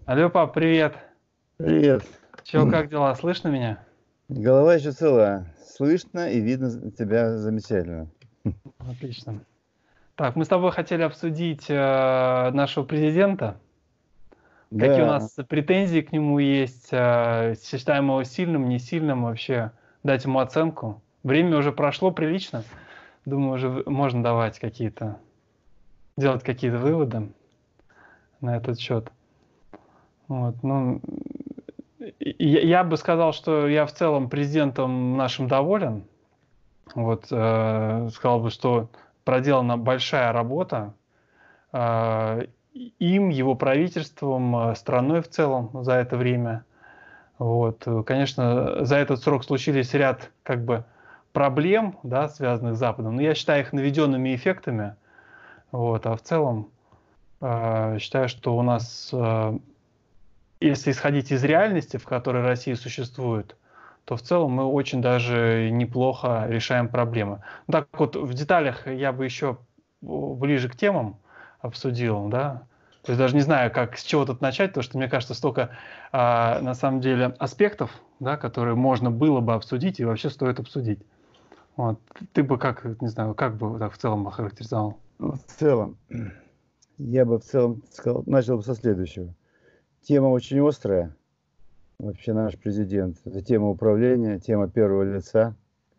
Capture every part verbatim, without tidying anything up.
Алло, пап, привет. Привет. Че, как дела? Слышно меня? Голова еще цела. Слышно и видно з- тебя замечательно. Отлично. Так, мы с тобой хотели обсудить э, нашего президента. Какие у Да, нас претензии к нему есть? Э, считаем его сильным, не сильным вообще? Дать ему оценку. Время уже прошло прилично. Думаю, уже в- можно давать какие-то, делать какие-то выводы на этот счет. Вот, ну, и- и я бы сказал, что я в целом президентом нашим доволен. Вот, э, сказал бы, что проделана большая работа а, им, его правительством, а, страной в целом за это время. Вот. э, Конечно, за этот срок случились ряд как бы проблем, да, связанных с Западом, но я считаю их наведенными эффектами. Вот. А в целом а, считаю, что у нас, а, если исходить из реальности, в которой Россия существует, то в целом мы очень даже неплохо решаем проблемы. Ну, так вот, в деталях я бы еще ближе к темам обсудил, да. То есть даже не знаю, как с чего тут начать, потому что мне кажется, столько а, на самом деле аспектов, да, которые можно было бы обсудить и вообще стоит обсудить. Вот. Ты бы как, не знаю, как бы так в целом охарактеризовал? ну, в целом, я бы в целом сказал, начал бы со следующего. Тема очень острая. Вообще наш президент. Это тема управления, тема первого лица.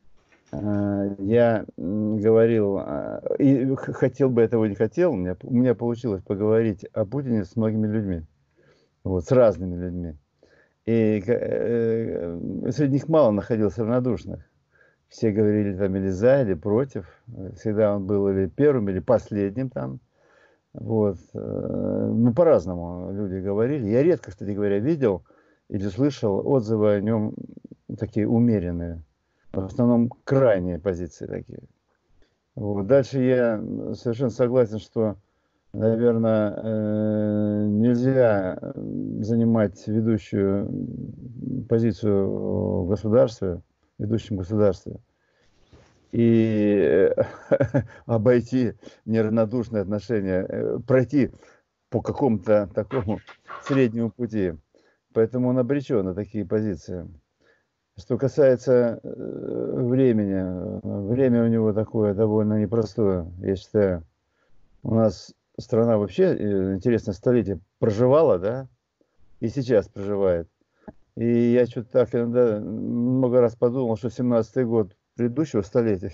А, Я м, говорил, а, и х- хотел бы этого не хотел, у меня, у меня получилось поговорить о Путине с многими людьми, вот, с разными людьми. И к- э, среди них мало находилось равнодушных. Все говорили там или за, или против. Всегда он был или первым, или последним там. Вот. э, Ну, по-разному люди говорили. Я редко, кстати говоря, видел или слышал отзывы о нем такие умеренные. В основном крайние позиции такие. Вот. Дальше я совершенно согласен, что, наверное, э, нельзя занимать ведущую позицию в государстве, в ведущем государстве, и обойти неравнодушное отношение, э, пройти по какому-то такому среднему пути. Поэтому он обречен на такие позиции. Что касается э, времени, э, время у него такое довольно непростое, я считаю. У нас страна вообще, э, интересное столетие проживала, да, и сейчас проживает. И я что-то так иногда много раз подумал, что семнадцатый год предыдущего столетия,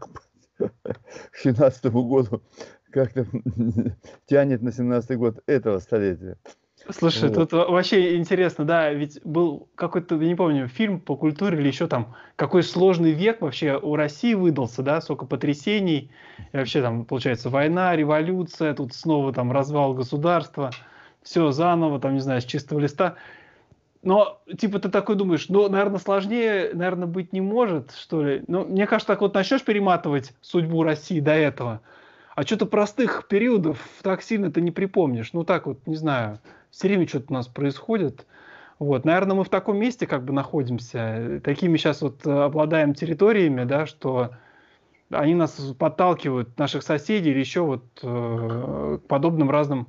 к семнадцатому году как-то тянет на семнадцатый год этого столетия. Слушай, Вот. тут во- вообще интересно, да, ведь был какой-то, я не помню, фильм по культуре или еще там, какой сложный век вообще у России выдался, да, сколько потрясений, и вообще там, получается, война, революция, тут снова там развал государства, все заново, там, не знаю, с чистого листа. Но, типа, ты такой думаешь, ну, наверное, сложнее, наверное, быть не может, что ли. Ну, мне кажется, так вот начнешь перематывать судьбу России до этого, а что-то простых периодов так сильно ты не припомнишь. Ну, так вот, не знаю, все время что-то у нас происходит. Вот, наверное, мы в таком месте как бы находимся, такими сейчас вот э, обладаем территориями, да, что они нас подталкивают, наших соседей или еще вот э, к подобным разным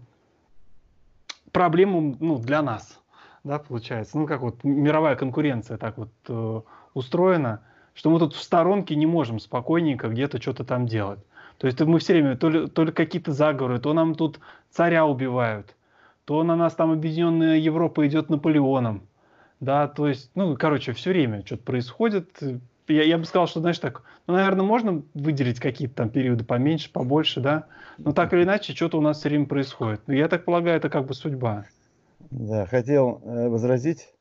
проблемам, ну, для нас, да, получается. Ну, как вот мировая конкуренция так вот э, устроена, что мы тут в сторонке не можем спокойненько где-то что-то там делать. То есть мы все время то ли, то ли какие-то заговоры, то нам тут царя убивают, то на нас там объединенная Европа идет Наполеоном. Да, то есть, ну, короче, все время что-то происходит. Я, я бы сказал, что, знаешь, так, ну, наверное, можно выделить какие-то там периоды поменьше, побольше, да, но так или иначе, что-то у нас все время происходит. Ну, я так полагаю, это как бы судьба. Да, хотел э, возразить,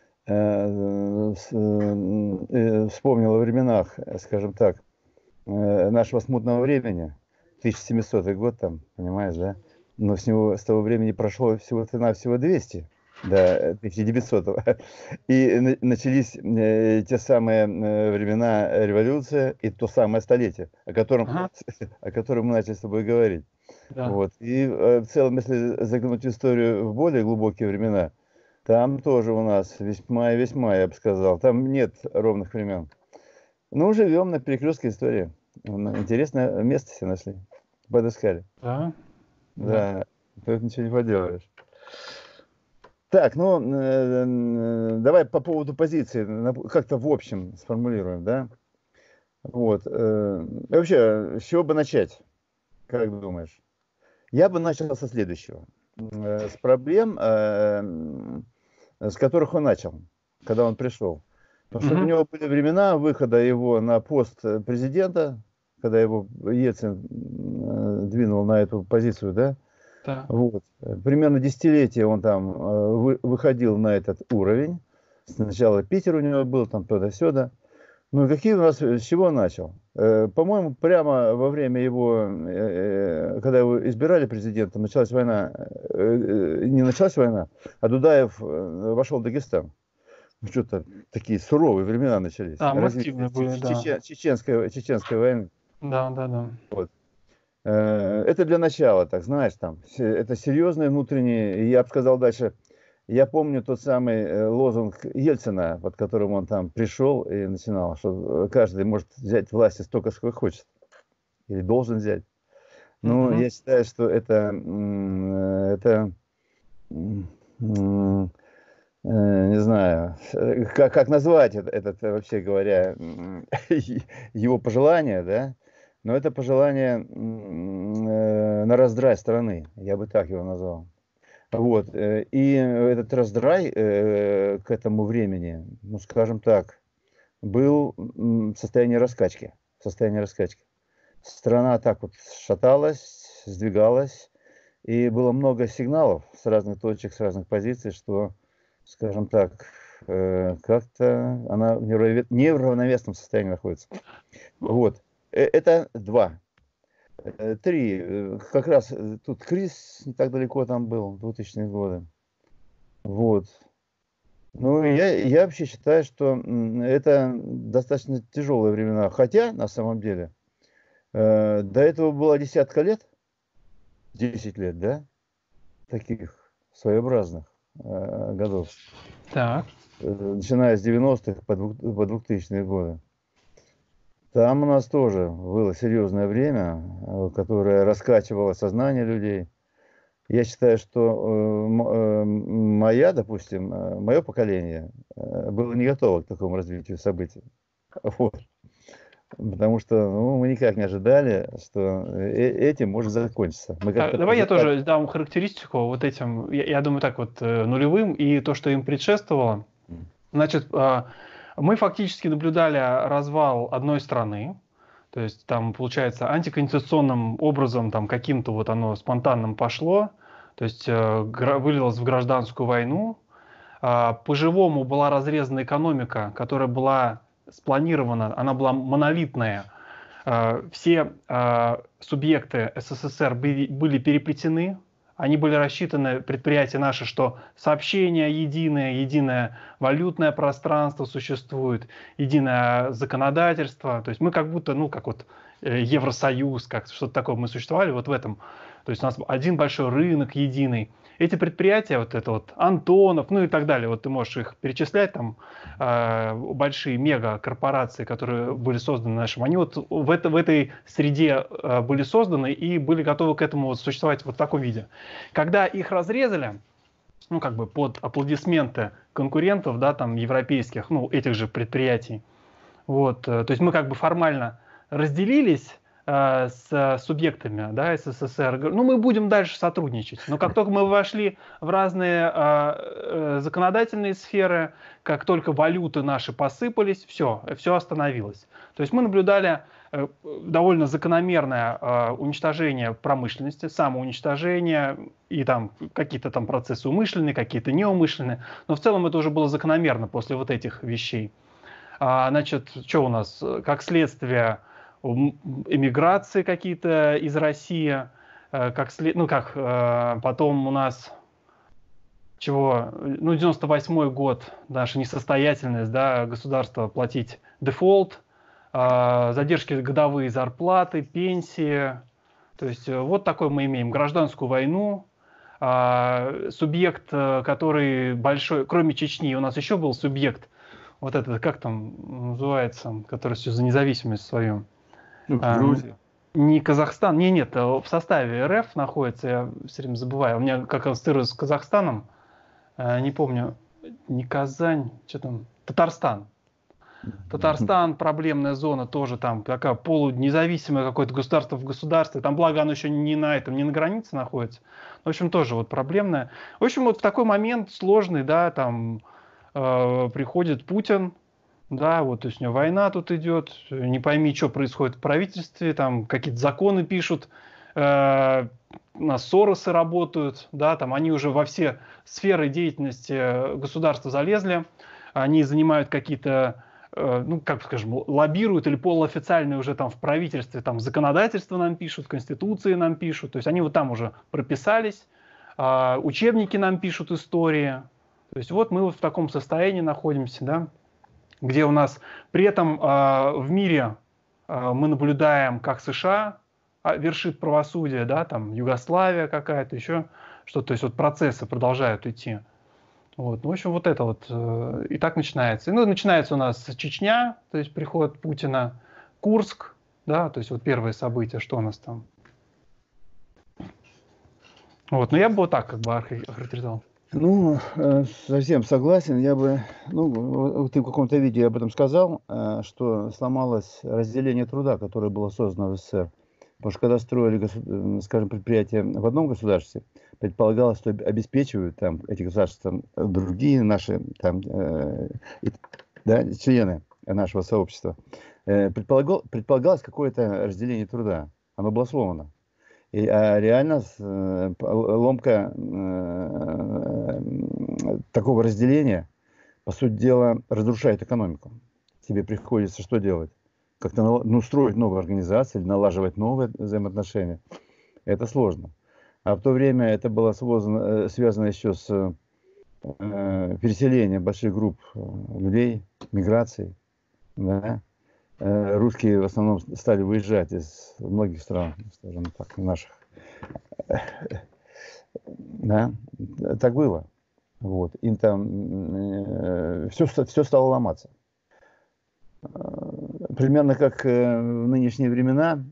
э, с- э, э, вспомнил о временах, э, скажем так, э, нашего смутного времени, тысяча семисотый год там, понимаешь, да? Но с него, с того времени прошло всего-то навсего двести до тысяча девятисотого. И на- начались э, те самые э, времена революции и то самое столетие, о котором, Ага, о котором мы начали с тобой говорить. да. Вот. И э, в целом, если заглянуть в историю в более глубокие времена, там тоже у нас весьма и весьма, я бы сказал, там нет ровных времен. Ну, живем на перекрестке истории. М, Интересное место себе нашли. Подыскали. Да, да. Да, тут ничего не поделаешь. Так, ну, э, давай по поводу позиции как-то в общем сформулируем, да? Вот. Э, вообще, с чего бы начать, как думаешь? Я бы начал со следующего. Э, с проблем, э, с которых он начал, когда он пришел. Потому что у Мгм. него были времена выхода его на пост президента, когда его Ельцин э, двинул на эту позицию, да? Так. Вот. Примерно десятилетие он там э, вы, выходил на этот уровень. Сначала Питер у него был, там то-да-сёда. Ну, какие у нас, с чего он начал? Э, по-моему, прямо во время его, э, э, когда его избирали президентом, началась война, э, э, не началась война, а Дудаев э, вошел в Дагестан. Ну, что-то такие суровые времена начались. Там Развитие активны были, да. чечен- чеченской, чеченской войны. Да, да, да. Вот. Э, Это для начала, так знаешь, там, се- это серьезные внутренние, и я бы сказал дальше, я помню тот самый э, лозунг Ельцина, под которым он там пришел и начинал, что каждый может взять власти столько, сколько хочет, или должен взять. Ну, Мгм. я считаю, что это, м, э, это м, м, э, не знаю, э, как, как назвать это, этот, э, вообще говоря, м, его пожелание, да? Но это пожелание м, э, на раздрай страны, я бы так его назвал. Вот, э, и этот раздрай э, к этому времени, ну, скажем так, был м, в состоянии раскачки, в состоянии раскачки. Страна так вот шаталась, сдвигалась, и было много сигналов с разных точек, с разных позиций, что, скажем так, э, как-то она в неравнове- неравновесном состоянии находится. Вот. Э, Это два. Э, Три. Э, Как раз э, тут кризис не так далеко там был, двухтысячные годы. Вот. Ну, я, я вообще считаю, что м, это достаточно тяжелые времена. Хотя, на самом деле, э, до этого было десятка лет, десять лет, да, таких своеобразных э, годов, Так. э, начиная с девяностых по двух- по двухтысячные годы. Там у нас тоже было серьезное время, э, которое раскачивало сознание людей. Я считаю, что э, м- э, моя, допустим, мое поколение э, было не готово к такому развитию событий. Вот. Потому что ну, мы никак не ожидали, что э- этим может закончиться. Мы А, как-то Давай я прозевали. тоже дам характеристику вот этим, я, я думаю, так вот, э, нулевым и то, что им предшествовало. Значит, а, мы фактически наблюдали развал одной страны, то есть там, получается, антиконституционным образом, там каким-то вот оно спонтанным пошло, то есть э, гра- вылилось в гражданскую войну. А, По-живому была разрезана экономика, которая была спланирована, она была монолитная. А, Все а, субъекты СССР были были переплетены, они были рассчитаны, предприятия наши, что сообщение единое, единое валютное пространство существует, единое законодательство. То есть мы как будто, ну, как вот э, Евросоюз, как что-то такое мы существовали вот в этом. То есть у нас один большой рынок единый. Эти предприятия, вот это вот Антонов, ну и так далее, вот ты можешь их перечислять, там э, большие мегакорпорации, которые были созданы нашим, они вот в, это, в этой среде э, были созданы и были готовы к этому вот существовать вот в таком виде. Когда их разрезали, ну как бы под аплодисменты конкурентов, да, там европейских, ну этих же предприятий, вот, э, то есть мы как бы формально разделились э, с субъектами, да, СССР. Говорю, ну, мы будем дальше сотрудничать. Но как только мы вошли в разные э, э, законодательные сферы, как только валюты наши посыпались, все, все остановилось. То есть мы наблюдали э, довольно закономерное э, уничтожение промышленности, самоуничтожение и там какие-то там процессы умышленные, какие-то неумышленные. Но в целом это уже было закономерно после вот этих вещей. А, значит, что у нас? Как следствие эмиграции какие-то из России, э, как след... ну как э, потом у нас чего, ну девяносто восьмой год, наша несостоятельность, да, государство платить дефолт, э, задержки годовые зарплаты, пенсии, то есть э, вот такой мы имеем гражданскую войну. А, субъект, э, который большой, кроме Чечни, у нас еще был субъект, вот этот, как там называется, который все за независимость свою. Ну, А, Грузия. не Казахстан, не, нет, в составе РФ находится, я все время забываю, у меня как ассоциируется с Казахстаном. не помню, не Казань, что там, Татарстан. Татарстан, проблемная зона, тоже там такая полунезависимое какое-то государство в государстве. Там, благо, оно еще не на этом, не на границе находится. В общем, тоже вот проблемное. В общем, вот в такой момент сложный, да, там э, приходит Путин, да, вот, то есть у него война тут идет, не пойми, что происходит в правительстве, там какие-то законы пишут, э, у нас Соросы работают, да, там они уже во все сферы деятельности государства залезли, они занимают какие-то, ну, как скажем, лоббируют или полуофициальные уже там в правительстве, там законодательство нам пишут, конституции нам пишут, то есть они вот там уже прописались, учебники нам пишут истории, то есть вот мы вот в таком состоянии находимся, да, где у нас при этом в мире мы наблюдаем, как США вершит правосудие, да, там Югославия какая-то, еще что-то, то есть вот процессы продолжают идти. Вот. Ну, в общем, вот это вот э, и так начинается. Ну, начинается у нас Чечня, то есть приход Путина, Курск, да, то есть вот первые события, что у нас там. Вот, но я бы вот так как бы охарактеризовал. Ну, совсем согласен. Я бы, ну, ты в каком-то видео об этом сказал, что сломалось разделение труда, которое было создано в СССР. Потому что когда строили, скажем, предприятия в одном государстве, предполагалось, что обеспечивают там эти государства другие наши там, э, да, члены нашего сообщества. Э, предполагал, предполагалось какое-то разделение труда. Оно было сломано. И, а реально э, ломка э, такого разделения, по сути дела, разрушает экономику. Тебе приходится что делать? Как-то ну, строить новые организации, налаживать новые взаимоотношения. Это сложно. А в то время это было связано, связано еще с э, переселением больших групп людей, миграцией. Да? Э, русские в основном стали выезжать из многих стран, скажем так, наших. Да? Так было. Вот. И там э, все, все стало ломаться. Примерно как в нынешние времена,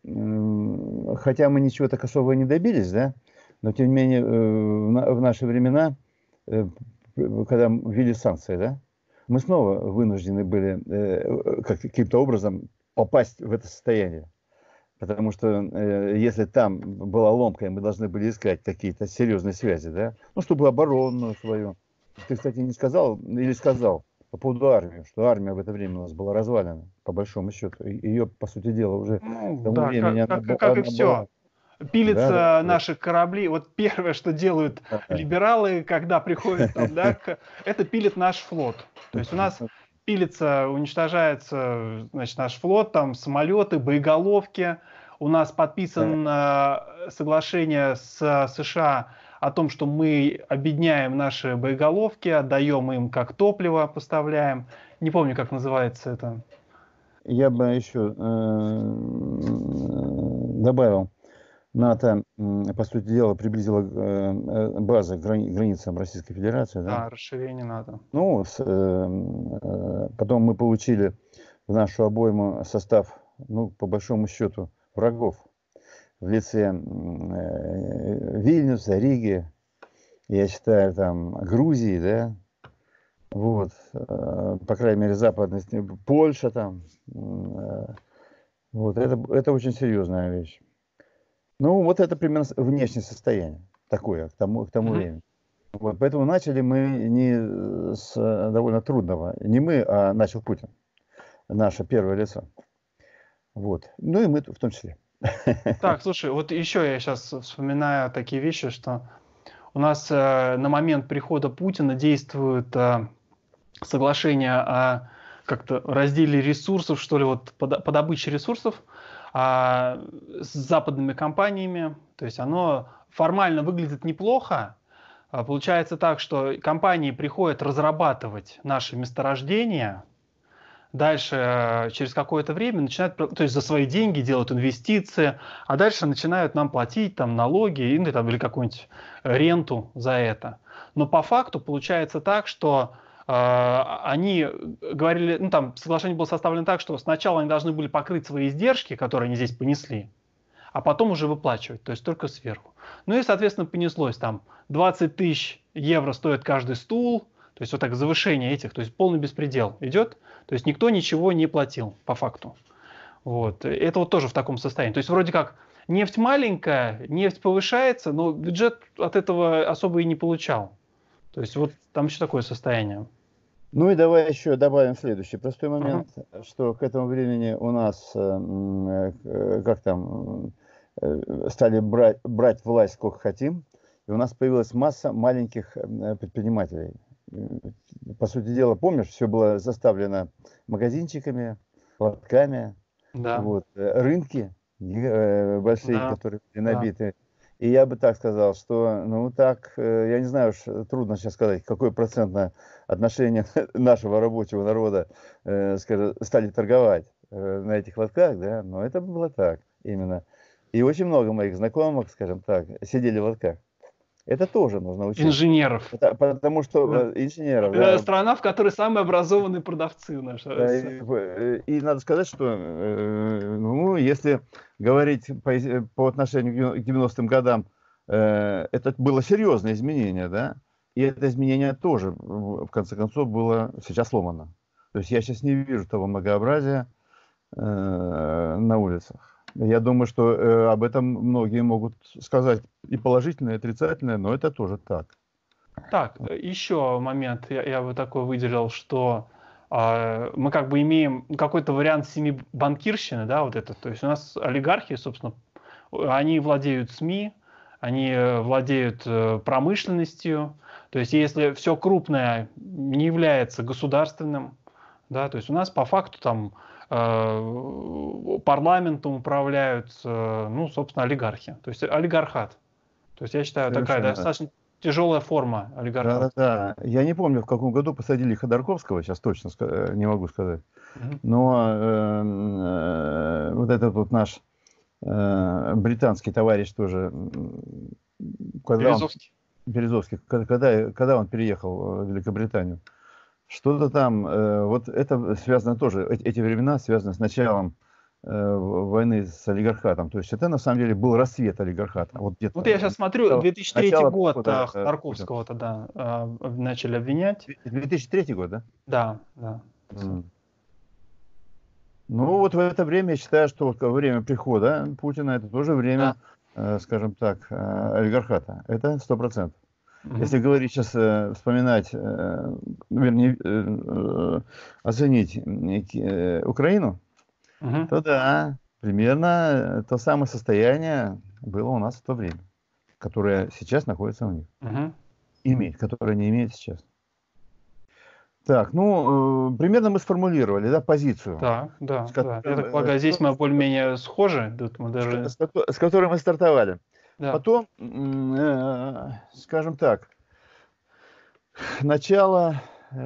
хотя мы ничего так особо не добились, да, но тем не менее в наши времена, когда ввели санкции, да, мы снова вынуждены были каким-то образом попасть в это состояние. Потому что если там была ломка, и мы должны были искать какие-то серьезные связи, да, ну, чтобы оборонную свою. Ты, кстати, не сказал или сказал по поводу армии, что армия в это время у нас была развалена, по большому счету. Ее, по сути дела, уже ну, к тому да, времени как, она, как, как она и все. была... Пилятся да, да, наши корабли. Вот первое, что делают да. либералы, когда приходят там, да, к, это пилит наш флот. То есть у нас пилится, уничтожается, значит, наш флот, там самолеты, боеголовки. У нас подписано соглашение с США о том, что мы объединяем наши боеголовки, отдаем им как топливо, поставляем. Не помню, как называется это. Я бы еще э, добавил. НАТО, по сути дела, приблизило базы к границам Российской Федерации. Да, да расширение НАТО. Ну, с, э, потом мы получили в нашу обойму состав, ну, по большому счету, врагов в лице э, Вильнюса, Риги, я считаю, там, Грузии, да, вот, э, по крайней мере, западной, Польша там, э, вот, это, это очень серьезная вещь. Ну, вот это примерно внешнее состояние такое к тому, к тому mm-hmm. времени. Вот, поэтому начали мы не с довольно трудного. Не мы, а начал Путин. Наше первое лицо. Вот. Ну и мы в том числе. Так, слушай, вот еще я сейчас вспоминаю такие вещи, что у нас э, на момент прихода Путина действует э, соглашение о как-то разделе ресурсов, что ли, вот по, по добыче ресурсов а, с западными компаниями. То есть оно формально выглядит неплохо. А, получается так, что компании приходят разрабатывать наши месторождения. Дальше через какое-то время начинают, то есть за свои деньги делают инвестиции, а дальше начинают нам платить там налоги или, там, или какую-нибудь ренту за это. Но по факту получается так, что они говорили, ну там соглашение было составлено так, что сначала они должны были покрыть свои издержки, которые они здесь понесли, а потом уже выплачивать, то есть только сверху. Ну и, соответственно, понеслось там двадцать тысяч евро стоит каждый стул, то есть вот так завышение этих, то есть полный беспредел идет, то есть никто ничего не платил по факту. Вот. Это вот тоже в таком состоянии. То есть вроде как нефть маленькая, нефть повышается, но бюджет от этого особо и не получал. То есть вот там еще такое состояние. Ну и давай еще добавим следующий простой момент, Uh-huh. что к этому времени у нас, э, как там, э, стали брать, брать власть сколько хотим, и у нас появилась масса маленьких предпринимателей. По сути дела, помнишь, все было заставлено магазинчиками, лотками, Да. вот, рынки э, большие, Да. которые были набиты. Да. И я бы так сказал, что, ну так, я не знаю, уж трудно сейчас сказать, какое процентное отношение нашего рабочего народа, э, скажем, стали торговать э, на этих лотках, да, но это было так именно. И очень много моих знакомых, скажем так, сидели в лотках. Это тоже нужно учить. Инженеров. Это, потому что Да. инженеров, Это да. Страна, в которой самые образованные продавцы наши. Да, и, и надо сказать, что, э, ну, если говорить по, по отношению к девяностым годам, э, это было серьезное изменение, да, и это изменение тоже, в конце концов, было сейчас сломано. То есть я сейчас не вижу того многообразия э, на улицах. Я думаю, что э, об этом многие могут сказать и положительное, и отрицательное, но это тоже так. Так, еще момент я, я бы такой выделил, что э, мы как бы имеем какой-то вариант семи банкирщины, да, вот это. То есть у нас олигархи, собственно, они владеют СМИ, они владеют э, промышленностью. То есть если все крупное не является государственным, да, то есть у нас по факту там э, парламентом управляют, э, ну, собственно, олигархи. То есть олигархат. То есть я считаю, Совершенно. такая достаточно тяжелая форма олигархата. Да, да, да. Я не помню, в каком году посадили Ходорковского, сейчас точно не могу сказать. Mm-hmm. Но э, э, вот этот вот наш э, британский товарищ тоже, когда Березовский. Он, Березовский, когда, когда он переехал в Великобританию, что-то там, э, вот это связано тоже, эти времена связаны с началом войны с олигархатом. То есть это на самом деле был рассвет олигархата. Вот, вот я сейчас смотрю, две тысячи третий начало, год года, Ходорковского тогда э, начали обвинять. две тысячи третий год, да? Да, да. Mm. Ну вот в это время я считаю, что вот время прихода Путина это тоже время, да. э, скажем так, э, олигархата. Это сто процентов. Mm-hmm. Если говорить сейчас, э, вспоминать, э, вернее, э, э, оценить э, Украину, Uh-huh. то да, примерно то самое состояние было у нас в то время, которое сейчас находится у них. Uh-huh. Имеет, которое не имеет сейчас. Так, ну, э, примерно мы сформулировали, да, позицию. Так, да, да. Я так полагаю, здесь мы более-менее схожи. Тут мы даже... с, с, с которой мы стартовали. Да. Потом, э, скажем так, начало...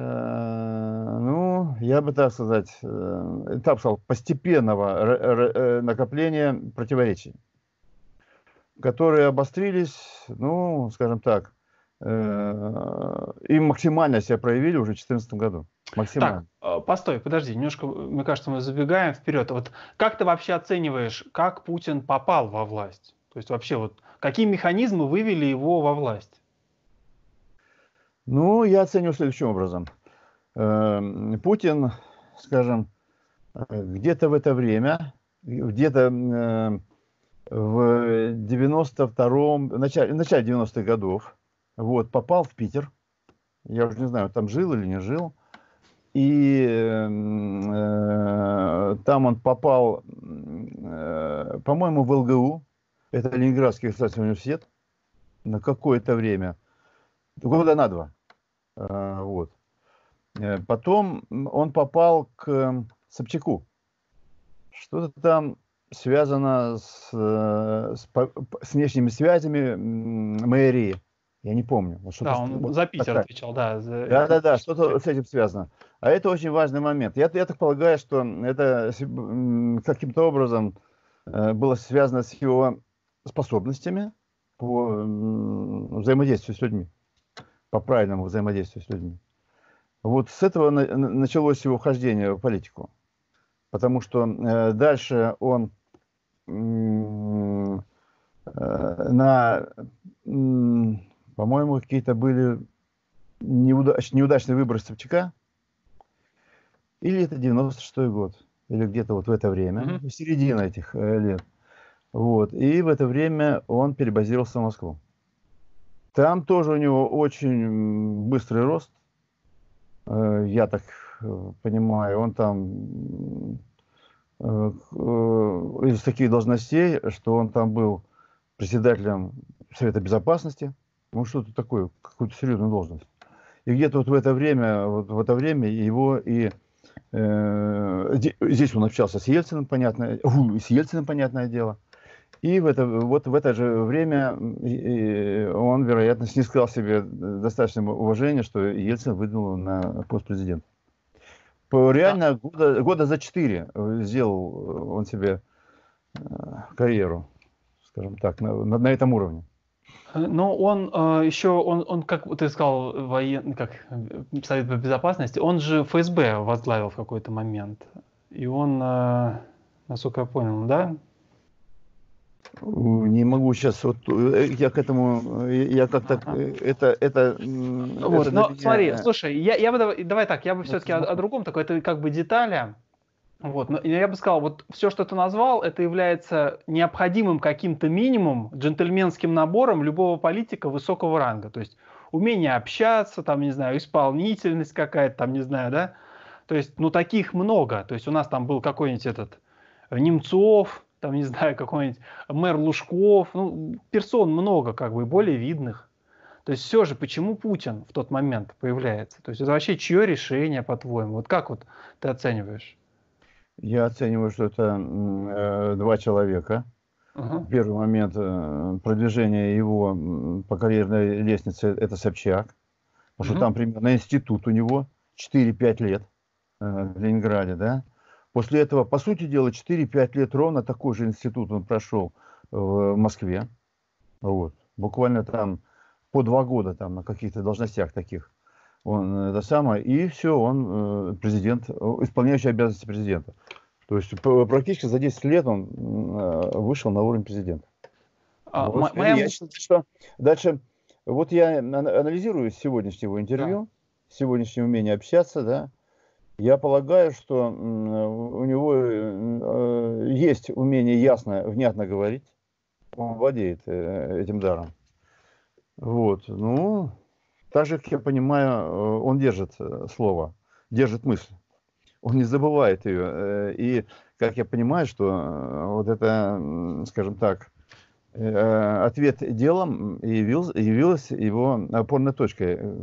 Ну, я бы так сказать, этап сказал, постепенного накопления противоречий, которые обострились, ну, скажем так, и максимально себя проявили уже в две тысячи четырнадцатом году. Максимально. Так, постой, подожди, немножко, мне кажется, мы забегаем вперед. Вот как ты вообще оцениваешь, как Путин попал во власть? То есть вообще вот какие механизмы вывели его во власть? Ну, я оцениваю следующим образом. Путин, скажем, где-то в это время, где-то в девяносто втором, в начале, в начале девяностых годов, вот, попал в Питер. Я уже не знаю, там жил или не жил. И э, там он попал, э, по-моему, в ЛГУ. Это Ленинградский государственный университет. На какое-то время. Года на два. Вот. Потом он попал к Собчаку. Что-то там связано с, с, с внешними связями мэрии. Я не помню. Вот да, он вот за Питер такая. Отвечал, да. За... Да, да, да, что-то с этим связано. А это очень важный момент. Я, я так полагаю, что это каким-то образом было связано с его способностями по взаимодействию с людьми. По правильному взаимодействию с людьми. Вот с этого началось его вхождение в политику. Потому что дальше он м, э, на, м, по-моему, какие-то были неудач, неудачный выбор Собчака, или это девяносто шестой год, или где-то вот в это время, Мгм. середина этих э, лет. Вот. И в это время он перебазировался в Москву. Там тоже у него очень быстрый рост, э, я так э, понимаю. Он там э, э, из таких должностей, что он там был председателем Совета Безопасности, ну что-то такое, какую-то серьезную должность. И где-то вот в это время, вот в это время его и э, здесь он общался с Ельциным, понятное, у, с Ельциным, понятное дело. И в это, вот в это же время он, вероятно, снискал себе достаточное уважение, что Ельцин выдвинул на пост президента. Реально года, года за четыре сделал он себе карьеру, скажем так, на, на, на этом уровне. Но он э, еще, он, он, как ты сказал, воен, как э, Совет по безопасности, он же эф эс бэ возглавил в какой-то момент. И он, э, насколько я понял, да? Не могу сейчас, вот я к этому, я как-то, Ага. это, это, Вот, это но для смотри, меня... слушай, я, я бы, давай, давай так, я бы все-таки о, о другом, такой, это как бы детали. Вот, но я бы сказал, вот все, что ты назвал, это является необходимым каким-то минимумом, джентльменским набором любого политика высокого ранга. То есть умение общаться, там, не знаю, исполнительность какая-то, там, не знаю, да. То есть, ну, таких много. То есть у нас там был какой-нибудь этот Немцов, там, не знаю, какой-нибудь мэр Лужков, ну, персон много, как бы, более видных. То есть все же, почему Путин в тот момент появляется? То есть это вообще чье решение, по-твоему? Вот как вот ты оцениваешь? Я оцениваю, что это э, два человека. Ага. В первый момент э, продвижение его по карьерной лестнице – это Собчак. Потому что Мгм. там примерно институт у него четыре-пять лет э, в Ленинграде, да. После этого, по сути дела, четыре-пять лет ровно такой же институт он прошел в Москве. Вот. Буквально там по два года там на каких-то должностях таких. Он это самое, и все, он э, президент, исполняющий обязанности президента. То есть практически за десять лет он э, вышел на уровень президента. А, Вот. мо- И моя я мысль... считаю, что дальше, вот я анализирую сегодняшнего Да. интервью, сегодняшнее умение общаться, да, я полагаю, что у него э, есть умение ясно, внятно говорить, он владеет э, этим даром. Вот, ну, так же, как я понимаю, он держит слово, держит мысль. Он не забывает ее. И, как я понимаю, что вот это, скажем так, ответ делом явился, явилась его опорной точкой,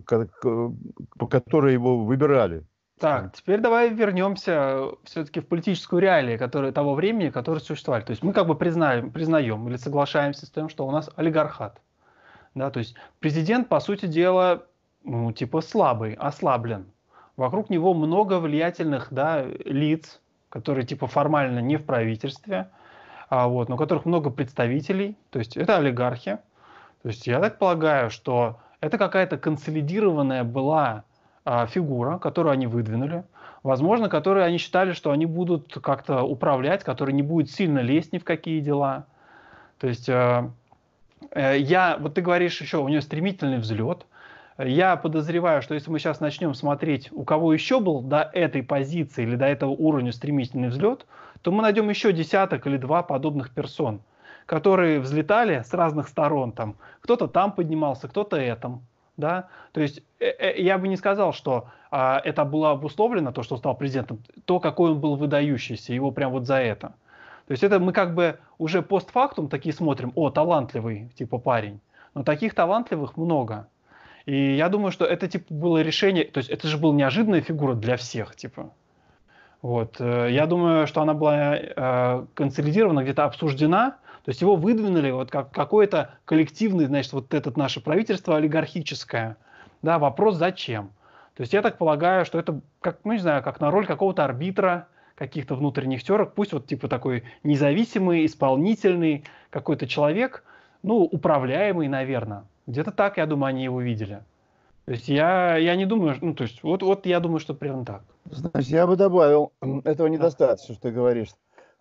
по которой его выбирали. Так, теперь давай вернемся все-таки в политическую реалию которые, того времени, которые существовали. То есть мы как бы признаем, признаем или соглашаемся с тем, что у нас олигархат. Да, то есть президент, по сути дела, ну, типа слабый, ослаблен. Вокруг него много влиятельных, да, лиц, которые типа формально не в правительстве, а вот, но у которых много представителей. То есть это олигархи. То есть я так полагаю, что это какая-то консолидированная была а, фигура, которую они выдвинули, возможно, которые они считали, что они будут как-то управлять, который не будет сильно лезть ни в какие дела. То есть э, э, я, вот ты говоришь еще, у нее стремительный взлет. Я подозреваю, что если мы сейчас начнем смотреть, у кого еще был до этой позиции или до этого уровня стремительный взлет, то мы найдем еще десяток или два подобных персон, которые взлетали с разных сторон. Там, кто-то там поднимался, кто-то этом. Да? То есть э, э, я бы не сказал, что э, это было обусловлено, то, что он стал президентом, то, какой он был выдающийся, его прям вот за это. То есть это мы как бы уже постфактум такие смотрим, о, талантливый типа парень. Но таких талантливых много. И я думаю, что это типа было решение, то есть это же была неожиданная фигура для всех, типа. Вот. Я думаю, что она была э, консолидирована, где-то обсуждена, то есть его выдвинули вот как какое-то коллективное, значит, вот это наше правительство олигархическое. Да, вопрос зачем? То есть я так полагаю, что это, как, ну не знаю, как на роль какого-то арбитра, каких-то внутренних терок, пусть вот типа такой независимый, исполнительный какой-то человек, ну, управляемый, наверное. Где-то так, я думаю, они его видели. То есть я, я не думаю, ну, то есть вот, вот я думаю, что примерно так. Значит, я бы добавил, этого Да. недостаточно, что ты говоришь.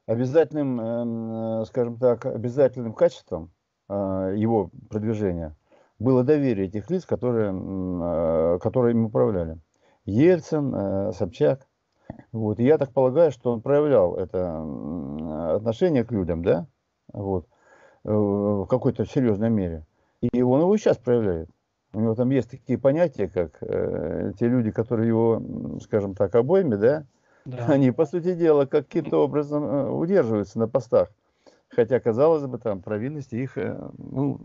обязательным, эм, скажем так, обязательным качеством э, его продвижения было доверие этих лиц, которые, э, которые им управляли. Ельцин, э, Собчак. Вот. И я так полагаю, что он проявлял это отношение к людям, да, вот, э, в какой-то серьезной мере. И он его и сейчас проявляет. У него там есть такие понятия, как э, те люди, которые его, скажем так, обойми, да, Да. они, по сути дела, каким-то образом э, удерживаются на постах. Хотя, казалось бы, там провинности их, э, ну,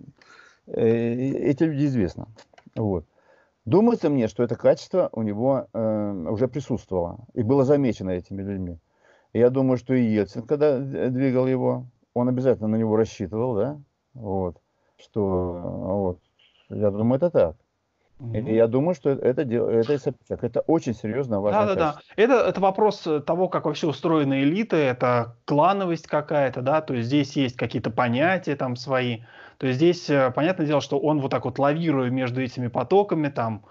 э, эти люди известны. Вот. Думается мне, что это качество у него э, уже присутствовало и было замечено этими людьми. И я думаю, что и Ельцин, когда двигал его, он обязательно на него рассчитывал, да, вот, что, вот, я думаю, это так. И я думаю, что это, дело, это, это очень серьезно важное Да, да, да. качество. Это, это вопрос того, как вообще устроены элиты, это клановость какая-то, да, то есть здесь есть какие-то понятия там свои. То есть здесь, э, понятное дело, что он вот так вот лавируя между этими потоками, там,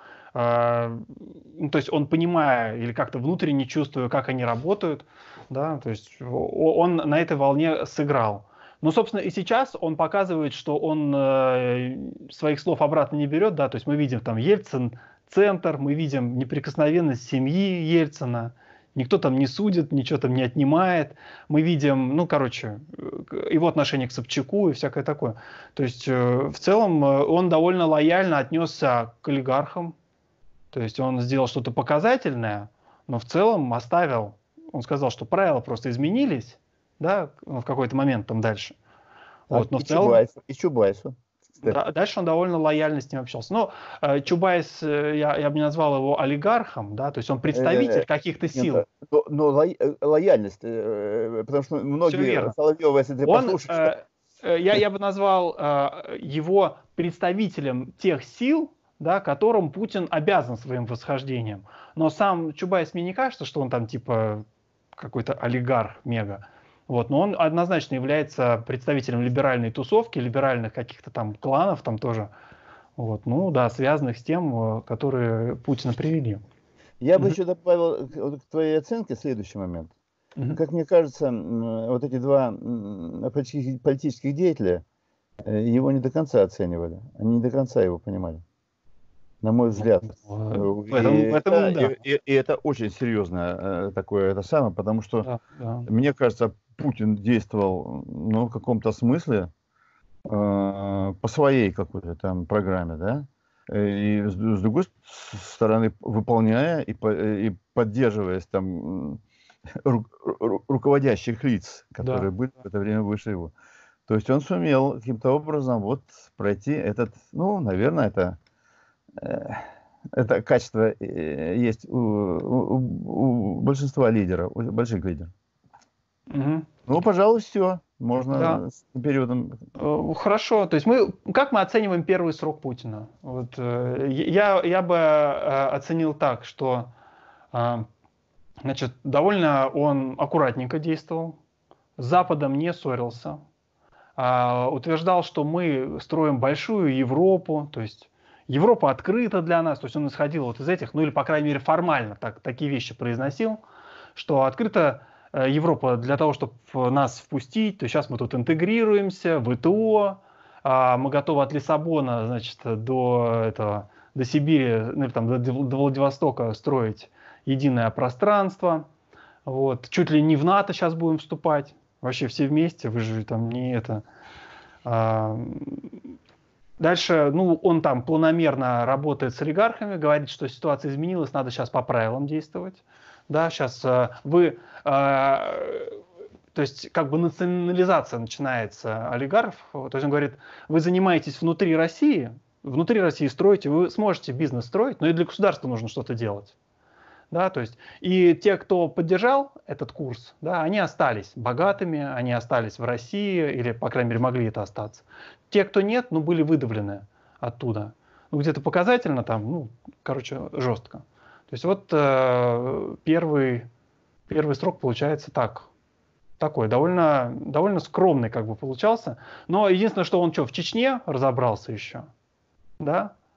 э, ну, то есть он понимая или как-то внутренне чувствуя, как они работают, да, то есть о- он на этой волне сыграл. Ну, собственно, и сейчас он показывает, что он э, своих слов обратно не берет, да, то есть мы видим там Ельцин, центр, мы видим неприкосновенность семьи Ельцина, никто там не судит, ничего там не отнимает, мы видим, ну, короче, его отношение к Собчаку и всякое такое. То есть э, в целом э, он довольно лояльно отнесся к олигархам, то есть он сделал что-то показательное, но в целом оставил, он сказал, что правила просто изменились, да, в какой-то момент там дальше. Так, Вот, но и в целом, Чубайсу, и Чубайсу, кстати. да, дальше он довольно лояльно с ним общался. Но э, Чубайс, э, я, я бы не назвал его олигархом, да, то есть он Э, представитель каких-то нет, сил. но, но лой- э, лояльность, э, потому что Все многие верно. Соловьева, если ты Он, послушаешь, э, э, я, я бы назвал э, его представителем тех сил, да, которым Путин обязан своим восхождением. Но сам Чубайс, мне не кажется, что он там типа какой-то олигарх мега. Вот, но он однозначно является представителем либеральной тусовки, либеральных каких-то там кланов там тоже. Вот, ну да, связанных с тем, э, которые Путина привели. я бы Мгм. еще добавил к, вот к твоей оценке следующий момент. Мгм. Как мне кажется, м, вот эти два м, политических, политических деятеля э, его не до конца оценивали. Они не до конца его понимали, на мой Ну, взгляд. э, Ну, в И этом, в это, этом да. и, и- и это очень серьезно э, такое это самое, потому что, Да, да. мне кажется, Путин действовал ну, в каком-то смысле э, по своей какой-то там программе, да, Э, и с, с другой стороны, выполняя и, по- и поддерживаясь там м, ру- ру- руководящих лиц, Да. которые были в это время выше его. То есть он сумел каким-то образом вот пройти этот, ну, наверное, это, э, это качество э, есть у, у- у большинства лидеров, у больших лидеров. Мгм. Ну, пожалуй, все. Да. Можно с периодом. Э, Хорошо. То есть мы, как мы оцениваем первый срок Путина? Вот, э, я, я бы э, оценил так, что э, значит, довольно он аккуратненько действовал, с Западом не ссорился, а, утверждал, что мы строим большую Европу, то есть Европа открыта для нас, то есть он исходил вот из этих, ну или по крайней мере формально так, такие вещи произносил, что открыта э, Европа для того, чтобы нас впустить, то есть сейчас мы тут интегрируемся в ВТО, а, мы готовы от Лиссабона, значит, до этого, до Сибири, ну или там до, до Владивостока строить единое пространство, вот, чуть ли не в НАТО сейчас будем вступать, вообще все вместе, вы же там не это. А, Дальше, ну, он там планомерно работает с олигархами, говорит, что ситуация изменилась, надо сейчас по правилам действовать. Да, сейчас а, вы, а, то есть как бы национализация начинается олигархов. То есть он говорит, вы занимаетесь внутри России, внутри России строите, вы сможете бизнес строить, но и для государства нужно что-то делать. Да, то есть, и те, кто поддержал этот курс, да, они остались богатыми, они остались в России, или, по крайней мере, могли это остаться. Те, кто нет, ну, были выдавлены оттуда. Ну, где-то показательно там, ну, короче, жестко. То есть вот э, первый, первый срок получается так, такой, довольно, довольно скромный как бы получался. Но единственное, что он что, в Чечне разобрался еще, да?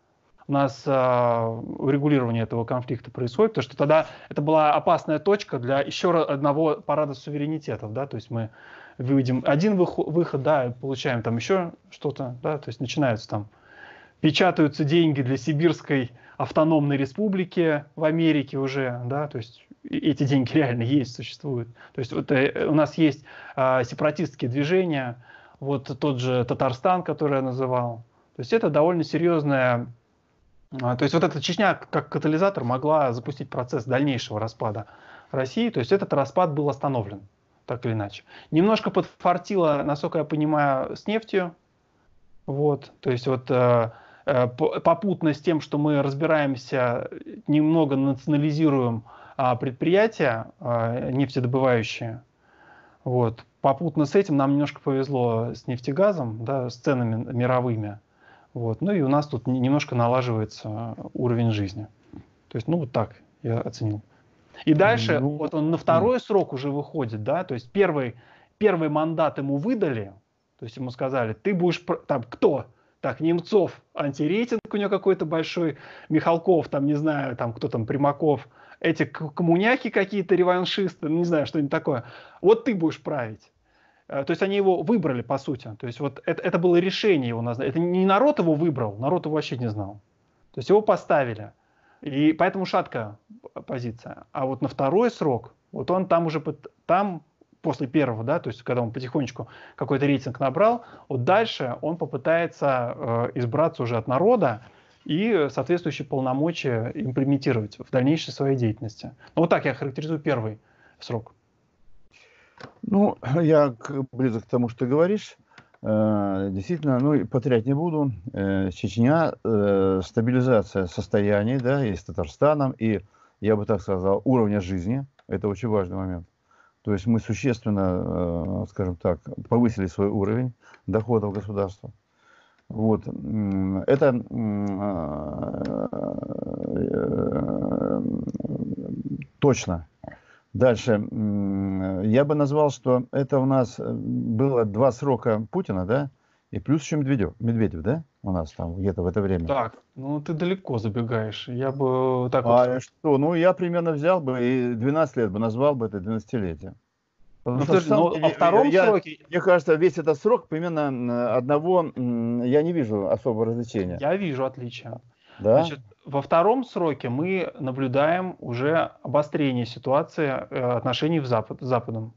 у нас а, урегулирование этого конфликта происходит, потому что тогда это была опасная точка для еще одного парада суверенитетов, да, то есть мы выведем один выход, выход, да, получаем там еще что-то, да, то есть начинаются там, печатаются деньги для Сибирской автономной республики в Америке уже, да, то есть эти деньги реально есть, существуют. То есть вот, э, у нас есть э, сепаратистские движения, вот тот же Татарстан, который я называл. То есть это довольно серьезная... То есть вот эта Чечня как катализатор могла запустить процесс дальнейшего распада России. То есть этот распад был остановлен, так или иначе. Немножко подфартило, насколько я понимаю, с нефтью. Вот. То есть вот э, э, попутно с тем, что мы разбираемся, немного национализируем э, предприятия э, нефтедобывающие. Вот. Попутно с этим нам немножко повезло с нефтегазом, да, с ценами мировыми. Вот. Ну и у нас тут немножко налаживается уровень жизни. То есть, ну вот так я оценил. И дальше, ну, вот он на второй срок уже выходит, да, то есть первый, первый мандат ему выдали, то есть ему сказали, ты будешь, там, кто? Так, Немцов, антирейтинг у него какой-то большой, Михалков, там, не знаю, там, кто там, Примаков, эти коммуняки какие-то, реваншисты, не знаю, что-нибудь такое. Вот ты будешь править. То есть они его выбрали, по сути. То есть вот это, это было решение его назначить. Это не народ его выбрал, народ его вообще не знал. То есть его поставили. И поэтому шаткая позиция. А вот на второй срок, вот он там уже, там после первого, да, то есть когда он потихонечку какой-то рейтинг набрал, вот дальше он попытается э, избраться уже от народа и соответствующие полномочия имплементировать в дальнейшей своей деятельности. Ну вот так я характеризую первый срок. Ну, я близок к тому, что ты говоришь. Действительно, ну, повторять не буду. Чечня, стабилизация состояний, да, и с Татарстаном, и, я бы так сказал, уровня жизни. Это очень важный момент. То есть мы существенно, скажем так, повысили свой уровень доходов государства. Вот. Это точно. Дальше. Я бы назвал, что это у нас было два срока Путина, да? И плюс еще Медведев, Медведев, да? У нас там где-то в это время. Так, ну ты далеко забегаешь. Я бы так а вот... что? Ну, я примерно взял бы и двенадцать лет бы назвал бы это двенадцатилетие. Ну, подожди, но деле, о втором я, сроке... Мне кажется, весь этот срок примерно одного, я не вижу особого развлечения. Я вижу отличия. Да? Значит, во втором сроке мы наблюдаем уже обострение ситуации отношений в Запад, с Западом.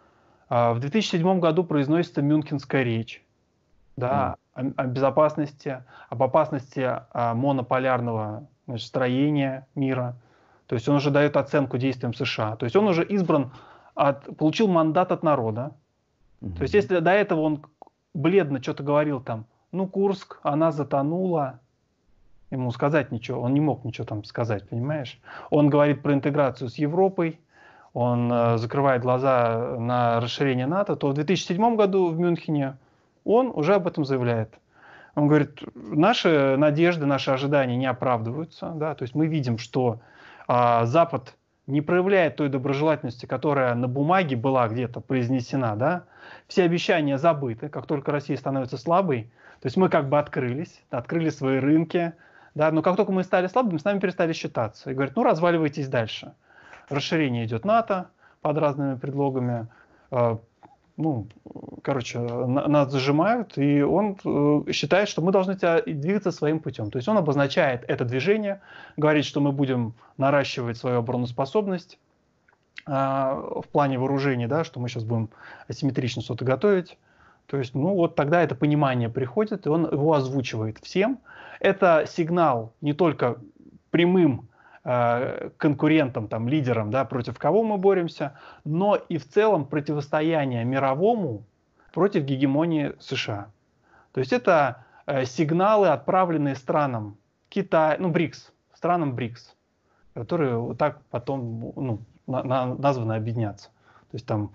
В две тысячи седьмом году произносится Мюнхенская речь, да, mm. о, о безопасности, об опасности монополярного, значит, строения мира. То есть он уже дает оценку действиям США. То есть он уже избран, от, получил мандат от народа. Mm-hmm. То есть если до этого он бледно что-то говорил там, ну Курск, она затонула, ему сказать ничего, он не мог ничего там сказать, понимаешь? Он говорит про интеграцию с Европой, он э, закрывает глаза на расширение НАТО, то в две тысячи седьмом году в Мюнхене он уже об этом заявляет. Он говорит, наши надежды, наши ожидания не оправдываются, да, то есть мы видим, что э, Запад не проявляет той доброжелательности, которая на бумаге была где-то произнесена, да, все обещания забыты, как только Россия становится слабой, то есть мы как бы открылись, открыли свои рынки, да, но как только мы стали слабыми, с нами перестали считаться. И говорят, ну разваливайтесь дальше. Расширение идет НАТО под разными предлогами. Э, ну, короче, на, нас зажимают, и он э, считает, что мы должны двигаться своим путем. То есть он обозначает это движение, говорит, что мы будем наращивать свою обороноспособность э, в плане вооружений, да, что мы сейчас будем асимметрично что-то готовить. То есть, ну вот тогда это понимание приходит, и он его озвучивает всем. Это сигнал не только прямым э, конкурентам, там, лидерам, да, против кого мы боремся, но и в целом противостояние мировому против гегемонии США. То есть это э, сигналы, отправленные странам Китая, ну, БРИКС, странам БРИКС, которые вот так потом, ну, на, на, названы объединяться. То есть там,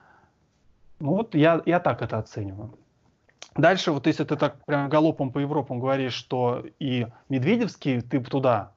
ну вот я, я так это оцениваю. Дальше, вот если ты так прям галопом по Европам говоришь, что и Медведевский ты туда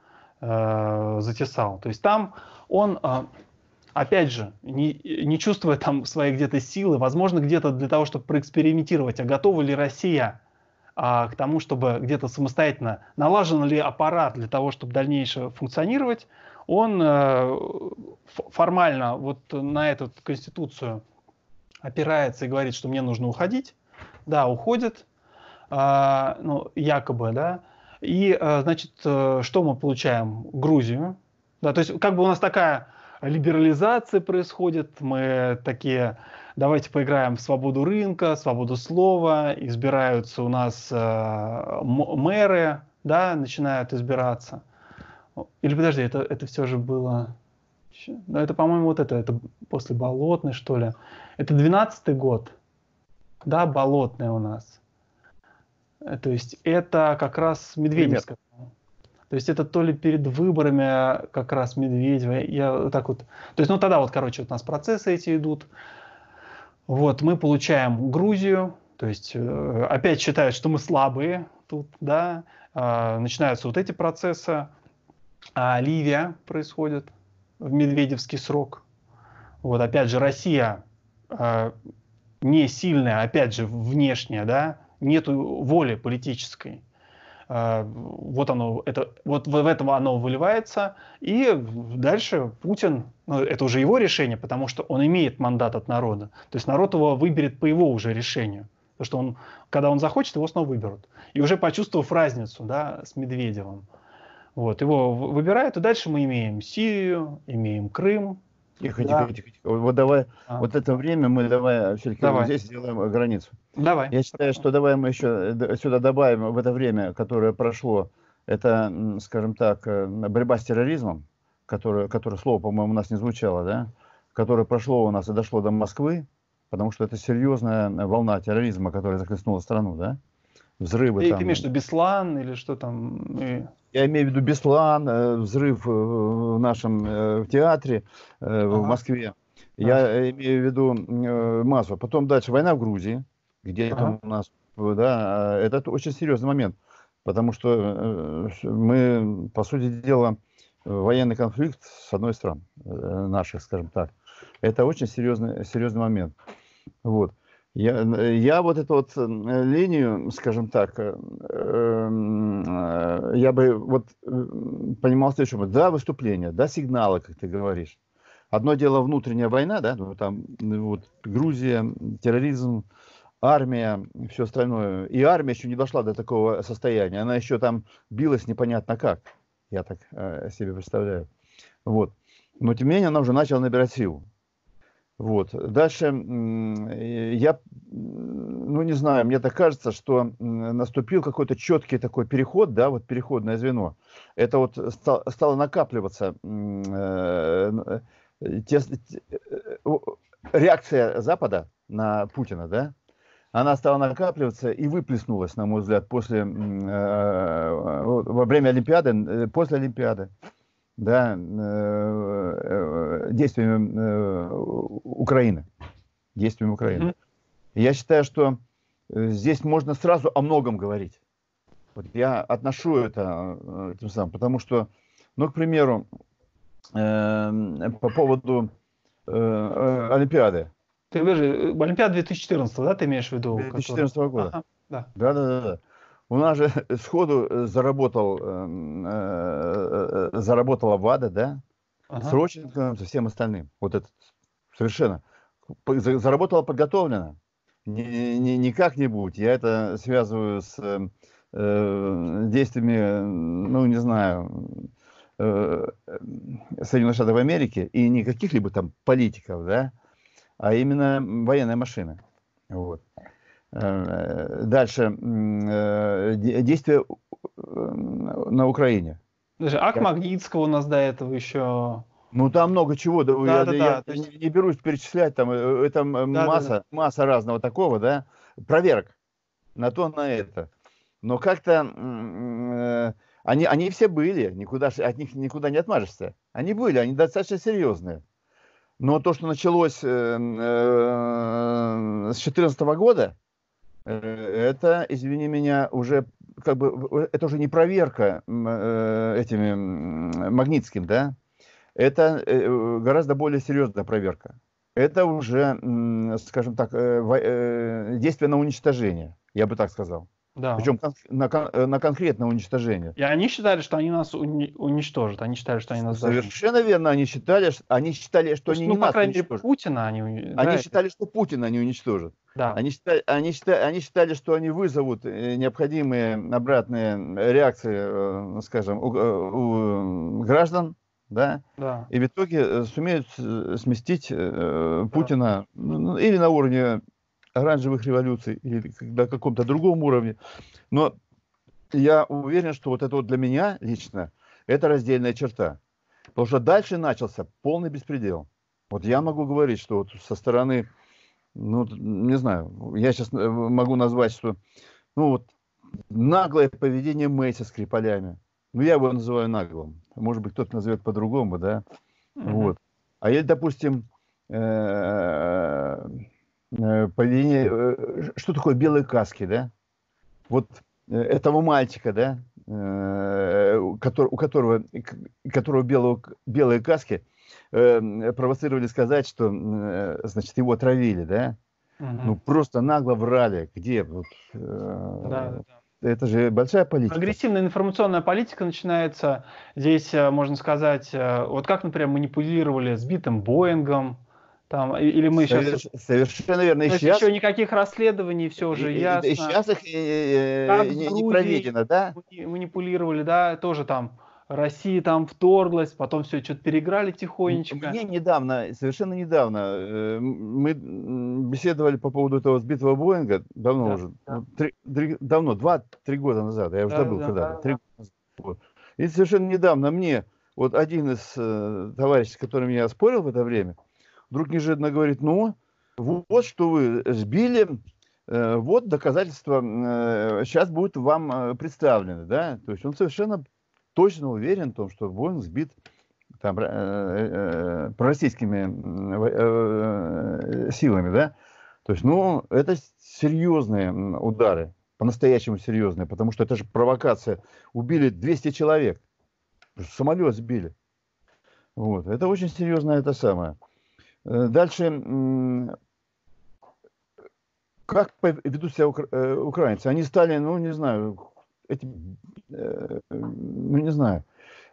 э, затесал, то есть там он, э, опять же, не, не чувствуя там своей где-то силы, возможно, где-то для того, чтобы проэкспериментировать, а готова ли Россия а к тому, чтобы где-то самостоятельно налажен ли аппарат для того, чтобы дальнейшее функционировать, он э, формально вот на эту конституцию опирается и говорит, что мне нужно уходить. Да, уходит, э, ну, якобы, да. И, э, значит, э, что мы получаем? Грузию. Да, то есть как бы у нас такая либерализация происходит, мы такие, давайте поиграем в свободу рынка, свободу слова, избираются у нас э, мэры, да, начинают избираться. Или подожди, это, это все же было... Ну, это, по-моему, вот это, это после Болотной, что ли. Это двенадцатый год, да, Болотная у нас. То есть это как раз Медведевская. То есть это то ли перед выборами как раз Медведева, я вот так вот... То есть, ну тогда вот, короче, вот у нас процессы эти идут. Вот, мы получаем Грузию, то есть э, опять считают, что мы слабые тут, да. Э, начинаются вот эти процессы. А Ливия происходит в медведевский срок. Вот, опять же, Россия э, не сильная, опять же, внешняя, да, нету воли политической. Вот оно, это, вот в этого оно выливается, и дальше Путин, ну, это уже его решение, потому что он имеет мандат от народа, то есть народ его выберет по его уже решению, потому что он, когда он захочет, его снова выберут. И уже почувствовав разницу, да, с Медведевым, вот, его выбирают, и дальше мы имеем Сирию, имеем Крым. Тихо, да. тихо, тихо, тихо. Вот давай, а. вот это время мы давай все-таки давай. здесь сделаем границу. Давай. Я считаю, что давай мы еще сюда добавим в это время, которое прошло, это, скажем так, борьба с терроризмом, которое, которое слово, по-моему, у нас не звучало, да, которое прошло у нас и дошло до Москвы, потому что это серьезная волна терроризма, которая захлестнула страну, да, взрывы. Ты, там. ты имеешь в виду Беслан или что там? И... Я имею в виду Беслан, взрыв в нашем театре ага. в Москве. Я ага. имею в виду массу. Потом дальше война в Грузии, где ага. у нас, да, это очень серьезный момент, потому что мы, по сути дела, военный конфликт с одной из стран наших, скажем так. Это очень серьезный, серьезный момент. Вот. Я, я вот эту вот линию, скажем так, э, э, я бы вот понимал следующее. Да, выступления, да, сигналы, как ты говоришь. Одно дело внутренняя война, да, ну, там вот Грузия, терроризм, армия, все остальное. И армия еще не дошла до такого состояния. Она еще там билась непонятно как. Я так э, себе представляю. Вот. Но тем не менее она уже начала набирать силу. Вот. Дальше я, ну не знаю, мне так кажется, что наступил какой-то четкий такой переход, да, вот переходное звено. Это вот стало, стало накапливаться э, те, реакция Запада на Путина, да, она стала накапливаться и выплеснулась, на мой взгляд, после, э, во время Олимпиады, после Олимпиады. Да, действиями Украины. Действиями Украины. Mm-hmm. Я считаю, что здесь можно сразу о многом говорить. Вот я отношу это тем самым, потому что, ну, к примеру, э, по поводу э, Олимпиады. Ты говоришь, Олимпиада две тысячи четырнадцатого, да, ты имеешь в виду? две тысячи четырнадцатого года. Ага, да. Да, да, да, да. У нас же сходу заработал, э, э, заработала ВАДА, да, ага. с Родченковым, со всем остальным. Вот это совершенно. Заработала подготовлено. Не, не, не как-нибудь. Я это связываю с э, действиями, ну, не знаю, э, Соединенных Штатов Америки и не каких-либо там политиков, да, а именно военная машина. Вот. Дальше. Действия на Украине. Даже Ак Магнитского у нас до этого еще... Ну, там много чего. Да, я да, я да, не, есть... не берусь перечислять. Там, это да, масса, да, да. масса разного такого, да, проверок на то, на это. Но как-то э, они, они все были. Никуда, от них никуда не отмажешься. Они были, они достаточно серьезные. Но то, что началось э, э, с две тысячи четырнадцатого года, это, извини меня, уже как бы это уже не проверка э, этими Магнитским, да? Это э, гораздо более серьезная проверка. Это уже, э, скажем так, э, э, действие на уничтожение, я бы так сказал. Да. Причем кон- на, кон- э, на конкретное уничтожение. И они считали, что они нас уни- уничтожат. Они считали, что они нас даже... Совершенно верно, они считали, ш- они считали, что То есть, они ну, не по нас крайней мере, уничтожат. Путина они... уни- Они Да, это- считали, что Путина они уничтожат. да. Они считали, они, считали, они считали, что они вызовут э, необходимые обратные реакции, э, скажем, у, э, у граждан, да, Да. и в итоге э, сумеют э, сместить э, Да. Путина ну, или на уровне оранжевых революций, или на каком-то другом уровне. Но я уверен, что вот это вот для меня лично, это раздельная черта. Потому что дальше начался полный беспредел. Вот я могу говорить, что вот со стороны, ну, не знаю, я сейчас могу назвать, что, ну, вот, наглое поведение Мэйса с Скрипалями. Ну, я его называю наглым. Может быть, кто-то назовет по-другому, да. Мгм. Вот. А или, допустим, э, э, поведение, э, что такое белые каски, да? Вот э, этого мальчика, да, э, у котор- у которого, к- которого белого, белые каски э, провоцировали сказать, что, э, значит, его отравили, да? Мгм. Ну, просто нагло врали. Где? Вот, Да, да, э, да. это же большая политика. Агрессивная информационная политика начинается. Здесь, э, можно сказать, э, вот как, например, манипулировали сбитым Боингом, там, и- или мы сейчас... Соверш- совершенно верно. И То есть сейчас, еще никаких расследований, все и, уже и- и ясно. сейчас их э, Как э, с не, не Грузией проведено, да? мани- манипулировали, да, тоже там Россия там вторглась, потом все что-то переиграли М- тихонечко. Мне недавно, совершенно недавно, э, мы м, беседовали по поводу этого сбитого Боинга, давно Да, уже, да, ну, три- три- давно, два-три года назад, я уже да, забыл, да, когда, да, три да. года назад. Вот. И совершенно недавно мне вот один из э, товарищей, с которыми я спорил в это время, вдруг неожиданно говорит, ну, вот что вы сбили, э, вот доказательства сейчас будут вам э, представлены, да, то есть он совершенно точно уверен в том, что Боинг сбит там, э, э, пророссийскими м, э, э, силами, да, то есть, ну, это серьезные м, удары, по-настоящему серьезные, потому что это же провокация, убили двести человек, самолет сбили, вот, это очень серьезное это самое. Э, Дальше, м, как ведут себя укра- э, украинцы? Они стали, ну, не знаю, эти, э, ну, не знаю,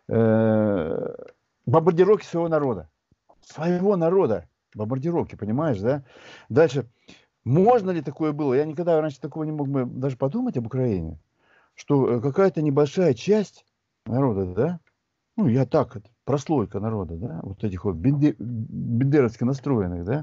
э, бомбардировки своего народа. Своего народа. Бомбардировки, понимаешь, да? Дальше, можно ли такое было? Я никогда раньше такого не мог бы даже подумать об Украине, что э, какая-то небольшая часть народа, да, ну, я так, это прослойка народа, да, вот этих вот бенде- бендеровски настроенных, да,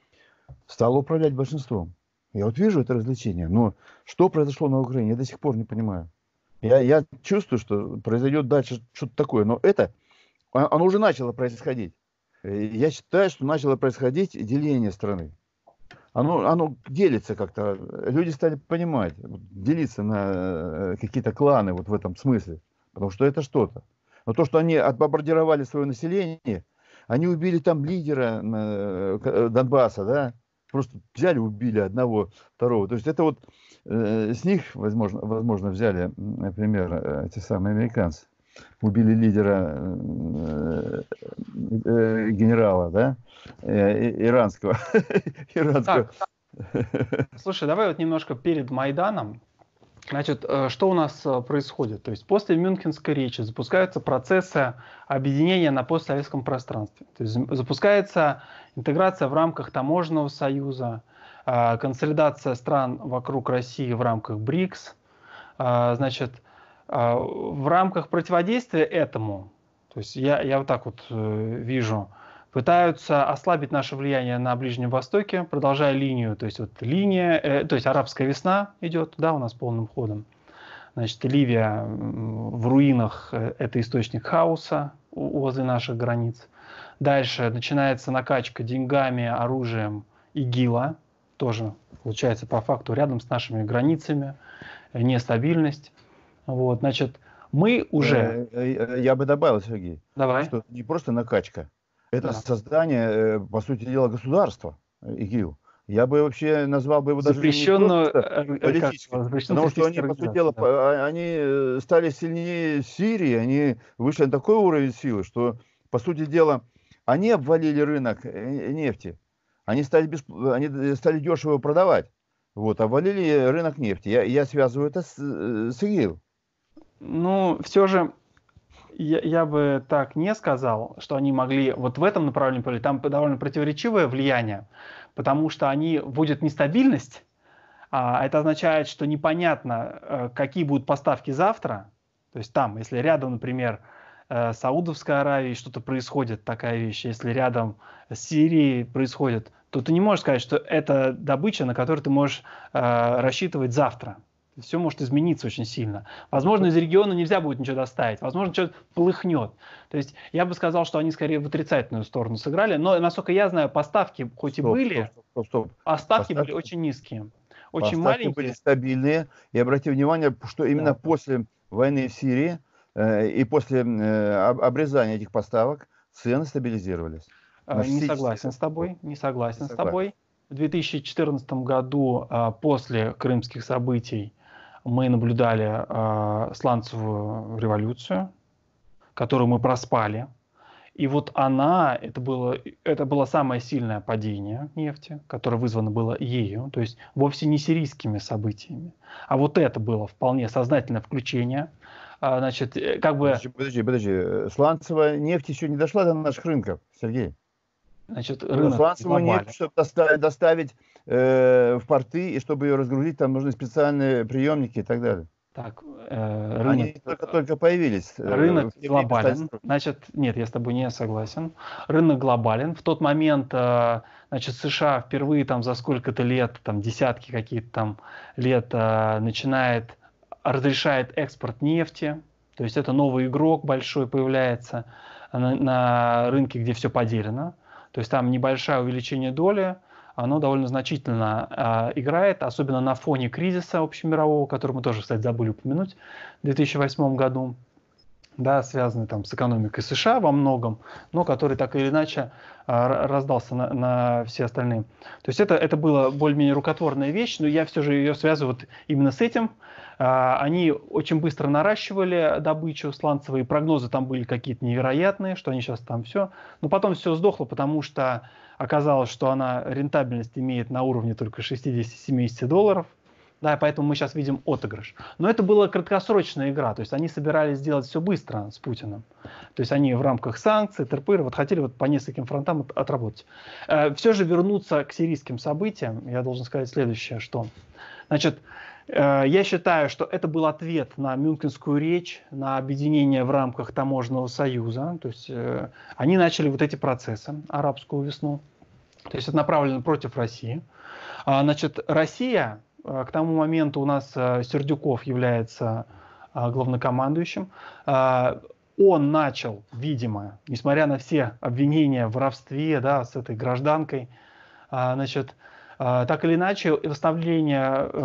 стала управлять большинством. Я вот вижу это развлечение, но что произошло на Украине, я до сих пор не понимаю. Я, я чувствую, что произойдет дальше что-то такое, но это, а- оно уже начало происходить. Э, Я считаю, что начало происходить деление страны. Оно, оно делится как-то. Люди стали понимать, вот делиться на э, какие-то кланы вот в этом смысле. Потому что это что-то. Но то, что они отбомбардировали свое население, они убили там лидера э, к- э, Донбасса, да, просто взяли, убили одного, второго. То есть это вот э, с них, возможно, возможно, взяли, например, э, эти самые американцы. Убили лидера э, э, генерала, да, э, и- иранского. иранского. Так, слушай, давай вот немножко перед Майданом. Значит, э, что у нас э, происходит? То есть после Мюнхенской речи запускаются процессы объединения на постсоветском пространстве. То есть зам- запускается интеграция в рамках таможенного союза, э, консолидация стран вокруг России в рамках БРИКС. Э, Значит, э, в рамках противодействия этому, то есть я, я вот так вот э, вижу, пытаются ослабить наше влияние на Ближнем Востоке, продолжая линию, то есть вот линия, э, то есть арабская весна идет, да, у нас полным ходом. Значит, Ливия м, в руинах, э, это источник хаоса у- возле наших границ. Дальше начинается накачка деньгами, оружием ИГИЛа, тоже получается по факту рядом с нашими границами, э, нестабильность. Вот, значит, мы уже, Э, э, Я бы добавил, Сергей, давай, что это не просто накачка, это да, создание, э, по сути дела, государства, э, ИГИЛ. Я бы вообще назвал бы его даже не запрещенную, просто э, э, как, политическим, запрещенную потому что они, террористическую по сути дела, организацию, да. по- а- они э, стали сильнее Сирии, они вышли на такой уровень силы, что, по сути дела, они обвалили рынок э, нефти, они стали, бесп- они стали дешево продавать. Вот, обвалили рынок нефти. Я, я связываю это с, с ИГИЛ. Ну, все же я, я бы так не сказал, что они могли вот в этом направлении пойти. Там довольно противоречивое влияние, потому что они вводят нестабильность, а это означает, что непонятно, э, какие будут поставки завтра. То есть там, если рядом, например, э, Саудовской Аравии что-то происходит, такая вещь, если рядом с Сирией происходит, то ты не можешь сказать, что это добыча, на которую ты можешь э, рассчитывать завтра. Все может измениться очень сильно. Возможно, из региона нельзя будет ничего доставить. Возможно, что-то полыхнет. То есть я бы сказал, что они скорее в отрицательную сторону сыграли. Но, насколько я знаю, поставки хоть и Стоп, были, стоп, стоп, стоп. а ставки были Поставки, очень низкие. Очень поставки были маленькие. стабильные. И обрати внимание, что именно Да. после войны в Сирии э, и после э, об- обрезания этих поставок цены стабилизировались. На Не шестьдесят согласен с тобой. Не согласен Не с согласен. тобой. В две тысячи четырнадцатом году, а, после крымских событий, мы наблюдали а, сланцевую революцию, которую мы проспали. И вот она, это было, это было самое сильное падение нефти, которое вызвано было ею, то есть вовсе не сирийскими событиями. А вот это было вполне сознательное включение. А, Значит, э, как бы, Подожди, подожди, подожди. Э, Сланцевая нефть еще не дошла до наших рынков, Сергей. значит, рынок Сланцевую глобален. нефть, чтобы доставить, доставить э, в порты, и чтобы ее разгрузить, там нужны специальные приемники и так далее. Так, э, рынок, Они только-только появились. э, рынок в те время глобален. стали- Значит, нет, я с тобой не согласен. Рынок глобален. В тот момент, э, значит, США впервые там за сколько-то лет, там десятки какие-то там лет, э, начинает, разрешает экспорт нефти. То есть это новый игрок большой появляется на, на рынке, где все поделено. То есть там небольшое увеличение доли, оно довольно значительно э, играет, особенно на фоне кризиса общемирового, который мы тоже, кстати, забыли упомянуть в две тысячи восьмом году, да, связанный там с экономикой США во многом, но который так или иначе э, раздался на, на все остальные. То есть это, это была более-менее рукотворная вещь, но я все же ее связываю вот именно с этим. Э, они очень быстро наращивали добычу сланцевой, прогнозы там были какие-то невероятные, что они сейчас там все. Но потом все сдохло, потому что оказалось, что она рентабельность имеет на уровне только шестьдесят-семьдесят долларов. Да, поэтому мы сейчас видим отыгрыш. Но это была краткосрочная игра, то есть они собирались сделать все быстро с Путиным. То есть они в рамках санкций, ТРПР, вот хотели вот по нескольким фронтам от, отработать. Э, все же вернуться к сирийским событиям, я должен сказать следующее, что, значит, э, я считаю, что это был ответ на Мюнхенскую речь, на объединение в рамках таможенного союза, то есть э, они начали вот эти процессы, арабскую весну, то есть это направлено против России. А, значит, Россия... К тому моменту у нас Сердюков является главнокомандующим. Он начал, видимо, несмотря на все обвинения в воровстве, да, с этой гражданкой, значит, так или иначе, восстановление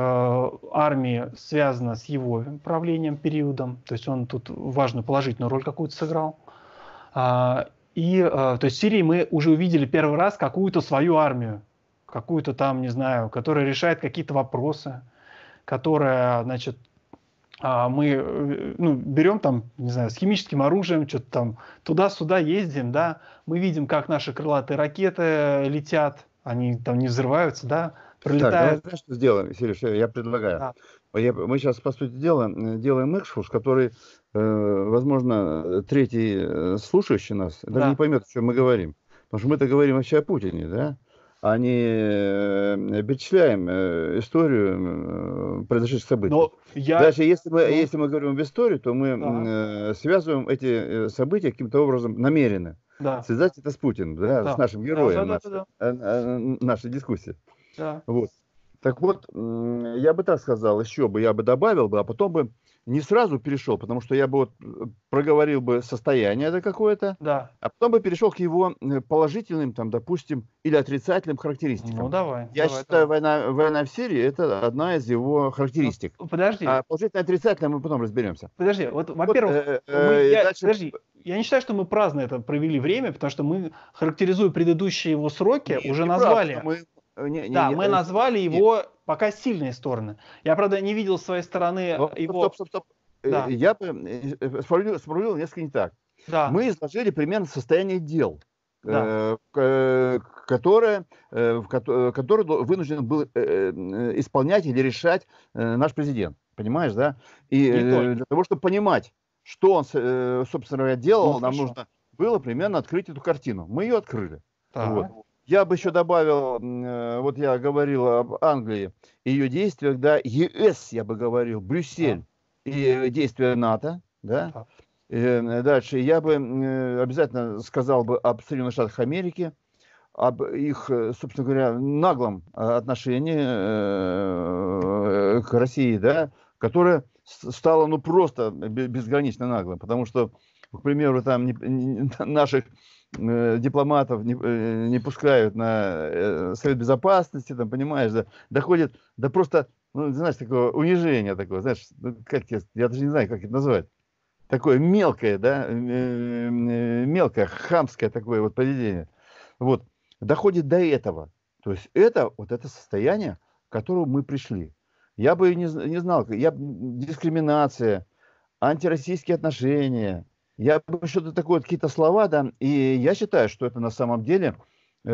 армии связано с его правлением, периодом. То есть он тут важную положительную роль какую-то сыграл. И, то есть в Сирии мы уже увидели первый раз какую-то свою армию. Какую-то там, не знаю, которая решает какие-то вопросы, которая, значит, мы ну, берем там, не знаю, с химическим оружием, что-то там туда-сюда ездим, да, мы видим, как наши крылатые ракеты летят, они там не взрываются, да, пролетают. Так, давай знаешь, что сделаем, Сереж, я предлагаю. Да. Я, мы сейчас, по сути дела, делаем экскурс, который, э, возможно, третий слушающий нас даже да. не поймет, о чем мы говорим. Потому что мы-то говорим вообще о Путине, да? А не перечисляем историю произошедших событий. Но я... Даже если мы, Но... если мы говорим об истории, то мы да. связываем эти события каким-то образом намеренно. Да. Связать это с Путиным, да, да. с нашим героем да, да, да, да, да. нашей дискуссии. Да. Вот. Так вот, я бы так сказал, еще бы я бы добавил бы, а потом бы не сразу перешел, потому что я бы вот проговорил бы состояние это какое-то, да. а потом бы перешел к его положительным, там, допустим, или отрицательным характеристикам. Ну, давай. Я давай, считаю, давай. Война, война в Сирии это одна из его характеристик. Ну, подожди. А положительное и отрицательное мы потом разберемся. Подожди, вот, во-первых, вот, э, я, дальше... подожди, я не считаю, что мы праздно это провели время, потому что мы, характеризуя предыдущие его сроки, Нет, уже назвали... Прав, мы... Не, не, да, не, мы не, назвали нет. его пока сильные стороны. Я, правда, не видел с своей стороны Но, его... Стоп, стоп, стоп. Да. Я бы сформулировал несколько не так. Да. Мы изложили примерно состояние дел. да. э, которое, э, в ко- который вынужден был э, исполнять или решать э, наш президент. Понимаешь, да? И э, для того, чтобы понимать, что он, э, собственно говоря, делал, ну, нам хорошо. нужно было примерно открыть эту картину. Мы ее открыли. Вот. Я бы еще добавил, э, вот я говорил об Англии, ее действиях, да, ЕС, я бы говорил, Брюссель, да. И действия НАТО, да. Да. И дальше я бы э, обязательно сказал бы об Соединенных Штатах Америки, об их, собственно говоря, наглом отношении э, к России, да, которое стало, ну, просто безгранично наглым, потому что, к примеру, там не, не, наших э, дипломатов не, э, не пускают на э, Совет Безопасности, там, понимаешь, да, доходит до просто, ну, знаешь, такого унижения такого, знаешь, как я, я даже не знаю, как это назвать, такое мелкое, да, э, э, мелкое, хамское такое вот поведение, вот, доходит до этого, то есть это, вот это состояние, к которому мы пришли. Я бы не, не знал, я, дискриминация, антироссийские отношения, я бы что-то такое, какие-то слова, да, и я считаю, что это на самом деле э,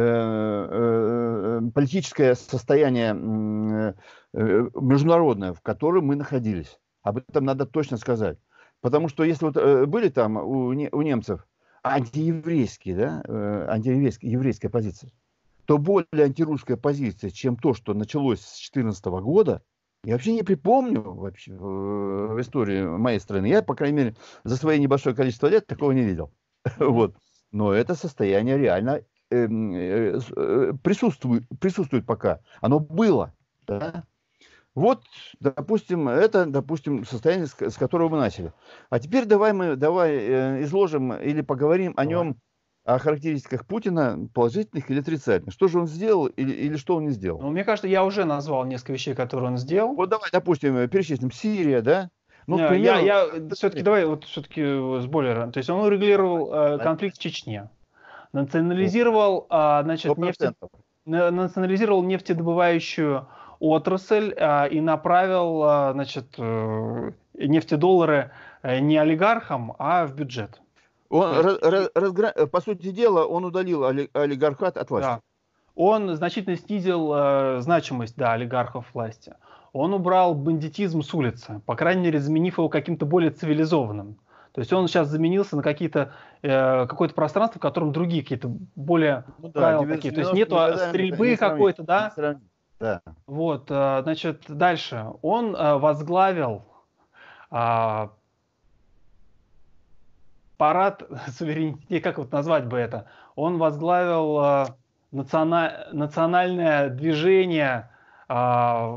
э, политическое состояние э, э, международное, в котором мы находились. Об этом надо точно сказать. Потому что если вот э, были там у, не, у немцев антиеврейские, да, э, антиеврейская еврейская позиция, то более антирусская позиция, чем то, что началось с две тысячи четырнадцатого года, я вообще не припомню вообще в истории моей страны. Я, по крайней мере, за свое небольшое количество лет такого не видел. Вот. Но это состояние реально э, э, присутствует, присутствует пока. Оно было. Да? Вот, допустим, это, допустим, состояние, с которого мы начали. А теперь давай мы давай э, изложим или поговорим давай. о нем, о характеристиках Путина, положительных или отрицательных. Что же он сделал или, или что он не сделал? Ну, мне кажется, я уже назвал несколько вещей, которые он сделал. Вот давай, допустим, перечислим. Сирия, да? Ну, не, примеру... Я, я все-таки, давай, вот все-таки с более... То есть он урегулировал э, конфликт в Чечне. Национализировал, э, значит, нефте... национализировал нефтедобывающую отрасль э, и направил, э, значит, э, нефтедоллары э, не олигархам, а в бюджет. Он, есть... раз, разгра... По сути дела, он удалил олигархат от власти. Да. Он значительно снизил э, значимость, да, олигархов власти. Он убрал бандитизм с улицы, по крайней мере, заменив его каким-то более цивилизованным. То есть он сейчас заменился на какие-то, э, какое-то пространство, в котором другие какие-то более ну, да, правила такие. То есть нету стрельбы какой-то, да? да? Вот, э, значит, дальше. Он э, возглавил э, парад суверенитета, как вот назвать бы это? Он возглавил э, национа... национальное движение, э,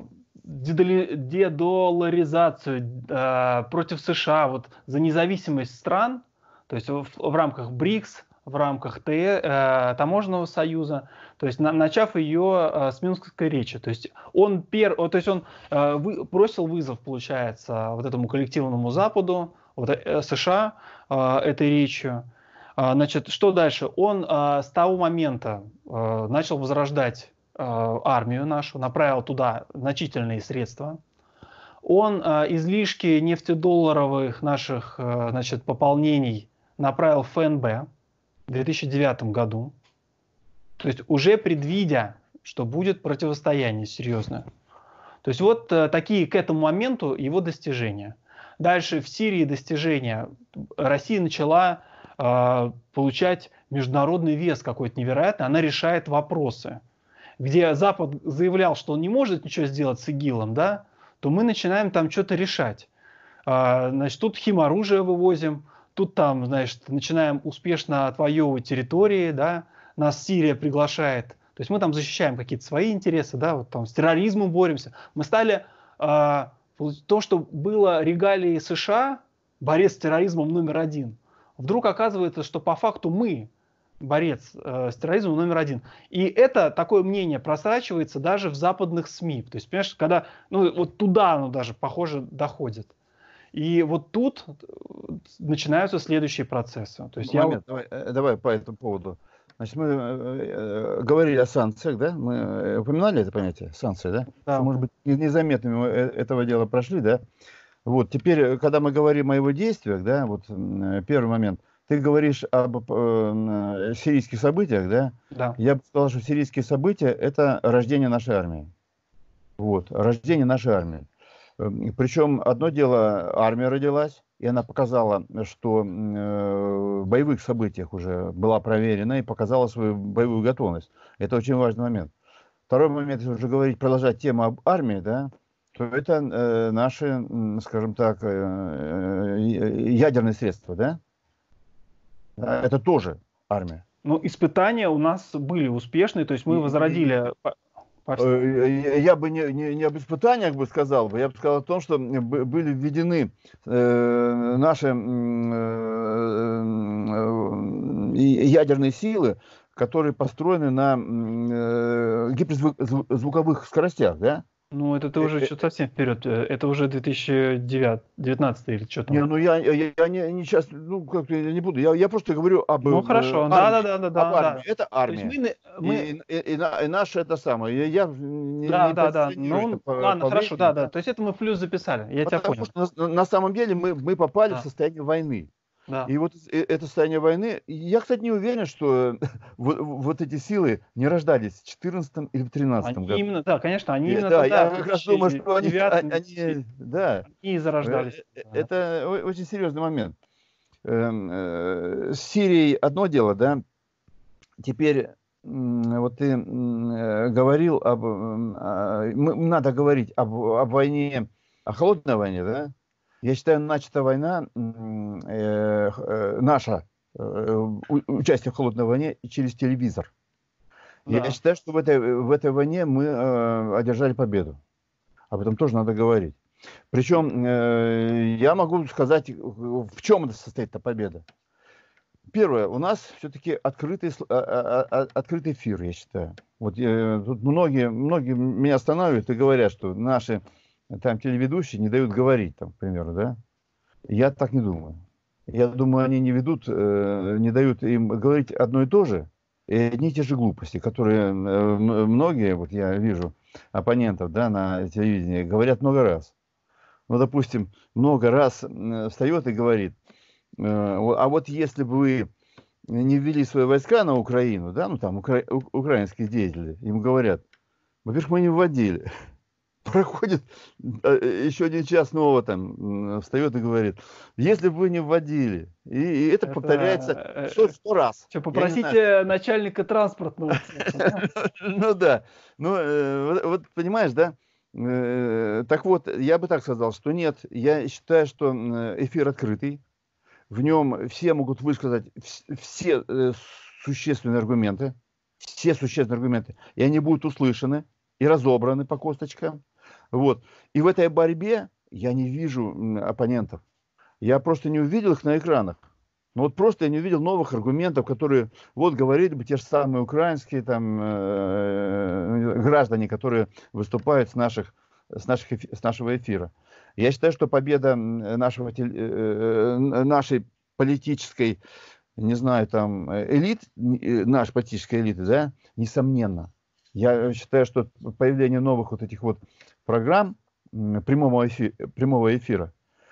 дедолларизацию э, против США, вот за независимость стран, то есть в, в рамках БРИКС, в рамках ТЭ, э, Таможенного союза, то есть на, начав ее э, с Мюнхенской речи. То есть он, пер, то есть он э, вы, бросил вызов, получается, вот этому коллективному Западу, вот, э, США э, этой речью. Э, значит, что дальше? Он э, с того момента э, начал возрождать армию нашу, направил туда значительные средства. Он э, излишки нефтедолларовых наших э, значит, пополнений направил в ФНБ в две тысячи девятом году. То есть уже предвидя, что будет противостояние серьезное. То есть вот э, такие к этому моменту его достижения. Дальше в Сирии достижения. Россия начала э, получать международный вес какой-то невероятный. Она решает вопросы. Где Запад заявлял, что он не может ничего сделать с ИГИЛом, да, то мы начинаем там что-то решать. А, значит, тут химоружие вывозим, тут там, значит, начинаем успешно отвоевывать территории, да, нас Сирия приглашает. То есть мы там защищаем какие-то свои интересы, да, вот там с терроризмом боремся. Мы стали, а, то, что было регалией США, борец с терроризмом номер один, вдруг оказывается, что по факту мы борец э, с терроризмом номер один. И это такое мнение просачивается даже в западных СМИ. То есть, понимаешь, когда, ну, вот туда оно даже, похоже, доходит. И вот тут начинаются следующие процессы. То есть Момент, я... давай, давай по этому поводу. Значит, мы э, говорили о санкциях, да? Мы упоминали это понятие, санкции, да? Да. Что, может быть, незаметными мы этого дела прошли, да? Вот, теперь, когда мы говорим о его действиях, да, вот первый момент. ты говоришь об э, сирийских событиях, да? Да. Я бы сказал, что сирийские события – это рождение нашей армии. Вот, рождение нашей армии. Причем одно дело, армия родилась, и она показала, что э, в боевых событиях уже была проверена и показала свою боевую готовность. Это очень важный момент. Второй момент, если уже говорить, продолжать тему об армии, да, то это э, наши, скажем так, э, ядерные средства, да? Это тоже армия. Ну, испытания у нас были успешные, то есть мы возродили... Я бы не, не, не об испытаниях бы сказал, я бы сказал о том, что были введены э, наши э, ядерные силы, которые построены на э, гиперзвуковых скоростях, да? Ну, это ты уже что-то совсем вперед. Это уже две тысячи девятнадцатый или что там. Не, ну я, я, я не, не сейчас, ну как-то я не буду. Я, я просто говорю об Ну хорошо, э, да, армии, да, да, да, об армии. да. Это армия. Мы, мы... И, и, и, и наше это самое. Я, я не, да, не да, да. Ну, по, ладно, по хорошо, времени, да, да. То есть это мы в плюс записали. Я Потому тебя понял. что на, на самом деле мы, мы попали да. в состояние войны. Да. И вот это состояние войны, я, кстати, не уверен, что вот, вот эти силы не рождались в четырнадцатом или в тринадцатом году. Именно, да, конечно, они именно да, тогда, я как раз думаю, что они, они, да, и зарождались. Это очень серьезный момент. С Сирией одно дело, да, теперь вот ты говорил об, надо говорить об, об войне, о холодной войне, да? Я считаю, начата война, э, э, наша, э, участие в холодной войне через телевизор. Да. Я считаю, что в этой, в этой войне мы э, одержали победу. Об этом тоже надо говорить. Причем э, я могу сказать, в чем это состоит эта победа. Первое, у нас все-таки открытый, открытый эфир, я считаю. Вот э, тут многие, многие меня останавливают и говорят, что наши там телеведущие не дают говорить, там, к примеру, да? Я так не думаю. Я думаю, они не ведут, э, не дают им говорить одно и то же, и одни и те же глупости, которые э, многие, вот я вижу, оппонентов, да, на телевидении, говорят много раз. Ну, допустим, много раз встает и говорит, э, а вот если бы вы не ввели свои войска на Украину, да, ну, там, укра... украинские деятели, им говорят, во-первых, мы не вводили. Проходит еще один час, снова там встает и говорит, если бы вы не вводили. И, и это, это повторяется сто, сто раз. Что, попросите начальника транспортного. Ну да. Ну, вот понимаешь, да? Так вот, я бы так сказал, что нет. Я считаю, что эфир открытый. В нем все могут высказать все существенные аргументы. Все существенные аргументы. И они будут услышаны и разобраны по косточкам. Вот. И в этой борьбе я не вижу оппонентов. Я просто не увидел их на экранах. Ну вот просто я не увидел новых аргументов, которые вот говорили бы те же самые украинские там, э, граждане, которые выступают с, наших, с, наших, с нашего эфира. Я считаю, что победа нашего, э, нашей политической, не знаю, там, элит, нашей политической элиты, да, несомненно. Я считаю, что появление новых вот этих вот программ прямого эфира, прямого эфира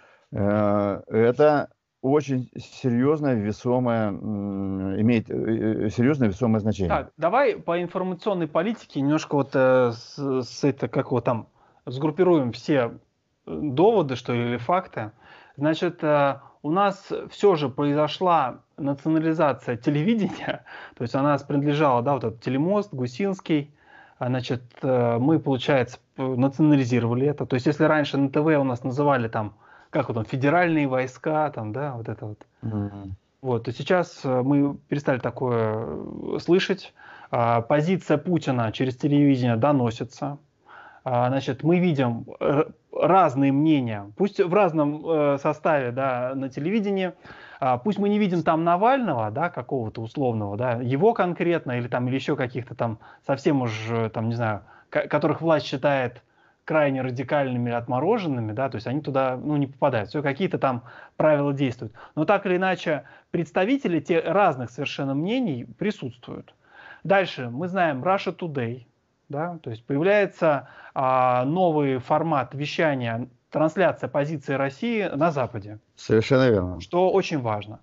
э, это очень серьезное, весомое, имеет серьезное, весомое значение. Так, давай по информационной политике немножко вот э, с, с это, как его там, сгруппируем все доводы, что ли, или факты. Значит, э, у нас все же произошла национализация телевидения, то есть она принадлежала, да, вот этот Телемост, Гусинский, значит, мы, получается, национализировали это, то есть если раньше на ТВ у нас называли там, как вот там, федеральные войска, там, да, вот это вот, mm-hmm. вот, то сейчас мы перестали такое слышать, позиция Путина через телевидение доносится, значит, мы видим разные мнения, пусть в разном составе, да, на телевидении, пусть мы не видим там Навального, да, какого-то условного, да, его конкретно, или там, или еще каких-то там совсем уж, там, не знаю, которых власть считает крайне радикальными или отмороженными, да, то есть они туда, ну, не попадают, все, какие-то там правила действуют. Но так или иначе, представители те разных совершенно мнений присутствуют. Дальше мы знаем Russia Today, да, то есть появляется а, новый формат вещания, трансляция позиции России на Западе. Совершенно верно. Что очень важно.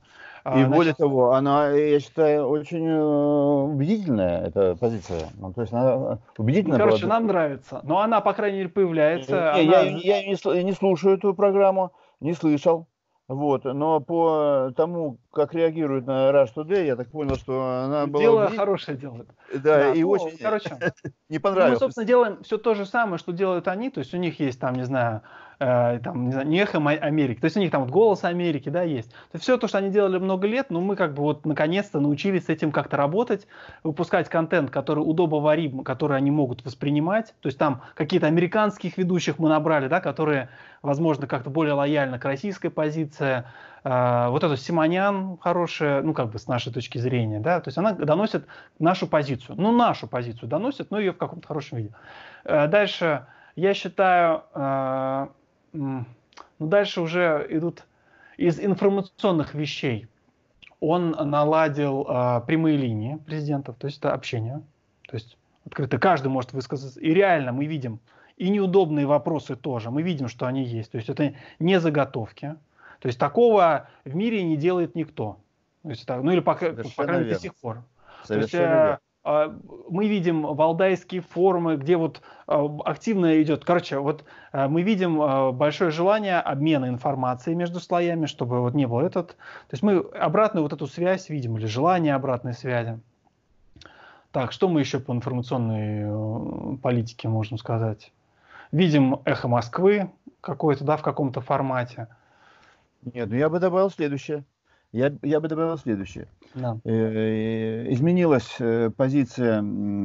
И более того, она, я считаю, очень э, убедительная, эта позиция. Ну, то есть она убедительна ну, короче, была. нам нравится. Но она, по крайней мере, появляется. Не, я, Она... я не, сл- не слушаю эту программу, не слышал. Вот. Но по тому, как реагирует на Rush Today, я так понял, что она была Дело убедительна. хорошее делает. Да, Да, и ну, очень короче. не Ну, мы, понравилось. собственно, делаем все то же самое, что делают они. То есть у них есть там, не знаю, э, там, не знаю, не эхо Ма- Америки. То есть у них там вот голос Америки, да, есть. То есть все то, что они делали много лет, но мы как бы вот наконец-то научились с этим как-то работать, выпускать контент, который удобоварим, который они могут воспринимать. То есть там какие-то американских ведущих мы набрали, да, которые, возможно, как-то более лояльны к российской позиции. Э, вот эту Симонян хорошая, ну, как бы с нашей точки зрения, да, то есть она доносит нашу позицию. Ну, нашу позицию доносит, но ее в каком-то хорошем виде. Э, Дальше, я считаю, э, м, ну, дальше уже идут из информационных вещей. Он наладил э, прямые линии президентов, то есть это общение. То есть открыто каждый может высказаться. И реально мы видим и неудобные вопросы тоже. Мы видим, что они есть. То есть это не заготовки. То есть такого в мире не делает никто. То есть это, ну или по, по крайней Совершенно мере до верно. сих пор. То есть Совершенно э, верно. э, мы видим валдайские форумы, где вот э, активно идет. Короче, вот э, мы видим э, большое желание обмена информацией между слоями, чтобы вот не было этот. То есть мы обратную вот эту связь видим, или желание обратной связи. Так, что мы еще по информационной э, политике можем сказать? Видим эхо Москвы какое-то, да, в каком-то формате. Нет, ну я бы добавил следующее. Я, я бы добавил следующее. Да. Э, Изменилась э, позиция,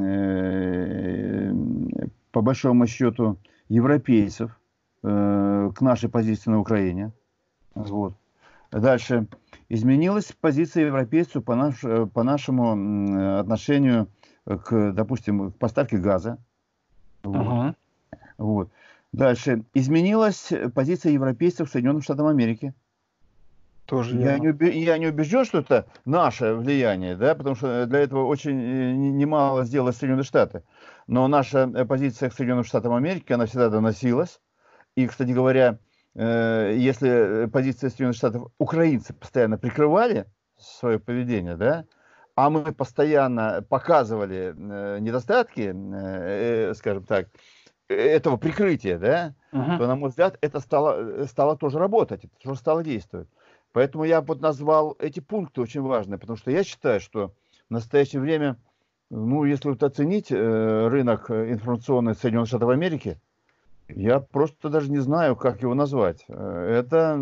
э, по большому счету, европейцев э, к нашей позиции на Украине. Вот. Дальше. Изменилась позиция европейцев по, наш, по нашему м, отношению к, допустим, к поставке газа. Вот. Угу. Вот. Дальше. Изменилась позиция европейцев к Соединенным Штатам Америки. Тоже Я верно. не, убе- я не убежден, что это наше влияние, да, потому что для этого очень э, не- немало сделали Соединенные Штаты. Но наша э, позиция к Соединенным Штатам Америки, она всегда доносилась. И, кстати говоря, э, если позиция Соединенных Штатов, украинцы постоянно прикрывали свое поведение, да, а мы постоянно показывали э, недостатки, э, э, скажем так, э, этого прикрытия, да, Угу. то, на мой взгляд, это стало, стало тоже работать, это тоже стало действовать. Поэтому я вот назвал эти пункты очень важные, потому что я считаю, что в настоящее время, ну, если вот оценить э, рынок информационный Соединенных Штатов Америки, я просто даже не знаю, как его назвать. Э, Это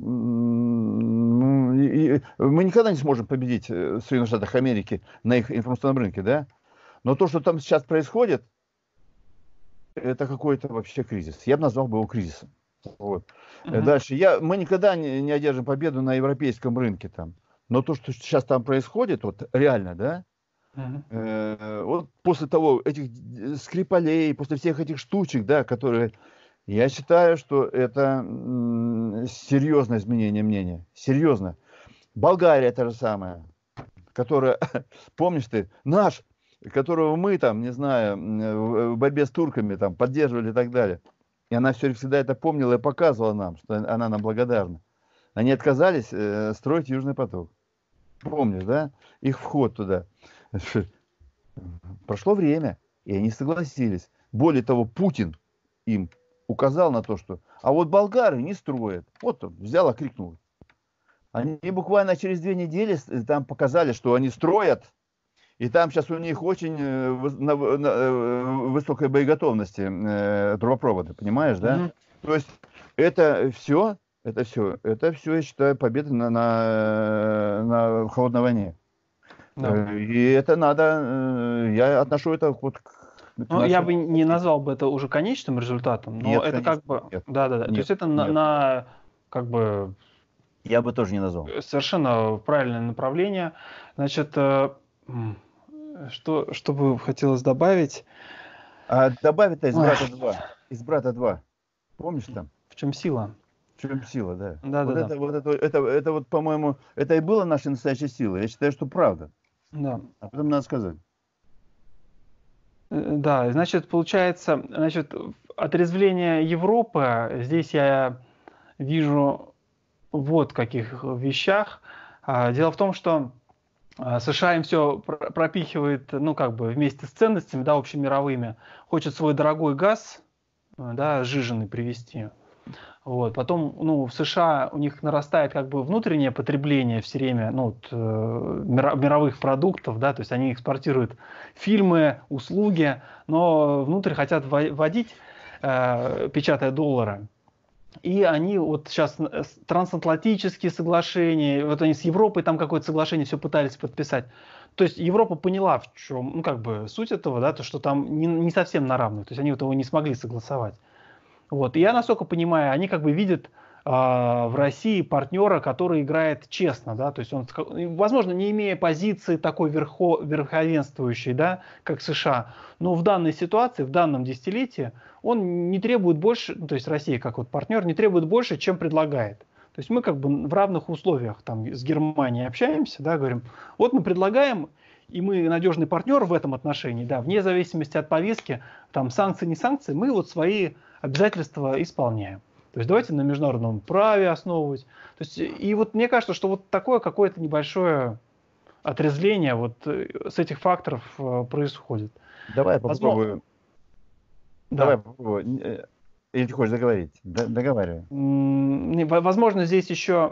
ну, и- и мы никогда не сможем победить э, Соединенных Штатах Америки на их информационном рынке, да? Но то, что там сейчас происходит, это какой-то вообще кризис. Я бы назвал бы его кризисом. Вот. Э, Угу. Дальше. Я, мы никогда не, не одержим победу на европейском рынке там. Но то, что сейчас там происходит, вот реально, да, Угу. э, вот после того, этих д- Скрипалей, после всех этих штучек, да, которые, я считаю, что это м, серьезное изменение мнения. Серьезно. Болгария та же самая, которая, помнишь ты, наш, которого мы там, не знаю, м, в в борьбе с турками там поддерживали и так далее. И она все, всегда это помнила и показывала нам, что она нам благодарна. Они отказались э, строить Южный поток. Помнишь, да? Их вход туда. Прошло время, и они согласились. Более того, Путин им указал на то, что а вот болгары не строят. Вот он взял, окрикнул. Они буквально через две недели с- там показали, что они строят. И там сейчас у них очень э, выс- на, на, э, высокой боеготовности э, трубопроводы, понимаешь, да? Угу. То есть это все, это все, это все, я считаю, победа на, на, на холодной войне. Да. Э, И это надо, э, я отношу это вот к, к Ну, я нашей... бы не назвал бы это уже конечным результатом, но Нет, это как конечно, бы, нет, да, да, да. То нет, есть это на, нет. на как бы Я бы тоже не назвал. совершенно правильное направление. Значит, э, м, что, что бы хотелось добавить? А добавить-то из Ой, брата два. Из брата два. Помнишь там? в чем сила? В чем сила, да. Да, Вот да, да. это, вот это, это, это вот, по-моему, это и было нашей настоящей силой. Я считаю, что правда. Да. А потом надо сказать. Э, Да, значит, получается, значит, отрезвление Европы, здесь я вижу вот в каких вещах. Дело в том, что США им все пропихивает, ну, как бы вместе с ценностями, да, общемировыми. Хочет свой дорогой газ, да, сжиженный привезти. Вот. Потом, ну, в США у них нарастает как бы внутреннее потребление все время, ну, вот, э, мировых продуктов, да, то есть они экспортируют фильмы, услуги, но внутрь хотят вводить, э, печатая доллары. И они вот сейчас трансатлантические соглашения, вот они с Европой там какое-то соглашение все пытались подписать. То есть Европа поняла, в чем, ну, как бы суть этого, да, то, что там не, не совсем на равных, то есть они этого не смогли согласовать. Вот. И я, насколько понимаю, они как бы видят э, в России партнера, который играет честно, да, то есть он, возможно, не имея позиции такой верхо, верховенствующей, да, как США, но в данной ситуации, в данном десятилетии он не требует больше, ну, то есть Россия как вот партнер не требует больше, чем предлагает. То есть мы как бы в равных условиях там с Германией общаемся, да, говорим, вот мы предлагаем, и мы надежный партнер в этом отношении, да, вне зависимости от повестки, там санкции, не санкции, мы вот свои обязательства исполняем. То есть давайте на международном праве основывать. То есть, и вот мне кажется, что вот такое какое-то небольшое отрезвление вот с этих факторов происходит. Давай попробую. Да. Давай попробую. Или ты хочешь договорить? Договаривай. Возможно, здесь еще,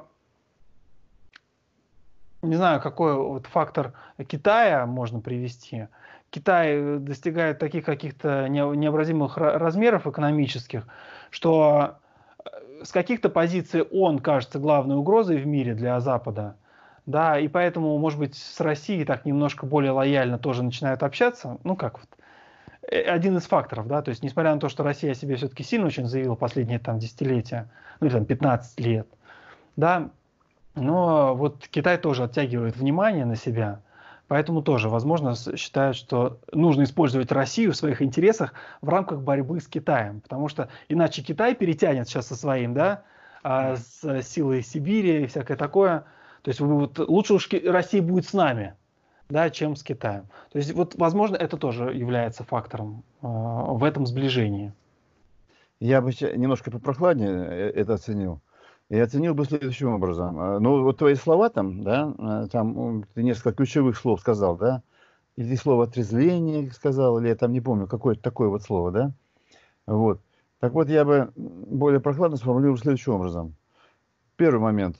не знаю, какой вот фактор Китая можно привести. Китай достигает таких каких-то необразимых размеров экономических, что с каких-то позиций он кажется главной угрозой в мире для Запада. Да, и поэтому, может быть, с Россией так немножко более лояльно тоже начинают общаться. Ну, как вот. Один из факторов, да, то есть, несмотря на то, что Россия о себе все-таки сильно очень заявила последние там десятилетия, ну, или там пятнадцать лет, да, но вот Китай тоже оттягивает внимание на себя, поэтому тоже, возможно, считают, что нужно использовать Россию в своих интересах в рамках борьбы с Китаем, потому что иначе Китай перетянет сейчас со своим, да, а с силой Сибири и всякое такое, то есть вот лучше уж Россия будет с нами, да, чем с Китаем. То есть, вот, возможно, это тоже является фактором э, в этом сближении. Я бы немножко попрохладнее это оценил. Я оценил бы следующим образом. Ну, вот твои слова там, да, там ты несколько ключевых слов сказал, да, или слово отрезвление сказал, или я там не помню, какое-то такое вот слово, да. Вот. Так вот, я бы более прохладно сформулировал следующим образом. Первый момент.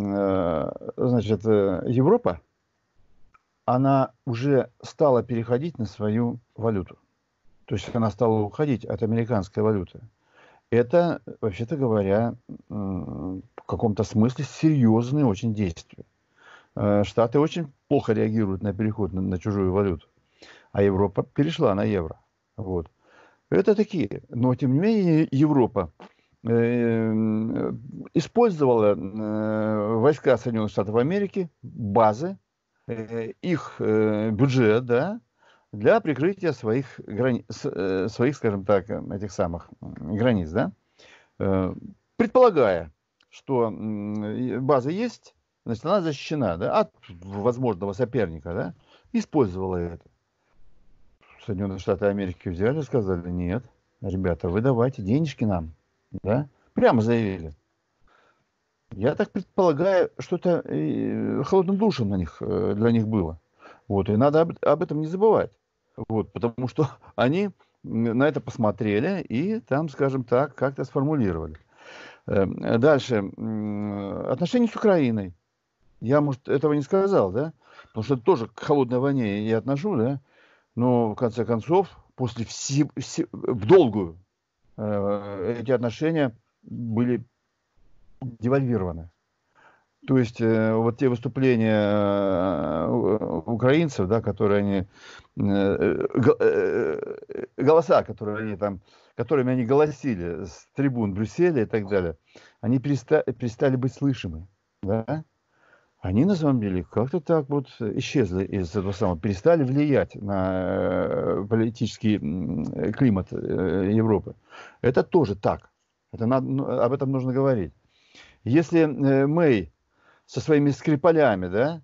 Значит, Европа, она уже стала переходить на свою валюту. То есть она стала уходить от американской валюты. Это, вообще-то говоря, в каком-то смысле серьезные очень действия. Штаты очень плохо реагируют на переход на, на чужую валюту. А Европа перешла на евро. Вот. Это такие. Но, тем не менее, Европа э, использовала э, войска Соединенных Штатов Америки, базы, их э, бюджет, да, для прикрытия своих, грани... э, своих, скажем так, этих самых границ, да, э, предполагая, что э, база есть, значит, она защищена, да, от возможного соперника, да, использовала это. Соединенные Штаты Америки взяли и сказали, нет, ребята, вы давайте денежки нам, да, прямо заявили. Я так предполагаю, что это холодным душем на них, для них было. Вот, и надо об, об этом не забывать. Вот, потому что они на это посмотрели и там, скажем так, как-то сформулировали. Дальше. Отношения с Украиной. Я, может, этого не сказал, да? Потому что это тоже к холодной войне я отношу, да? Но, в конце концов, после все, все, в долгую эти отношения были девальвированы. То есть э, вот те выступления э, украинцев, да, которые они э, э, голоса, которые они там, которыми они голосили с трибун Брюсселя и так далее, они перестали, перестали быть слышимы, да? Они на самом деле как-то так вот исчезли из этого самого, перестали влиять на политический климат Европы. Это тоже так. Это надо, об этом нужно говорить. Если Мэй со своими скрипалями, да,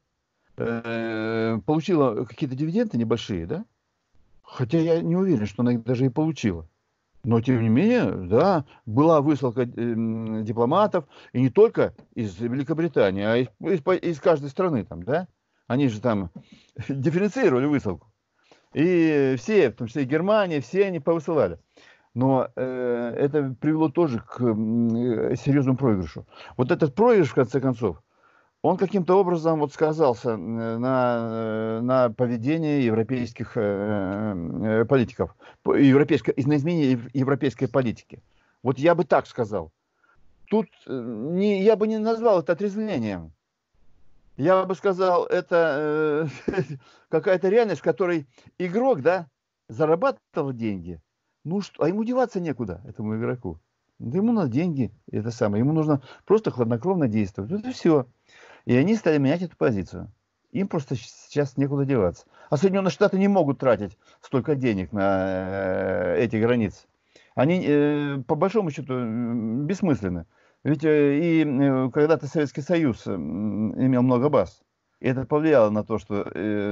э, получила какие-то дивиденды небольшие, да, хотя я не уверен, что она их даже и получила. Но, тем не менее, да, была высылка э, дипломатов, и не только из Великобритании, а из, из, из каждой страны там, да? Они же там дифференцировали высылку. И все, в том числе и Германия, все они повысылали. Но э, это привело тоже к э, серьезному проигрышу. Вот этот проигрыш, в конце концов, он каким-то образом вот сказался на, на поведении европейских э, политиков, европейской, на изменении европейской политики. Вот я бы так сказал. Тут не, я бы не назвал это отрезвлением. Я бы сказал, это э, какая-то реальность, в которой игрок, да, зарабатывал деньги. Ну что, а ему деваться некуда, этому игроку. Ему надо деньги, это самое. Ему нужно просто хладнокровно действовать. Это все. И они стали менять эту позицию. Им просто сейчас некуда деваться. А Соединенные Штаты не могут тратить столько денег на эти границы. Они, по большому счету, бессмысленны. Ведь и когда-то Советский Союз имел много баз. И это повлияло на то, что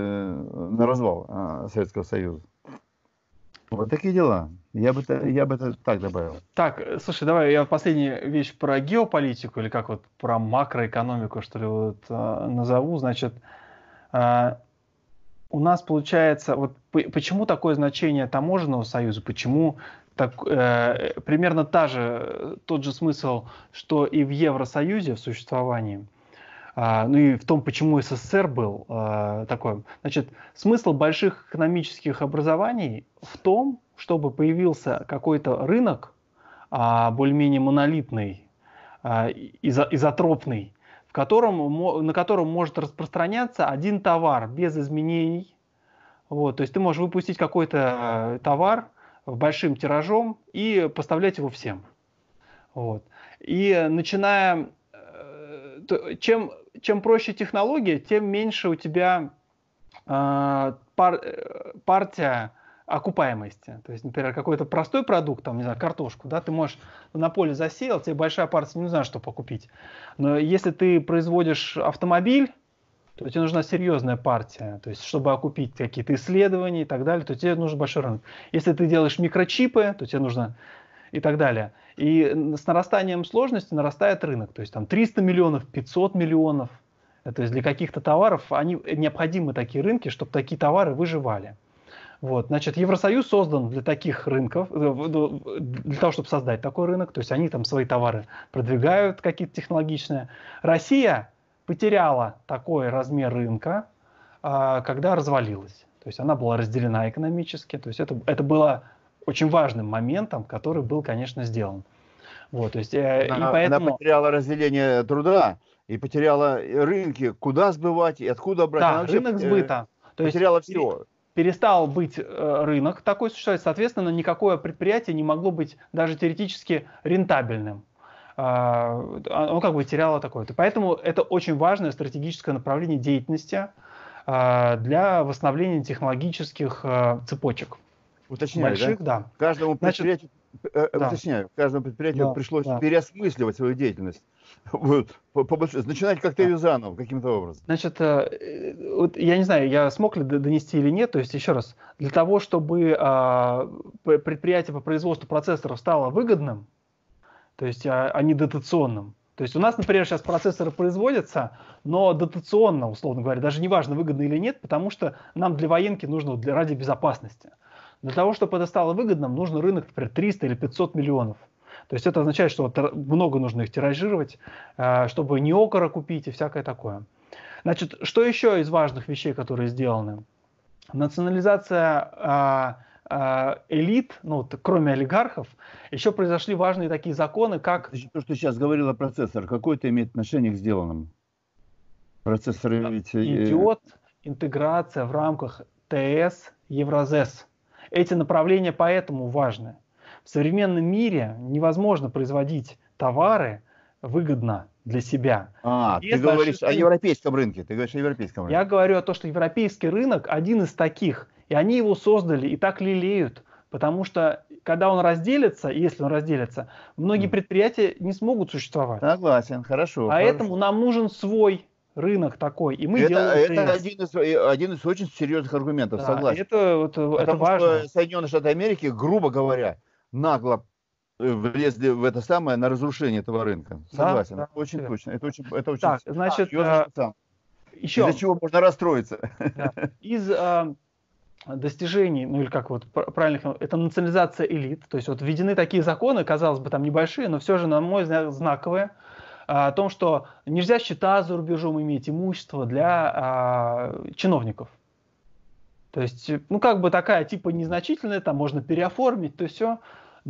на развал Советского Союза. Вот такие дела. Я бы, я бы это так добавил. Так, слушай, давай я последнюю вещь про геополитику, или как вот про макроэкономику, что ли, вот, э, назову. Значит, э, у нас получается, вот почему такое значение таможенного союза, почему так, э, примерно та же, тот же смысл, что и в Евросоюзе в существовании, э, ну и в том, почему СССР был э, такой. Значит, смысл больших экономических образований в том, чтобы появился какой-то рынок, а, более-менее монолитный, а, изо, изотропный, в котором, на котором может распространяться один товар без изменений. Вот, то есть ты можешь выпустить какой-то товар большим тиражом и поставлять его всем. Вот. И начиная, чем, чем проще технология, тем меньше у тебя э, пар, партия окупаемости. То есть, например, какой-то простой продукт, там, не знаю, картошку, да, ты можешь на поле засеял, тебе большая партия не знаю, что покупить. Но если ты производишь автомобиль, то тебе нужна серьезная партия. То есть, чтобы окупить какие-то исследования и так далее, то тебе нужен большой рынок. Если ты делаешь микрочипы, то тебе нужно и так далее. И с нарастанием сложности нарастает рынок. То есть, там триста миллионов, пятьсот миллионов. То есть, для каких-то товаров они, необходимы такие рынки, чтобы такие товары выживали. Вот, значит, Евросоюз создан для таких рынков, для того, чтобы создать такой рынок, то есть они там свои товары продвигают какие-то технологичные. Россия потеряла такой размер рынка, когда развалилась. То есть она была разделена экономически, то есть это, это было очень важным моментом, который был, конечно, сделан. Вот, то есть, она, и поэтому... она потеряла разделение труда и потеряла рынки, куда сбывать и откуда брать. Да, она вообще рынок сбыта. То потеряла есть, все. Перестал быть э, рынок такой существовать, соответственно, никакое предприятие не могло быть даже теоретически рентабельным. Э, оно как бы теряло такое. Поэтому это очень важное стратегическое направление деятельности э, для восстановления технологических э, цепочек. Уточняю, больших, да? да. Каждому предприятию, Значит, э, да. уточняю, каждому предприятию да, пришлось да. переосмысливать свою деятельность. Вот, по, по, начинать как-то ее заново, каким-то образом. Значит, вот я не знаю, я смог ли донести или нет. То есть, еще раз, для того, чтобы а, предприятие по производству процессоров стало выгодным, то есть, а, а не дотационным. То есть у нас, например, сейчас процессоры производятся, но дотационно, условно говоря, даже не важно, выгодно или нет, потому что нам для военки нужно для, ради безопасности. Для того, чтобы это стало выгодным, нужно рынок, например, триста или пятьсот миллионов. То есть это означает, что много нужно их тиражировать, чтобы не окора купить и всякое такое. Значит, что еще из важных вещей, которые сделаны? Национализация элит, ну, кроме олигархов, еще произошли важные такие законы, как... То, что сейчас говорила процессор, какое это имеет отношение к сделанному? Процессоры ведь... Идет интеграция в рамках ТС, Евразес. Эти направления поэтому важны. В современном мире невозможно производить товары выгодно для себя. А, ты говоришь о европейском рынке. Ты говоришь о европейском рынке. Я говорю о том, что европейский рынок один из таких. И они его создали и так лелеют. Потому что, когда он разделится, если он разделится, многие предприятия не смогут существовать. Согласен, хорошо. Поэтому хорошо. нам нужен свой рынок такой. И мы это делаем это один из, один из очень серьезных аргументов, да, согласен. Это, это, Потому это важно. что Соединенные Штаты Америки, грубо говоря, нагло э, влезли в это самое на разрушение этого рынка. Согласен. Да, да, Очень верно. точно. Это очень, это очень Так, значит, серьезно, э, сам. еще Из-за чего можно расстроиться. да, из э, достижений, ну или как вот пр- правильно, их назвать, это национализация элит. То есть вот введены такие законы, казалось бы, там небольшие, но все же, на мой взгляд, знаковые, а, о том, что нельзя счета за рубежом иметь, имущество для а, чиновников. То есть, э, ну как бы такая типа незначительная, там можно переоформить, то все.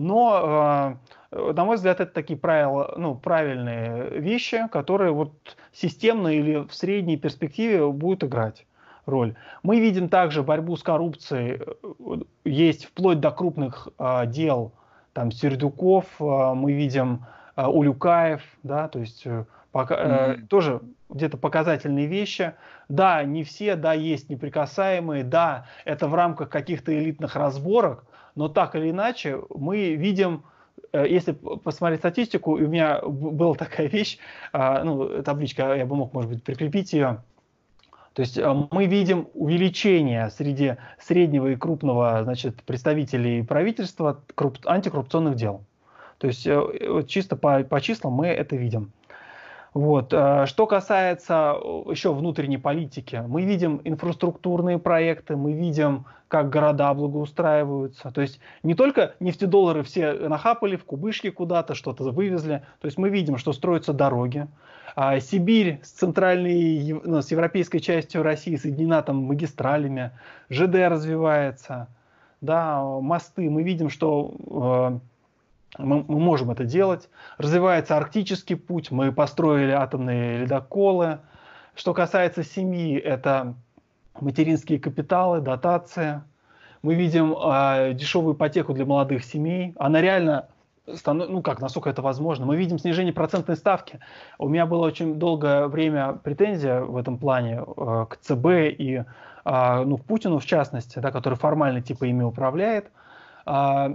Но, э, на мой взгляд, это такие правила, ну, правильные вещи, которые вот системно или в средней перспективе будут играть роль. Мы видим также борьбу с коррупцией, э, есть вплоть до крупных а, дел, там, Сердюков, а, мы видим а, Улюкаев, да, то есть э, пока, э, Мгм. тоже где-то показательные вещи. Да, не все, да, есть неприкасаемые, да, это в рамках каких-то элитных разборок, но так или иначе мы видим, э, если п- посмотреть статистику, у меня б- была такая вещь, а, ну, табличка, я бы мог, может быть, прикрепить ее. То есть э, мы видим увеличение среди среднего и крупного, значит, представителей правительства корруп- антикоррупционных дел. То есть э, вот чисто по, по числам мы это видим. Вот. э, Что касается э, еще внутренней политики, мы видим инфраструктурные проекты, мы видим, как города благоустраиваются. То есть не только нефтедоллары все нахапали в кубышки куда-то, что-то вывезли. То есть мы видим, что строятся дороги. А Сибирь с центральной, ев- ну, с европейской частью России соединена там магистралями, ЖД развивается, да, мосты. Мы видим, что э, мы, мы можем это делать. Развивается арктический путь, мы построили атомные ледоколы. Что касается семьи, это материнские капиталы, дотации. Мы видим э, дешевую ипотеку для молодых семей. Она реально, станов... ну как, насколько это возможно. Мы видим снижение процентной ставки. У меня было очень долгое время претензия в этом плане э, к ЦБ и э, ну, к Путину в частности, да, который формально типа ими управляет. А,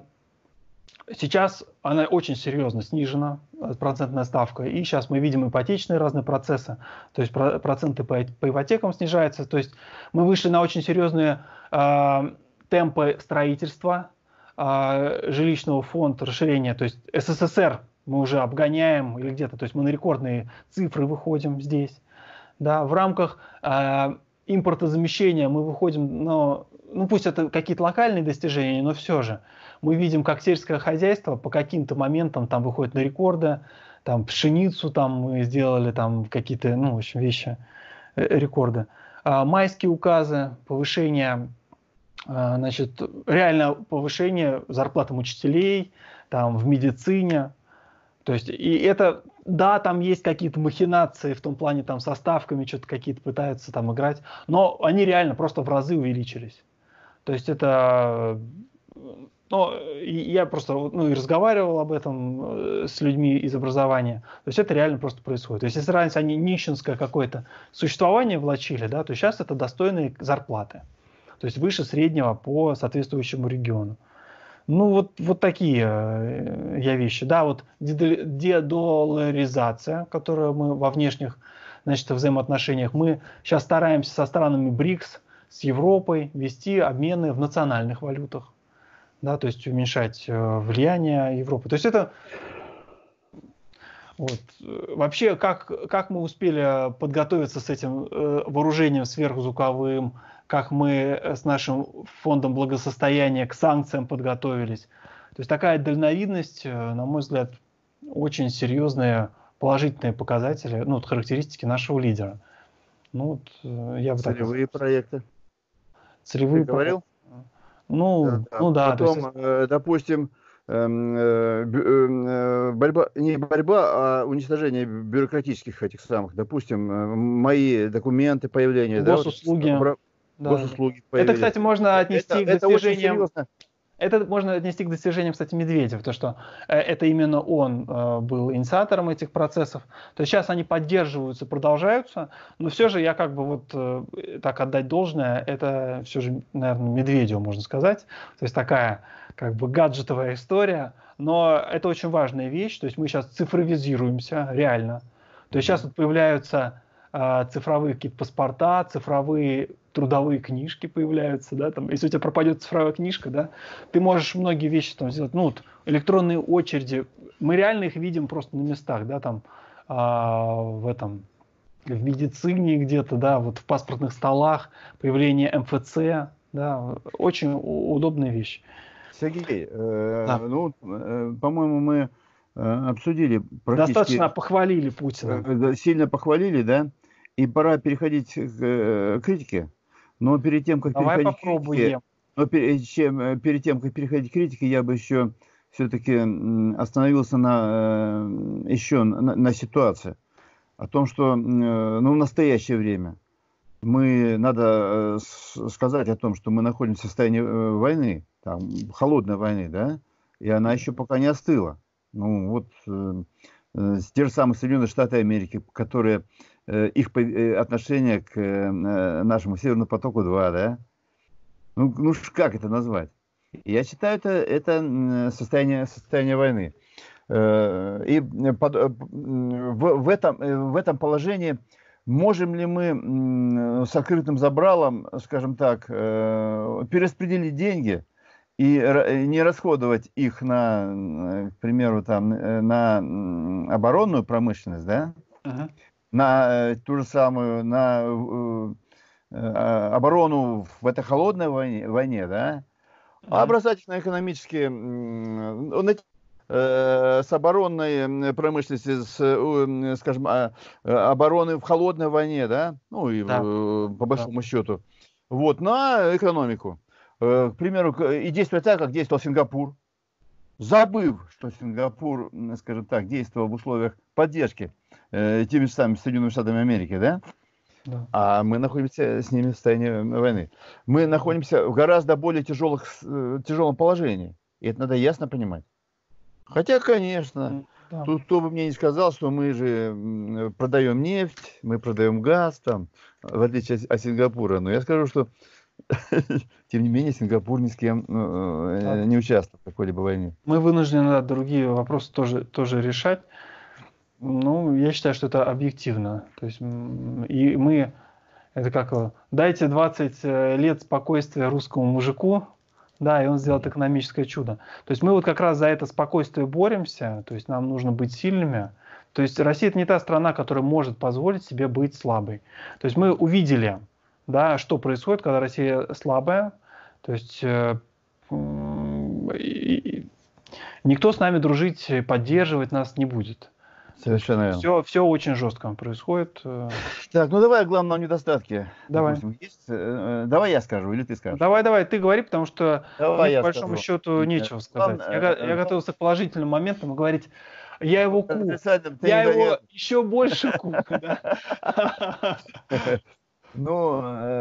Сейчас она очень серьезно снижена, э, процентная ставка, и сейчас мы видим ипотечные разные процессы, то есть про- проценты по, по ипотекам снижаются, то есть мы вышли на очень серьезные э, темпы строительства э, жилищного фонда, расширения, то есть СССР мы уже обгоняем или где-то, то есть мы на рекордные цифры выходим здесь, да, в рамках э, импортозамещения мы выходим, но, ну пусть это какие-то локальные достижения, но все же мы видим, как сельское хозяйство по каким-то моментам там выходит на рекорды, там пшеницу там мы сделали, там какие-то, ну, в общем, вещи, э, рекорды. А, майские указы, повышение, а, значит, реально повышение зарплатам учителей, там в медицине, то есть, и это, да, там есть какие-то махинации в том плане, там со ставками что-то какие-то пытаются там играть, но они реально просто в разы увеличились. То есть это, ну, я просто, ну, и разговаривал об этом э, с людьми из образования. То есть это реально просто происходит. То есть если раньше они нищенское какое-то существование влачили, да, то сейчас это достойные зарплаты. То есть выше среднего по соответствующему региону. Ну, вот, вот такие э, я вещи. Да, вот дедол- дедоларизация, которую мы во внешних, значит, взаимоотношениях, мы сейчас стараемся со странами БРИКС, с Европой вести обмены в национальных валютах, да, то есть уменьшать э, влияние Европы. То есть это вот. э, Вообще, как, как мы успели подготовиться с этим э, вооружением сверхзвуковым, как мы э, с нашим фондом благосостояния к санкциям подготовились. То есть такая дальновидность, э, на мой взгляд, очень серьезные положительные показатели, ну, вот характеристики нашего лидера. Ну, вот, э, я бы так назвал. Целевые проекты. Ты Целевые проекты. говорил? Да, Ну, да. ну да, то есть Потом, э, допустим, эм, э, бю- эм, э, борьба, не борьба, а уничтожение бюрократических этих самых, допустим, э, мои документы появления, да, вот это госуслуги. обра- Да, да. госуслуги Это, появились. кстати, можно Э, Это, отнести к это очень достижениям. серьезно. Это можно отнести к достижениям, кстати, Медведева, то что э, это именно он э, был инициатором этих процессов. То есть сейчас они поддерживаются, продолжаются, но все же я как бы вот э, так отдать должное, это все же, наверное, Медведеву можно сказать. То есть такая как бы гаджетовая история, но это очень важная вещь. То есть мы сейчас цифровизируемся реально. То есть сейчас Мгм. вот появляются э, цифровые какие-то паспорта, цифровые трудовые книжки появляются, да, там, если у тебя пропадет цифровая книжка, да, ты можешь многие вещи там сделать, ну, вот, электронные очереди, мы реально их видим просто на местах, да, там, э, в этом, в медицине где-то, да, вот в паспортных столах, появление эм эф цэ, да, очень удобная вещь. Сергей, э, Да. ну, э, по-моему, мы э, обсудили практически... Достаточно похвалили Путина. Э, сильно похвалили, да? И пора переходить к э, критике. Но перед тем, как Давай переходить к критике, попробуем. но перед, чем, перед тем, как переходить к критике, я бы еще все-таки остановился на, еще на, на ситуации. О том, что ну, в настоящее время мы, надо сказать о том, что мы находимся в состоянии войны, там, холодной войны, да, и она еще пока не остыла. Ну, вот э, те же самые Соединенные Штаты Америки, которые, э, их отношение к э, нашему Северному потоку-два, да, ну, ну как это назвать? Я считаю, это, это состояние, состояние войны. И под, в, в, этом, в этом положении можем ли мы с открытым забралом, скажем так, перераспределить деньги и не расходовать их на, к примеру, там, на оборонную промышленность, да? Uh-huh. На ту же самую, на оборону в этой холодной войне, войне, да? А бросать их на экономические, на с оборонной промышленности, с, скажем, обороны в холодной войне, да, ну и да. по большому да. счету, вот, на экономику. К примеру, и действовать так, как действовал Сингапур, забыв, что Сингапур, скажем так, действовал в условиях поддержки теми же самыми Соединенными Штатами Америки, да, да. А мы находимся с ними в состоянии войны. Мы находимся в гораздо более тяжелых, тяжелом положении, и это надо ясно понимать. Хотя, конечно, да. тут кто бы мне не сказал, что мы же продаем нефть, мы продаем газ, там, в отличие от Сингапура. Но я скажу, что, тем не менее, Сингапур ни с кем да. не участвует в какой-либо войне. Мы вынуждены да, другие вопросы тоже, тоже решать. Ну, я считаю, что это объективно. То есть, и мы, это как, дайте двадцать лет спокойствия русскому мужику, да, и он сделает экономическое чудо. То есть мы вот как раз за это спокойствие боремся, то есть нам нужно быть сильными. То есть Россия это не та страна, которая может позволить себе быть слабой. То есть мы увидели, да, что происходит, когда Россия слабая. То есть э, э, никто с нами дружить, поддерживать нас не будет. Совершенно верно. Все, все очень жестко происходит. Так, ну давай о главном недостатке. Давай. Допустим, есть, э, давай я скажу, или ты скажешь? Давай, давай, ты говори, потому что давай мне, я по большому скажу. счету нечего сказать. Главное, я, я готовился к положительным моментам и говорить, я его ку, ты я его даешь. еще больше ку. Ну,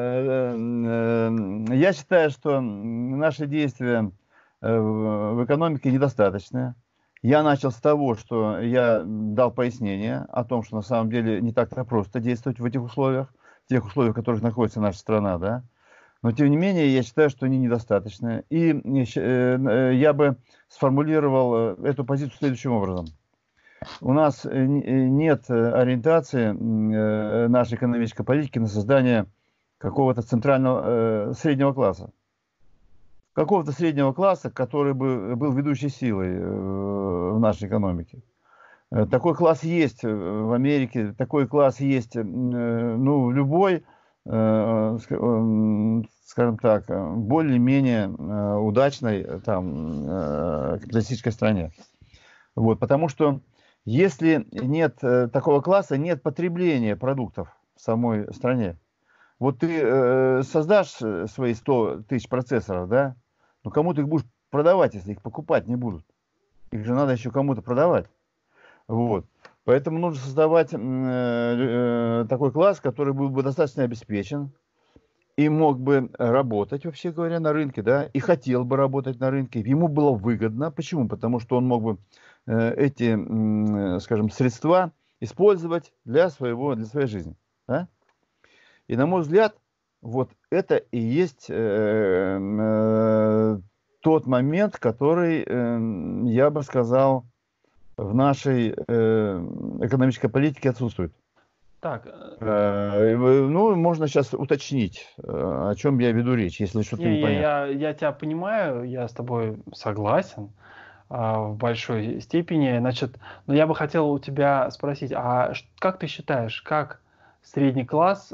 я считаю, что наши действия в экономике недостаточны. Я начал с того, что я дал пояснение о том, что на самом деле не так-то просто действовать в этих условиях, в тех условиях, в которых находится наша страна, да. Но, тем не менее, я считаю, что они недостаточны. И я бы сформулировал эту позицию следующим образом. У нас нет ориентации нашей экономической политики на создание какого-то центрального, среднего класса. Какого-то среднего класса, который бы был ведущей силой в нашей экономике. Такой класс есть в Америке, такой класс есть, ну, любой, скажем так, более-менее удачной там капиталистической стране. Вот, потому что если нет такого класса, нет потребления продуктов в самой стране. Вот ты э, создашь свои сто тысяч процессоров, да? Но кому ты их будешь продавать, если их покупать не будут? Их же надо еще кому-то продавать. Вот. Поэтому нужно создавать э, э, такой класс, который был бы достаточно обеспечен и мог бы работать, вообще говоря, на рынке, да, и хотел бы работать на рынке. Ему было выгодно. Почему? Потому что он мог бы э, эти, э, скажем, средства использовать для своего, для своей жизни, да? И, на мой взгляд, вот это и есть э, э, тот момент, который, э, я бы сказал, в нашей э, экономической политике отсутствует. Так, э, Э, Ну, можно сейчас уточнить, э, о чем я веду речь, если что-то не, я, непонятно. я, я тебя понимаю, я с тобой согласен а, в большой степени. Значит, но я бы хотел у тебя спросить, а ш- как ты считаешь, как средний класс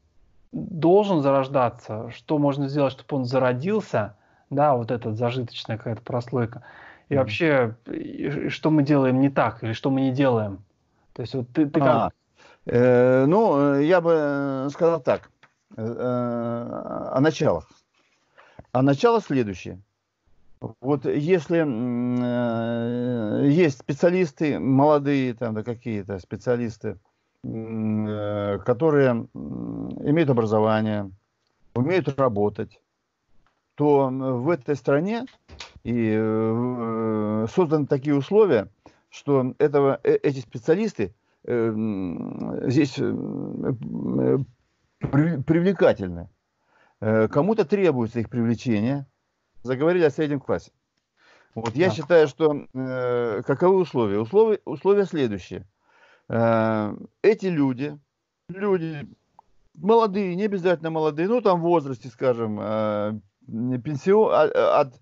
должен зарождаться? Что можно сделать, чтобы он зародился? Да, вот эта зажиточная какая-то прослойка. И Мгм. вообще, и- и что мы делаем не так, или что мы не делаем? То есть вот ты, ты как... А, э, ну, э, я бы э, сказал так, э, э, о началах. А начало следующее. Вот если м, э, есть специалисты, молодые там, да, какие-то специалисты, м, э, которые м, имеют образование, умеют работать, то в этой стране и э, созданы такие условия, что этого, э, эти специалисты э, м, здесь э, э, при- привлекательны. Э, Кому-то требуется их привлечение. Заговорили о среднем классе. Вот я Да. считаю, что э, каковы условия? Условия, условия следующие. Э, эти люди, люди молодые, не обязательно молодые, ну там в возрасте, скажем, э, пенсион, а- от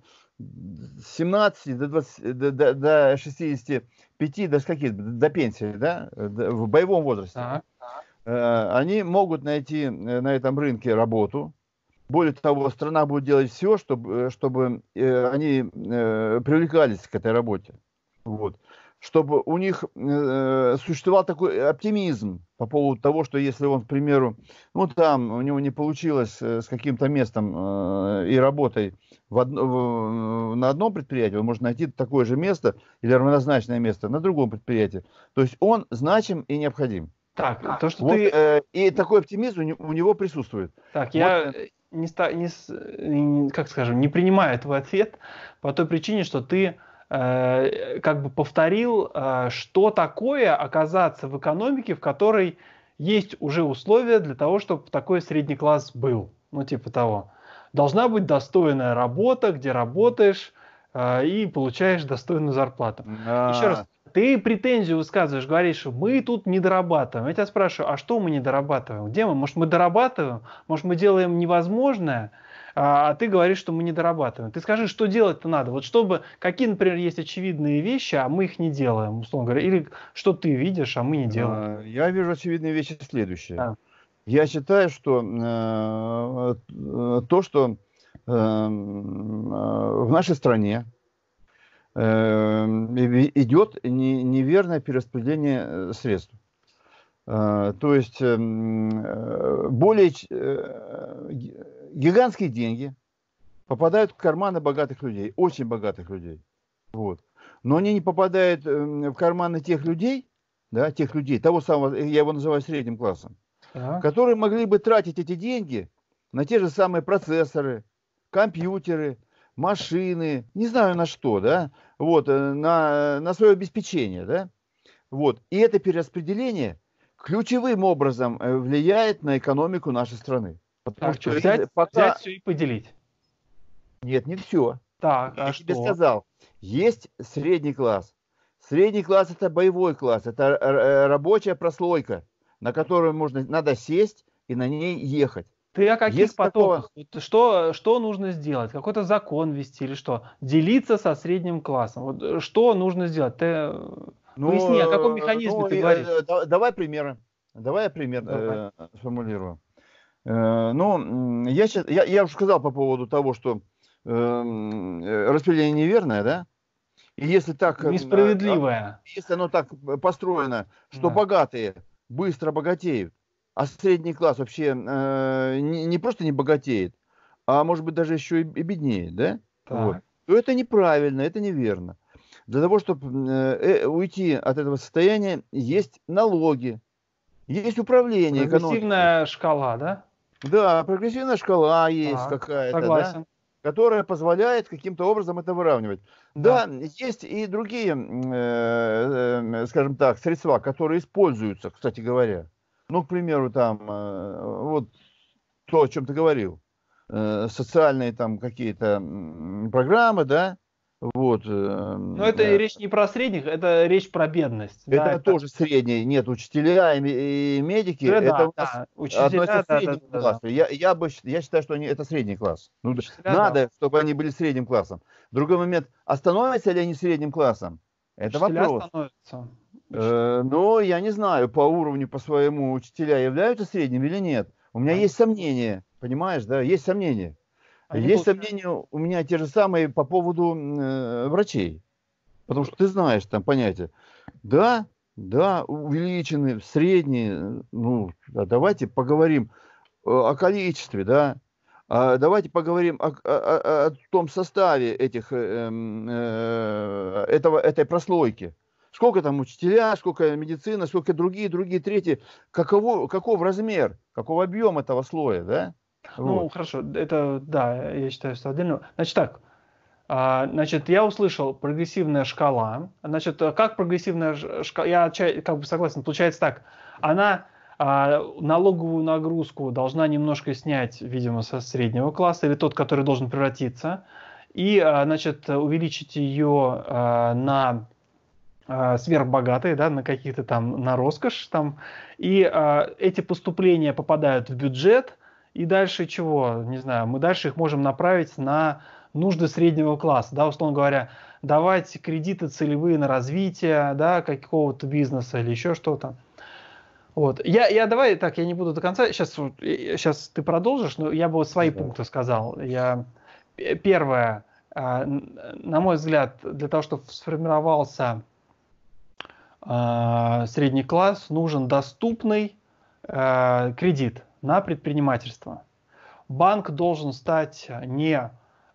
семнадцати до двадцати, до, до, до шестидесяти пяти, даже какие до пенсии, да, до- в боевом возрасте, Так. э, они могут найти э, на этом рынке работу. Более того, страна будет делать все, чтобы, чтобы э, они э, привлекались к этой работе. Вот. Чтобы у них э, существовал такой оптимизм по поводу того, что если он, к примеру, ну там у него не получилось э, с каким-то местом э, и работой в одно, в, на одном предприятии, он может найти такое же место или равнозначное место на другом предприятии. То есть он значим и необходим. Так, то, что Вот, ты... э, и такой оптимизм у, не- у него присутствует. Так, Вот, я э, э, не, ста- не, с- не- как скажем, не принимаю твой ответ по той причине, что ты э, как бы повторил, э, что такое оказаться в экономике, в которой есть уже условия для того, чтобы такой средний класс был. Ну, типа того. Должна быть достойная работа, где работаешь э, и получаешь достойную зарплату. Еще раз, а, ты претензию высказываешь, говоришь, что мы тут не дорабатываем. Я тебя спрашиваю, а что мы не дорабатываем? Где мы? Может, мы дорабатываем? Может, мы делаем невозможное? А, а ты говоришь, что мы не дорабатываем. Ты скажи, что делать-то надо? Вот чтобы, какие, например, есть очевидные вещи, а мы их не делаем, условно говоря. Или что ты видишь, а мы не делаем. а, я вижу очевидные вещи следующие. Да. Я считаю, что э, э, то, что э, в нашей стране э, идет не- неверное перераспределение э, средств. Э, То есть э, м, э, более ч- э, ги- гигантские деньги попадают в карманы богатых людей, очень богатых людей. Вот. Но они не попадают э, в карманы тех людей, да, тех людей, того самого, я его называю средним классом, Так. которые могли бы тратить эти деньги на те же самые процессоры, компьютеры, машины, не знаю на что, да, вот, э, на, на свое обеспечение, да, вот. И это перераспределение ключевым образом э, влияет на экономику нашей страны. Потому Так, что, что взять, если взять пока... все и поделить. Нет, не все. Так, Я а тебе что? сказал, есть средний класс. Средний класс это боевой класс, это р- р- рабочая прослойка, на которую можно, надо сесть и на ней ехать. Ты о каких Если такого, потоках? Вот что, что нужно сделать? Какой-то закон ввести или что? Делиться со средним классом. Вот э, что нужно сделать? Ты э, поясни, о каком ну, э, механизме ну ты и, говоришь? э, да- давай примеры. Давай я пример Давай. э, сформулирую. Э, ну, м, я, щас- я, я уже сказал по поводу того, что э, м, э, распределение неверное, да? И если так, э, а, Несправедливая. если оно так построено, что Да. богатые быстро богатеют, а средний класс вообще э, не, не просто не богатеет, а может быть даже еще и, и беднеет, да? Вот. Так. То это неправильно, это неверно. Для того, чтобы э, уйти от этого состояния, есть налоги, есть управление экономикой. Прогрессивная шкала, да? Да, прогрессивная шкала есть Так. какая-то, да, Согласен. которая позволяет каким-то образом это выравнивать. Да. Да, есть и другие, м, э, э, скажем так, средства, которые используются, кстати говоря. Ну, к примеру, там, э, вот то, о чем ты говорил, э, социальные там какие-то м, программы, да, Вот. Но это речь не про средних, это речь про бедность. Это Да, тоже это... средний. Нет, учителя и, и медики, Учителя, это да, у нас да. Учителя, относятся к да, среднему да, да, классу. да. Я, я, бы, я считаю, что они, это средний класс. Ну, Учителя, надо, да. чтобы они были средним классом. Другой момент, остановятся ли они средним классом? Это Учителя вопрос. становятся. Э, но я не знаю, по уровню, по своему учителя являются средними или нет. У меня Они, есть сомнения, понимаешь, да, есть сомнения. они Есть получают... сомнения у меня те же самые по поводу э, врачей. Потому что ты знаешь там понятие. Да, да, увеличены средние. Ну, да, давайте поговорим о количестве, да. А давайте поговорим о, о, о, о том составе этих, э, э, этого, этой прослойки. Сколько там учителя, сколько медицина, сколько другие, другие, третьи. Каково, каков размер, каков объем этого слоя, да? Ну, Вот. хорошо, это, да, я считаю, что отдельно. Значит так, а, значит, я услышал прогрессивная шкала. Значит, как прогрессивная шкала? Я как бы согласен, получается так. Она а, налоговую нагрузку должна немножко снять, видимо, со среднего класса, или тот, который должен превратиться, и, а, значит, увеличить ее а, на а, сверхбогатые, да, на каких-то там, на роскошь там, и а, эти поступления попадают в бюджет, и дальше чего, не знаю, мы дальше их можем направить на нужды среднего класса, да, условно говоря, давать кредиты целевые на развитие, да, какого-то бизнеса или еще что-то. Вот. Я, я давай так, я не буду до конца, сейчас, сейчас ты продолжишь, но я бы вот свои Да. пункты сказал. Я, первое, на мой взгляд, для того, чтобы сформировался средний класс, нужен доступный э, кредит на предпринимательство. Банк должен стать не,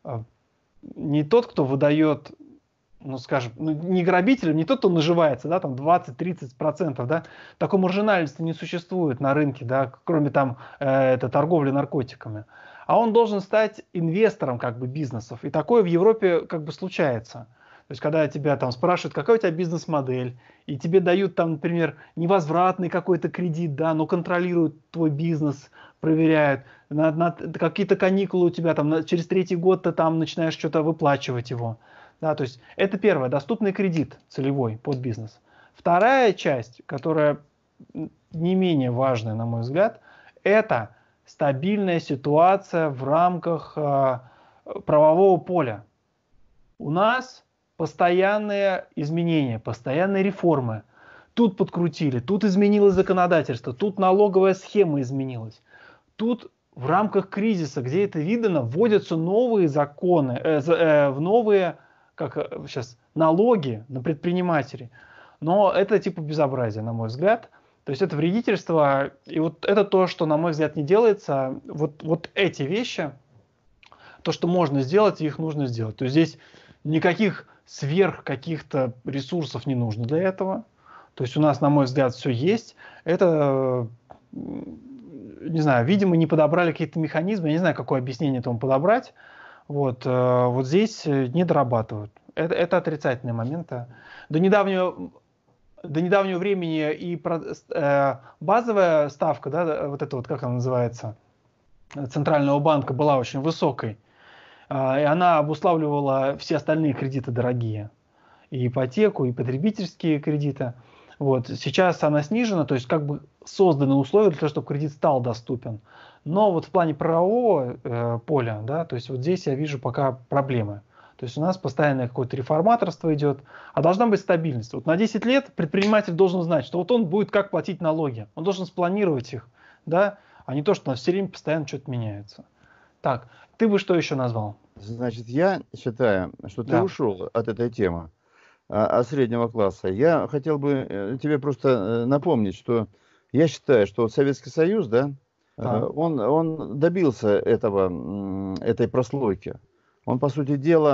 не тот, кто выдает, ну скажем, ну, не грабителем, не тот, кто наживается, да, там двадцать-тридцать процентов, да, такой маржинальности не существует на рынке, да, кроме там э, это, торговли наркотиками. А он должен стать инвестором как бы бизнесов. И такое в Европе как бы случается. То есть, когда тебя там спрашивают, какая у тебя бизнес-модель, и тебе дают там, например, невозвратный какой-то кредит, да, но контролируют твой бизнес, проверяют, на, на, какие-то каникулы у тебя там, на, через третий год ты там начинаешь что-то выплачивать его. Да, то есть это первое, доступный кредит целевой под бизнес. Вторая часть, которая не менее важная, на мой взгляд, это стабильная ситуация в рамках э, правового поля. У нас постоянные изменения, постоянные реформы. Тут подкрутили, тут изменилось законодательство, тут налоговая схема изменилась. Тут в рамках кризиса, где это видно, вводятся новые законы, э, э, в новые как сейчас, налоги на предпринимателей. Но это типа безобразие, на мой взгляд. То есть это вредительство. И вот это то, что, на мой взгляд, не делается. Вот, вот эти вещи, то, что можно сделать, их нужно сделать. То есть здесь никаких сверх каких-то ресурсов не нужно для этого. То есть у нас, на мой взгляд, все есть. Это, не знаю, видимо, не подобрали какие-то механизмы. Я не знаю, какое объяснение этому подобрать. Вот, вот здесь не дорабатывают. Это, это отрицательные моменты. До недавнего, до недавнего времени и э, базовая ставка, да, вот это вот, как она называется, Центрального банка была очень высокой. Э, и она обуславливала все остальные кредиты дорогие. И ипотеку, и потребительские кредиты. Вот. Сейчас она снижена, то есть как бы созданы условия для того, чтобы кредит стал доступен. Но вот в плане правового э, поля, да, то есть вот здесь я вижу пока проблемы. То есть у нас постоянное какое-то реформаторство идет, а должна быть стабильность. Вот на десять лет предприниматель должен знать, что вот он будет как платить налоги. Он должен спланировать их, да, а не то, что все время постоянно что-то меняется. Так, ты бы что еще назвал? Значит, я считаю, что ты Да. ушел от этой темы. А среднего класса. Я хотел бы тебе просто напомнить, что я считаю, что Советский Союз, да, Так. он, он добился этого, этой прослойки. Он, по сути дела,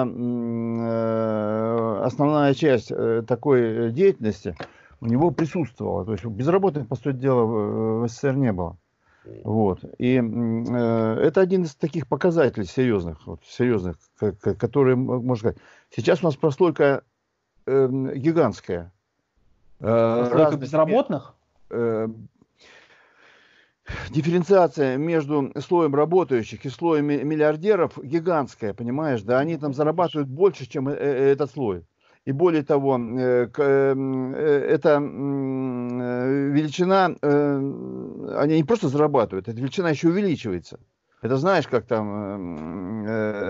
основная часть такой деятельности у него присутствовала. То есть безработных, по сути дела, в СССР не было. Вот. И э, это один из таких показателей серьезных, вот, серьезных, которые, можно сказать. Сейчас у нас прослойка э, гигантская. Прослойка безработных? Э, дифференциация между слоем работающих и слоем миллиардеров гигантская, понимаешь, да, они там зарабатывают больше, чем этот слой. И более того, эта величина, они не просто зарабатывают, эта величина еще увеличивается. Это знаешь, как там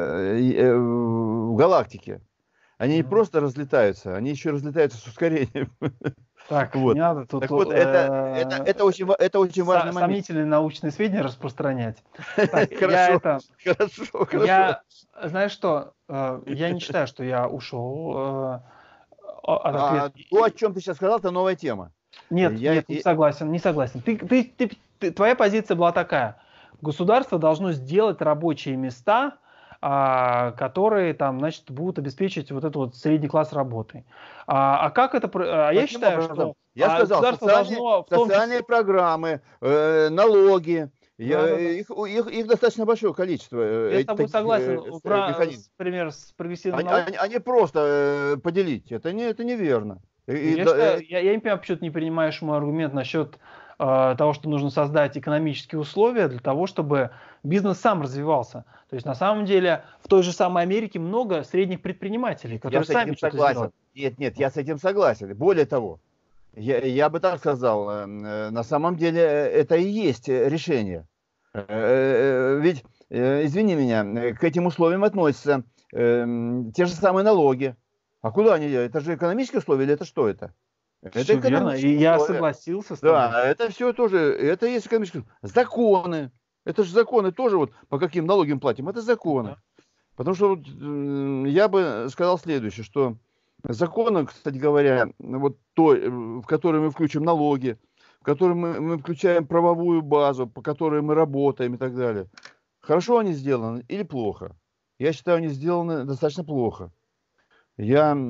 в галактике. Они не просто разлетаются, они еще разлетаются с ускорением. Так, вот. не надо тут так вот, э, это, это, это очень, это очень важный момент. Сомнительные научные сведения распространять. Так, хорошо, я это, хорошо, хорошо. Я, знаешь что, я не считаю, что я ушел от ответа. А, то, о чем ты сейчас сказал, это новая тема. Нет, я, нет, не согласен, не согласен. Ты, ты, ты, ты, твоя позиция была такая. Государство должно сделать рабочие места, а, которые там, значит, будут обеспечить вот этот вот средний класс работы. А, а как это? А я считаю, образом? что я а, сказал, государство социальные, должно в том социальные числе... программы, э, налоги. Да, я, да, да. Их, их, их достаточно большое количество. Я с тобой согласен. Э, Про, например, с прогрессивным налогом. Они, они просто э, поделить. Это, не, это неверно. И, я, да, считаю, э... я, я не понимаю, почему ты не принимаешь мой аргумент насчет э, того, что нужно создать экономические условия для того, чтобы бизнес сам развивался. То есть на самом деле в той же самой Америке много средних предпринимателей, которые я сами что-то согласен. сделают. Нет, нет, я с этим согласен. Более того, я, я бы так сказал, э, на самом деле это и есть решение. Э, э, ведь, э, извини меня, к этим условиям относятся э, те же самые налоги. А куда они? Это же экономические условия или это что это? Это это верно, и я согласился с тобой. Да, это все тоже, это есть экономические условия. Законы. Это же законы тоже, вот по каким налогам платим, это законы. Да. Потому что вот, э, я бы сказал следующее, что законы, кстати говоря, вот той, в которые мы включим налоги, в которые мы, мы включаем правовую базу, по которой мы работаем и так далее. Хорошо они сделаны или плохо? Я считаю, они сделаны достаточно плохо. Я э,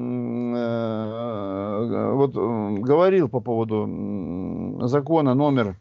вот э, говорил по поводу э, закона номер...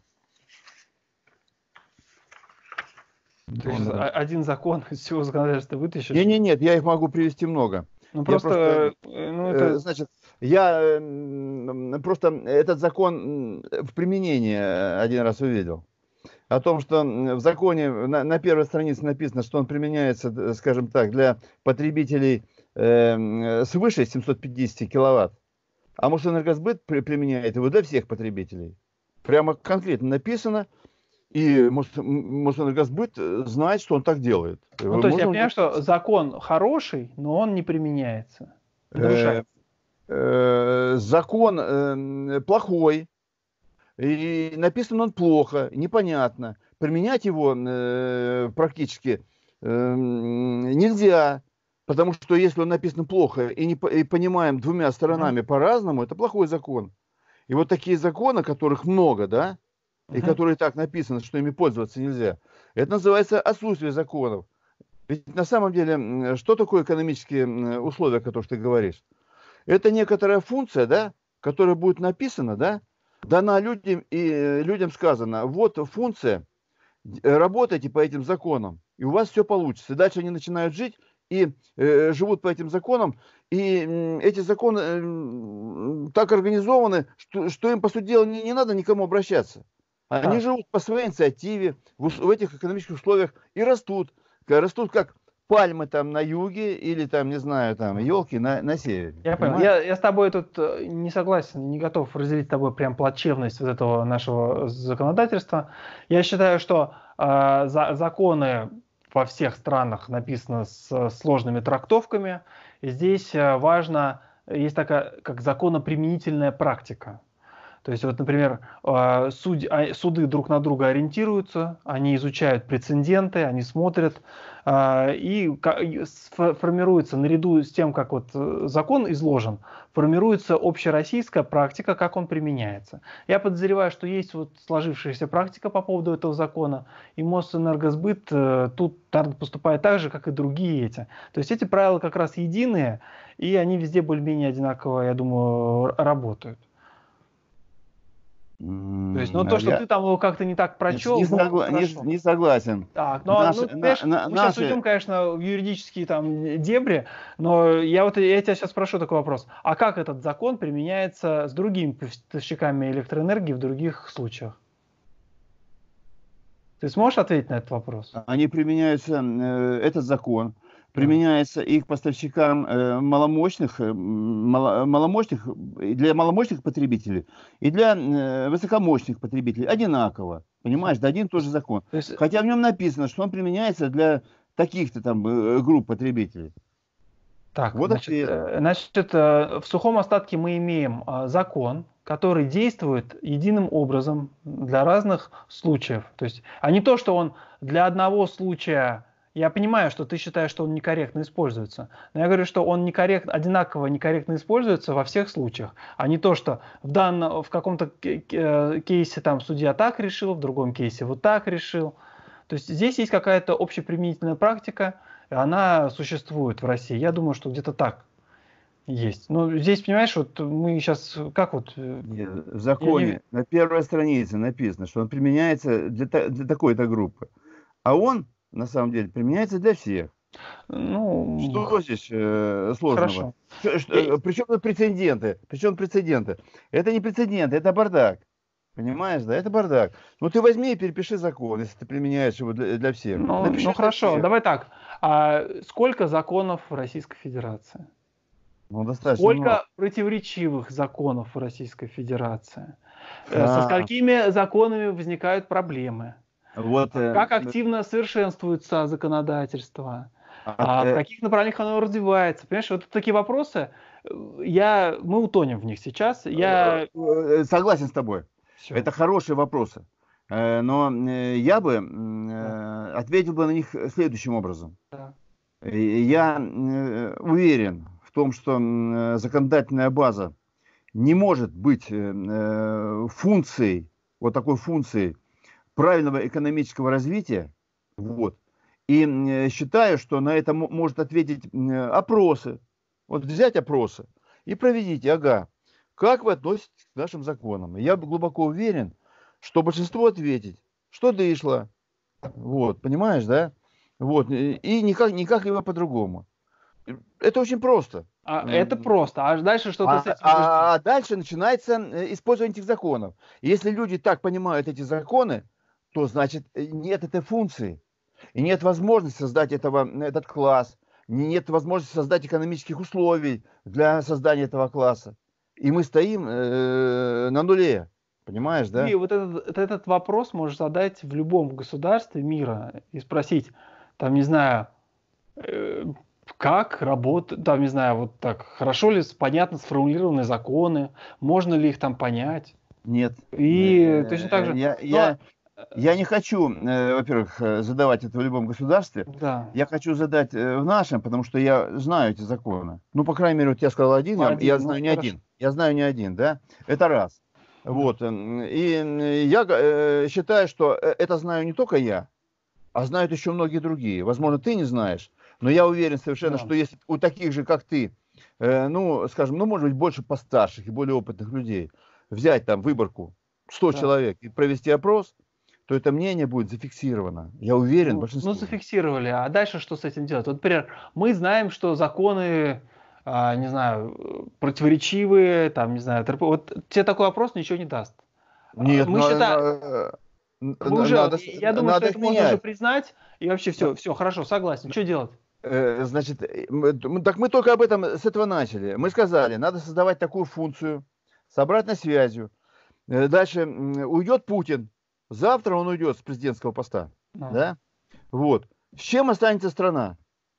То есть один закон из всего законодательства вытащишь? Нет, нет, нет, я их могу привести много. Ну просто, просто ну, это... значит, я просто этот закон в применении один раз увидел. О том, что в законе на, на первой странице написано, что он применяется, скажем так, для потребителей э, свыше семьсот пятьдесят киловатт. А Мосэнергосбыт при, применяет его для всех потребителей. Прямо конкретно написано. И Мосэнергосбыт знает, что он так делает. Ну, то есть я понимаю, что закон хороший, но он не применяется. Нарушается. Закон плохой. И написан он плохо, непонятно. Применять его практически нельзя. Потому что если он написан плохо и не и понимаем двумя сторонами mm-hmm. по-разному, это плохой закон. И вот такие законы, которых много, да, и uh-huh. которые так написаны, что ими пользоваться нельзя. Это называется отсутствие законов. Ведь на самом деле, что такое экономические условия, о которых ты говоришь? Это некоторая функция, да, которая будет написана, да, дана людям, и людям сказано, вот функция, работайте по этим законам, и у вас все получится. И дальше они начинают жить и э, живут по этим законам, и э, эти законы э, так организованы, что, что им, по сути дела, не, не надо никому обращаться. Они а. живут по своей инициативе в, в этих экономических условиях и растут. Растут как пальмы там на юге или там, не знаю, там елки на, на севере. Я понял. Я, я с тобой тут не согласен, не готов разделить с тобой прям плачевность вот этого нашего законодательства. Я считаю, что э, за, законы во всех странах написаны с сложными трактовками. И здесь важно, есть такая как законоприменительная практика. То есть, вот, например, суд, суды друг на друга ориентируются, они изучают прецеденты, они смотрят, и формируется, наряду с тем, как вот закон изложен, формируется общероссийская практика, как он применяется. Я подозреваю, что есть вот сложившаяся практика по поводу этого закона, и Мосэнергосбыт тут поступает так же, как и другие эти. То есть эти правила как раз единые, и они везде более-менее одинаково, я думаю, работают. То есть, ну, то, что я... ты там его как-то не так прочел, не, согла... не, не согласен. Так, ну, наши, ну понимаешь, на, мы наши... сейчас уйдем, конечно, в юридические там дебри, но я вот я тебя сейчас спрошу такой вопрос. А как этот закон применяется с другими поставщиками электроэнергии в других случаях? Ты сможешь ответить на этот вопрос? Они применяются, э, этот закон применяется и к поставщикам э, маломощных, э, мало, маломощных, и для маломощных потребителей, и для э, высокомощных потребителей одинаково. Понимаешь, да, один и тот же закон. То есть, Хотя в нем написано, что он применяется для таких-то там э, групп потребителей. так, Вот значит, ответ. э, значит, э, в сухом остатке мы имеем э, закон, который действует единым образом для разных случаев. То есть, а не то, что он для одного случая. Я понимаю, что ты считаешь, что он некорректно используется, но я говорю, что он некорректно, одинаково некорректно используется во всех случаях, а не то, что в данном, в каком-то кейсе там судья так решил, в другом кейсе вот так решил. То есть здесь есть какая-то общеприменительная практика, и она существует в России. Я думаю, что где-то так есть. Но здесь, понимаешь, вот мы сейчас как вот... Нет, в законе не... на первой странице написано, что он применяется для, для такой-то группы, а он на самом деле применяется для всех. Ну, что здесь э, сложного? Что, что, причем тут прецеденты? Причем прецеденты? Это не прецеденты, это бардак. Понимаешь, да? Это бардак. Ну ты возьми и перепиши закон, если ты применяешь его для, для всех. Ну, ну хорошо, всех. Давай так. А сколько законов в Российской Федерации? Ну, достаточно Сколько много. противоречивых законов в Российской Федерации? А. Со сколькими законами возникают проблемы? Вот, как активно совершенствуется законодательство? А, в каких направлениях оно развивается? Понимаешь, вот такие вопросы, я, мы утонем в них сейчас. Я... Согласен с тобой. Все. Это хорошие вопросы. Но я бы да. ответил бы на них следующим образом. Да. Я уверен в том, что законодательная база не может быть функцией, вот такой функцией правильного экономического развития. Вот. И считаю, что на это может ответить опросы. Вот взять опросы и проведите, ага, как вы относитесь к нашим законам. Я глубоко уверен, что большинство ответит, что дышло. Вот, понимаешь, да? Вот, и никак, никак либо по-другому. Это очень просто. А, это просто. А дальше что а, ты с этим а, а дальше начинается использование этих законов. Если люди так понимают эти законы, то значит нет этой функции. И нет возможности создать этого, этот класс. Нет возможности создать экономических условий для создания этого класса. И мы стоим э, на нуле. Понимаешь, да? И вот этот, этот вопрос можешь задать в любом государстве мира и спросить, там, не знаю, э, как работают, там, не знаю, вот так, хорошо ли, понятно сформулированы законы, можно ли их там понять. Нет. И э, точно так же... Я, я, я не хочу, э, во-первых, задавать это в любом государстве. Да. Я хочу задать э, в нашем, потому что я знаю эти законы. Ну, по крайней мере, вот я сказал один, ну, я, один я ну, знаю не хорошо. один. Я знаю не один, да? Это раз. Вот. И я э, считаю, что это знаю не только я, а знают еще многие другие. Возможно, ты не знаешь, но я уверен совершенно, да. что если у таких же, как ты, э, ну, скажем, ну, может быть, больше постарших и более опытных людей, взять там выборку сто да. человек и провести опрос, то это мнение будет зафиксировано. Я уверен, ну, большинство. Ну, зафиксировали. А дальше что с этим делать? Вот, например, мы знаем, что законы, а, не знаю, противоречивые, там, не знаю, вот тебе такой вопрос ничего не даст. Нет, мы но, считаем... но, мы уже, надо, я думаю, надо что это можно уже признать, и вообще все, да. все, хорошо, согласен. Что делать? Значит, так мы только об этом с этого начали. Мы сказали, надо создавать такую функцию с обратной связью. Дальше уйдет Путин. Завтра он уйдет с президентского поста. А. Да? Вот. С чем останется страна?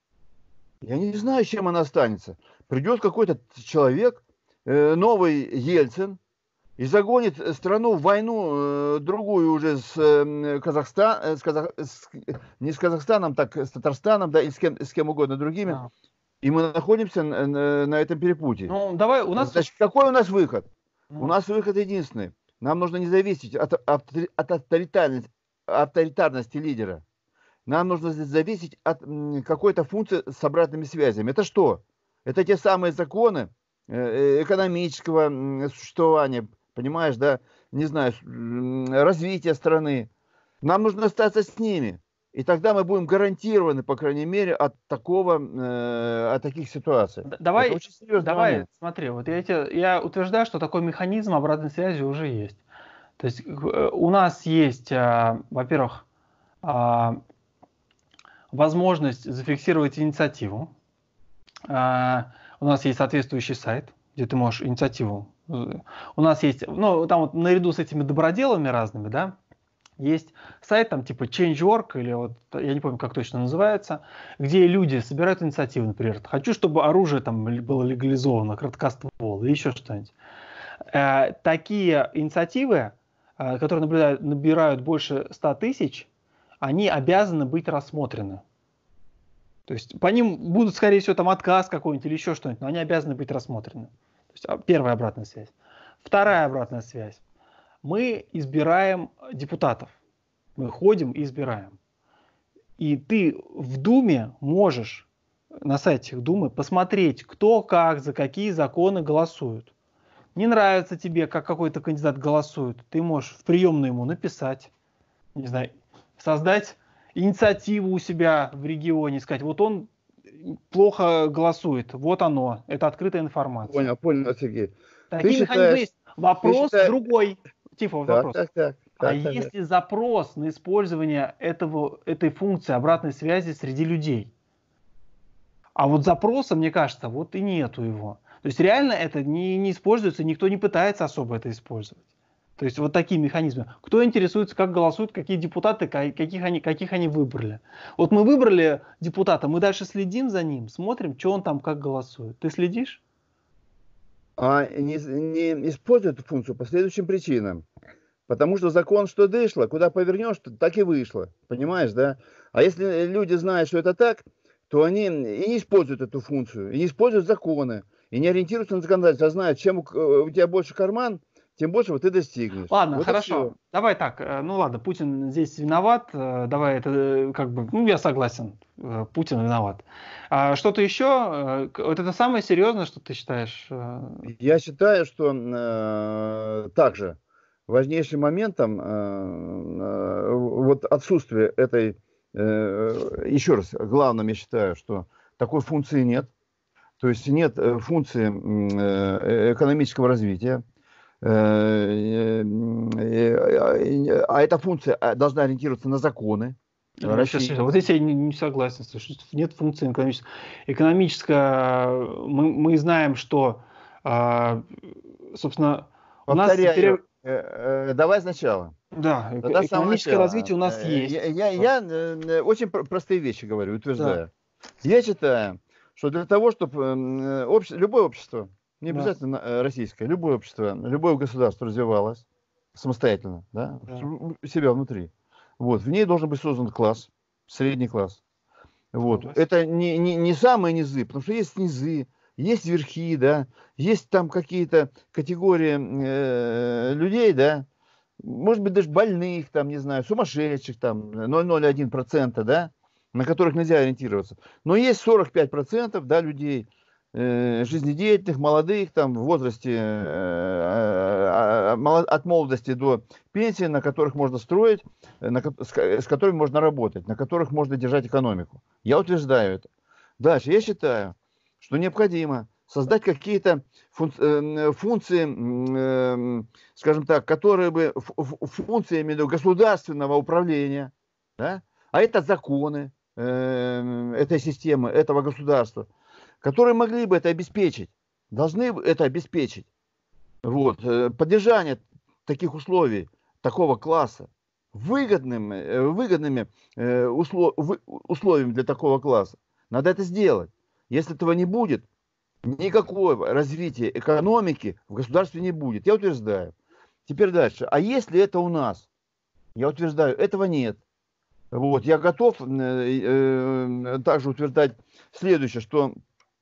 Я не знаю, с чем она останется. Придет какой-то человек, новый Ельцин, и загонит страну в войну другую уже с Казахстаном, с Казах... с... не с Казахстаном, так с Татарстаном, да, и с кем, с кем угодно другими. А. И мы находимся на, на, на этом перепутье. Ну, давай, у нас... Значит, какой у нас выход? Ну. У нас выход единственный. Нам нужно не зависеть от, от, от авторитарности, авторитарности лидера. Нам нужно зависеть от какой-то функции с обратными связями. Это что? Это те самые законы экономического существования, понимаешь, да, не знаю, развития страны. Нам нужно остаться с ними. И тогда мы будем гарантированы, по крайней мере, от такого, э, от таких ситуаций. Давай, Это очень серьезный давай момент. Смотри, вот я, тебе, я утверждаю, что такой механизм обратной связи уже есть. То есть у нас есть, во-первых, а, возможность зафиксировать инициативу. А, у нас есть соответствующий сайт, где ты можешь инициативу. У нас есть, ну, там вот наряду с этими доброделами разными, да, есть сайт там типа Change точка орг, или вот, я не помню, как точно называется, где люди собирают инициативу, например. Хочу, чтобы оружие там было легализовано, краткоствол, или еще что-нибудь. Э, такие инициативы, э, которые наблюдают, набирают больше ста тысяч, они обязаны быть рассмотрены. То есть по ним будут, скорее всего, там отказ какой-нибудь или еще что-нибудь, но они обязаны быть рассмотрены. То есть первая обратная связь. Вторая обратная связь. Мы избираем депутатов. Мы ходим и избираем. И ты в Думе можешь на сайте Думы посмотреть, кто как, за какие законы голосует. Не нравится тебе, как какой-то кандидат голосует, ты можешь в приемную ему написать, не знаю, создать инициативу у себя в регионе, сказать, вот он плохо голосует, вот оно, это открытая информация. Понял, понял, Сергей. Такие механизмы есть. Вопрос считаешь... другой. Типа, вот так, вопрос. Так, так, а так, так, если так. запрос на использование этого, этой функции обратной связи среди людей? А вот запроса, мне кажется, вот и нету его. То есть реально это не, не используется, никто не пытается особо это использовать. То есть вот такие механизмы. Кто интересуется, как голосуют, какие депутаты, каких они, каких они выбрали. Вот мы выбрали депутата, мы дальше следим за ним, смотрим, что он там как голосует. Ты следишь? А не, не используют эту функцию по следующим причинам. Потому что закон что дышло, куда повернешь, так и вышло. Понимаешь, да? А если люди знают, что это так, то они и не используют эту функцию, и не используют законы, и не ориентируются на законодательство, а знают, чем у тебя больше карман, тем большего ты достигнешь. Ладно, вот хорошо. Давай так. Ну ладно, Путин здесь виноват. Давай это как бы, ну я согласен. Путин виноват. А что-то еще? Вот это самое серьезное, что ты считаешь? Я считаю, что э, также важнейшим моментом э, э, вот отсутствие этой, э, еще раз, главным я считаю, что такой функции нет. То есть нет функции э, экономического развития. А эта функция должна ориентироваться на законы. Сейчас, вот здесь я не, не согласен. Нет функции экономической. Экономическая, мы, мы знаем, что, собственно, у Повторяю, нас... Давай сначала. Да, Тогда экономическое развитие у нас есть. Я, я, я очень простые вещи говорю, утверждаю. Да. Я считаю, что для того, чтобы обще... любое общество, не обязательно да. российское, любое общество, любое государство развивалось самостоятельно, да, да. у себя внутри. Вот, в ней должен быть создан класс, средний класс. Вот. Это не, не, не самые низы, потому что есть низы, есть верхи, да, есть там какие-то категории э, людей, да, может быть даже больных, там, не знаю, сумасшедших, там, ноль целых ноль один сотых процента, да, на которых нельзя ориентироваться. Но есть сорок пять процентов, да, людей, жизнедеятельных, молодых, там, в возрасте э, от молодости до пенсии, на которых можно строить, на, с которыми можно работать, на которых можно держать экономику. Я утверждаю это. Дальше, я считаю, что необходимо создать какие-то функции, функции, скажем так, которые бы функциями государственного управления, да? А это законы э, этой системы, этого государства, которые могли бы это обеспечить, должны это обеспечить. Вот. Поддержание таких условий, такого класса, выгодными, выгодными условиями для такого класса. Надо это сделать. Если этого не будет, никакого развития экономики в государстве не будет. Я утверждаю. Теперь дальше. А если это у нас? Я утверждаю, этого нет. Вот. Я готов э, э, также утверждать следующее, что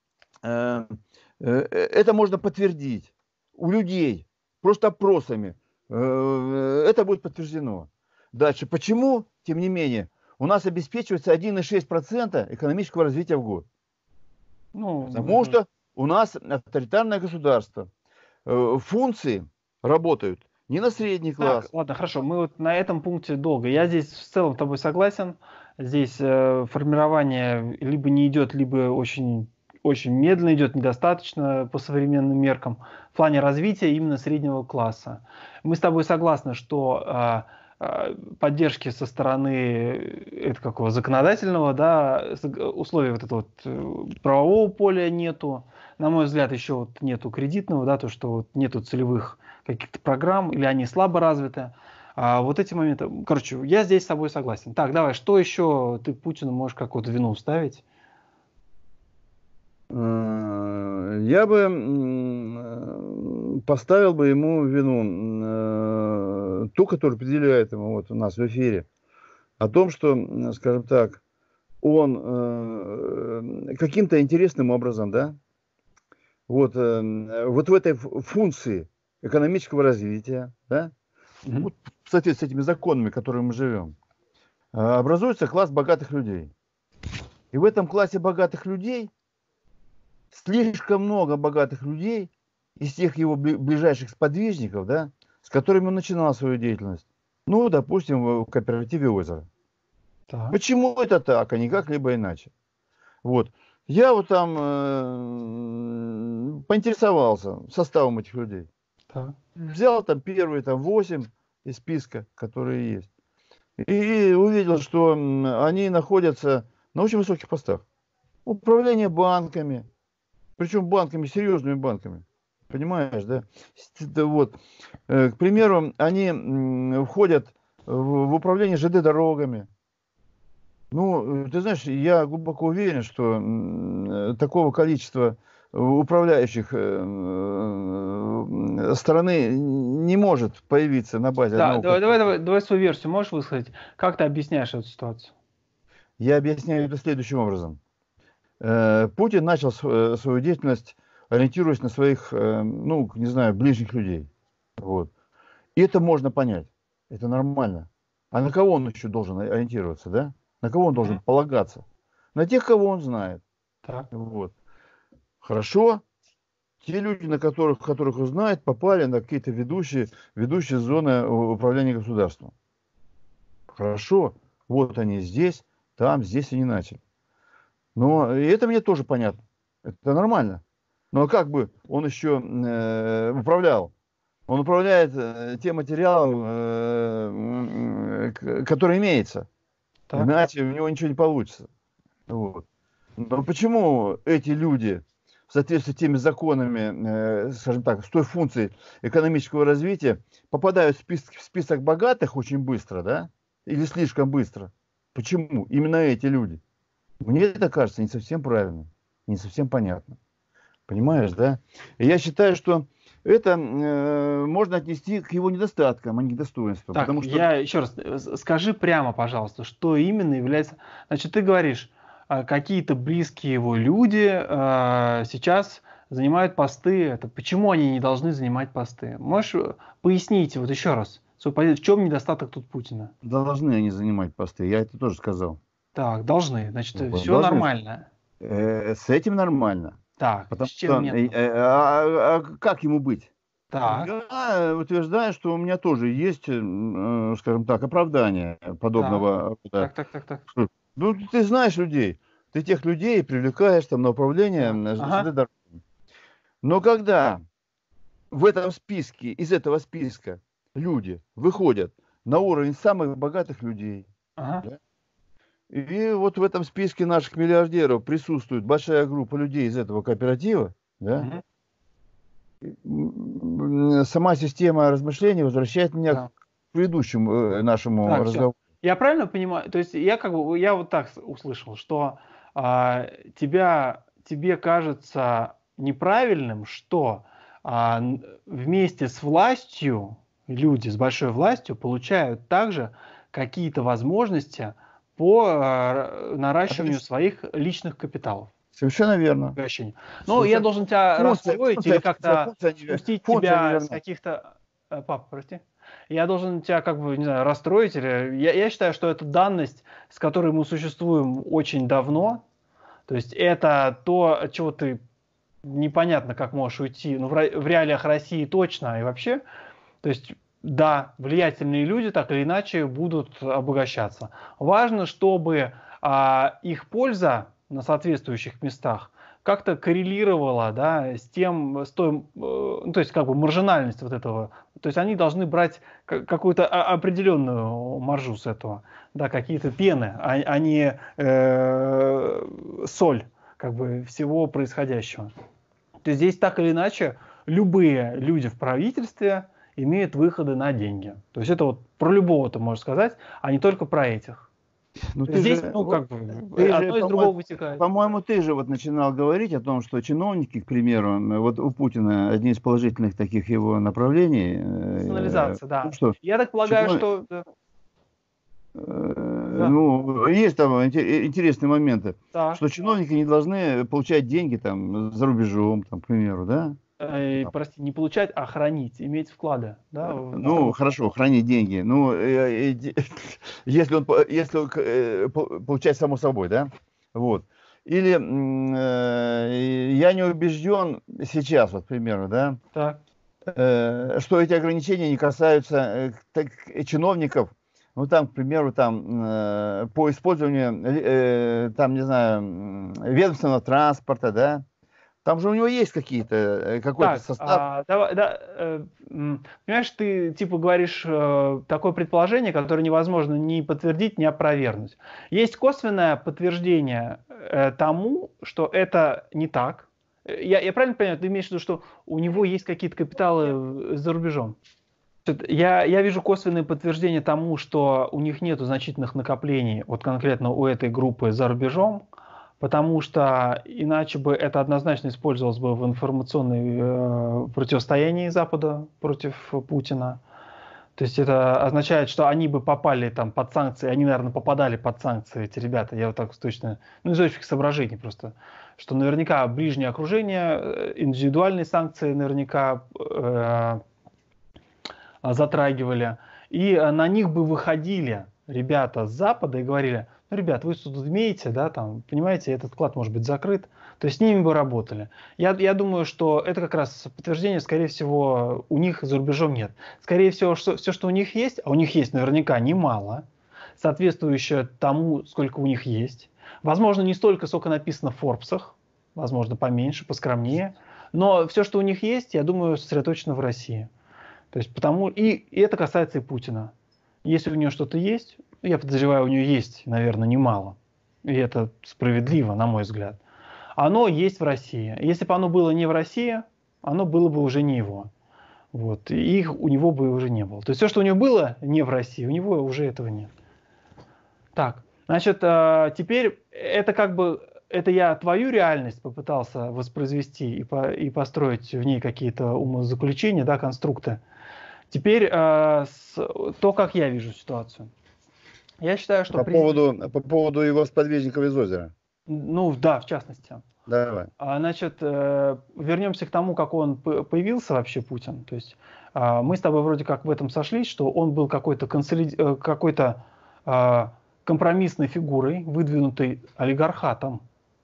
это можно подтвердить у людей, просто опросами. Это будет подтверждено. Дальше. Почему, тем не менее, у нас обеспечивается один целых шесть десятых процента экономического развития в год? Ну, Потому что у нас авторитарное государство. Функции работают не на средний класс. Так, ладно, хорошо. Мы вот на этом пункте долго. Я здесь в целом с тобой согласен. Здесь э, формирование либо не идет, либо очень, очень медленно идет, недостаточно по современным меркам в плане развития именно среднего класса. Мы с тобой согласны, что э, поддержки со стороны это какого законодательного, да, условий вот этого вот правового поля нету. На мой взгляд, еще вот нету кредитного, да, то, что вот нету целевых каких-то программ, или они слабо развиты. А вот эти моменты, короче, я здесь с тобой согласен. Так, давай, что еще ты Путину можешь какую-то вину ставить? Я бы поставил бы ему вину ту, которую определяет ему вот у нас в эфире, о том, что, скажем так, он каким-то интересным образом, да, вот, вот в этой функции экономического развития, да, mm-hmm. вот, в соответствии с этими законами, в которых мы живем, образуется класс богатых людей. И в этом классе богатых людей слишком много богатых людей из тех его ближайших сподвижников, да, с которыми он начинал свою деятельность. Ну, допустим, в кооперативе «Озеро». Так. Почему это так, а не как-либо иначе? Вот. Я вот там э, поинтересовался составом этих людей. Так. Взял там первые там восемь из списка, которые есть. И увидел, что они находятся на очень высоких постах. Управление банками. Причем банками, серьезными банками. Понимаешь, да? Вот. К примеру, они входят в управление ЖД дорогами. Ну, ты знаешь, я глубоко уверен, что такого количества управляющих страны не может появиться на базе да, одного. Давай, давай, давай, давай свою версию можешь высказать? Как ты объясняешь эту ситуацию? Я объясняю это следующим образом. Путин начал свою деятельность, ориентируясь на своих, ну, не знаю, ближних людей. Вот. И это можно понять. Это нормально. А на кого он еще должен ориентироваться, да? На кого он должен полагаться? На тех, кого он знает. Так. Вот. Хорошо. Те люди, на которых, которых он знает, попали на какие-то ведущие, ведущие зоны управления государством. Хорошо. Вот они здесь, там, здесь они начали. Но это мне тоже понятно. Это нормально. Но как бы он еще э, управлял? Он управляет э, тем материалом, э, э, который имеется. Так. Иначе у него ничего не получится. Вот. Но почему эти люди, в соответствии с теми законами, э, скажем так, с той функцией экономического развития, попадают в список, в список богатых очень быстро, да? Или слишком быстро? Почему именно эти люди? Мне это кажется не совсем правильно, не совсем понятно. Понимаешь, да? И я считаю, что это э, можно отнести к его недостаткам, а не к достоинствам. Так, потому что... я еще раз, скажи прямо, пожалуйста, что именно является... Значит, ты говоришь, какие-то близкие его люди э, сейчас занимают посты. Это почему они не должны занимать посты? Можешь пояснить вот еще раз, в чем недостаток тут Путина? Должны они занимать посты, я это тоже сказал. Так, должны, значит, ну, все должны. Нормально. Э, с этим нормально. Так, потому с чем что, нет? Э, а, а как ему быть? Так. Я утверждаю, что у меня тоже есть, э, скажем так, оправдание подобного. Так, так, так, так. так. Ну, ты знаешь людей, ты тех людей привлекаешь там на управление ага. ЖД дорогами. Но когда в этом списке, из этого списка люди выходят на уровень самых богатых людей, ага. да? И вот в этом списке наших миллиардеров присутствует большая группа людей из этого кооператива, да? Угу. Сама система размышлений возвращает меня да. к предыдущему нашему так, разговору. Все. Я правильно понимаю? То есть я как бы я вот так услышал, что а, тебя тебе кажется неправильным, что а, вместе с властью люди с большой властью получают также какие-то возможности по э, наращиванию это своих личных капиталов. Совершенно верно. Ну, Совершенно... я должен тебя функция, расстроить функция, или как-то спустить тебя с каких-то... Папа, прости. Я должен тебя как бы, не знаю, расстроить. Или... Я, я считаю, что это данность, с которой мы существуем очень давно. То есть это то, от чего ты непонятно, как можешь уйти. Ну, в, в реалиях России точно и вообще. То есть... Да, влиятельные люди так или иначе будут обогащаться. Важно, чтобы а, их польза на соответствующих местах как-то коррелировала, да, с тем, с той, э, ну, то есть как бы маржинальность вот этого. То есть они должны брать какую-то определенную маржу с этого, да, какие-то пены, а, а не э, соль как бы всего происходящего. То есть здесь так или иначе любые люди в правительстве имеют выходы на деньги. То есть это вот про любого ты можешь сказать, а не только про этих. Ну, ты Здесь, же, ну, вот, как бы, ты одно же, из другого по-моему, вытекает. по-моему, ты же вот начинал говорить о том, что чиновники, к примеру, вот у Путина одни из положительных таких его направлений, э, Персонализация, да. ну, что Я так полагаю, чинов- что... Да. э, Да. ну, есть там инте- интересные моменты, Так. что чиновники не должны получать деньги там за рубежом, там, к примеру, да? Э, Там. прости, не получать, а хранить, иметь вклады, да, в Ну, страну. хорошо, хранить деньги. Ну, э, э, де- если он, по- если он э, по- получает само собой, да? Вот. Или м, э, я не убежден сейчас, вот, к примеру, да, Так. э, что эти ограничения не касаются э, так, чиновников, ну, там, к примеру, там, э, по использованию, э, там, не знаю, м, ведомственного транспорта, да, там же у него есть какие-то, э, какой-то Так, состав. а, давай, да, э, м, понимаешь, ты типа говоришь э, такое предположение, которое невозможно ни подтвердить, ни опровергнуть. Есть косвенное подтверждение э, тому, что это не так. Э, Я, я правильно понимаю, ты имеешь в виду, что у него есть какие-то капиталы э, за рубежом? Я, я вижу косвенные подтверждения тому, что у них нет значительных накоплений, вот конкретно у этой группы за рубежом, потому что иначе бы это однозначно использовалось бы в информационной э, противостоянии Запада против Путина. То есть это означает, что они бы попали там под санкции, они, наверное, попадали под санкции, эти ребята, я вот так точно, ну из общих соображений просто, что наверняка ближнее окружение, э, индивидуальные санкции наверняка э, затрагивали, и на них бы выходили ребята с Запада и говорили: ну, ребят, вы тут имеете, да, там, понимаете, этот вклад может быть закрыт, то есть с ними бы работали. Я, я думаю, что это как раз подтверждение, скорее всего, у них за рубежом нет. Скорее всего, что, все, что у них есть, а у них есть наверняка немало, соответствующее тому, сколько у них есть. Возможно, не столько, сколько написано в Форбсах, возможно, поменьше, поскромнее, но все, что у них есть, я думаю, сосредоточено в России. То есть потому и, и это касается и Путина. Если у нее что-то есть, я подозреваю, у нее есть, наверное, немало. И это справедливо, на мой взгляд. Оно есть в России. Если бы оно было не в России, оно было бы уже не его. Вот. И их у него бы уже не было. То есть все, что у него было не в России, у него уже этого нет. Так, значит, теперь это как бы, это я твою реальность попытался воспроизвести и, по, и построить в ней какие-то умозаключения, да, конструкты. Теперь э, с, то, как я вижу ситуацию. Я считаю, что По президент... поводу, по поводу его сподвижников из озера. Ну да, в частности. Давай. А, значит, э, вернемся к тому, как он появился вообще, Путин. То есть э, мы с тобой вроде как в этом сошлись, что он был какой-то консолиди... какой-то э, компромиссной фигурой, выдвинутой олигархатом,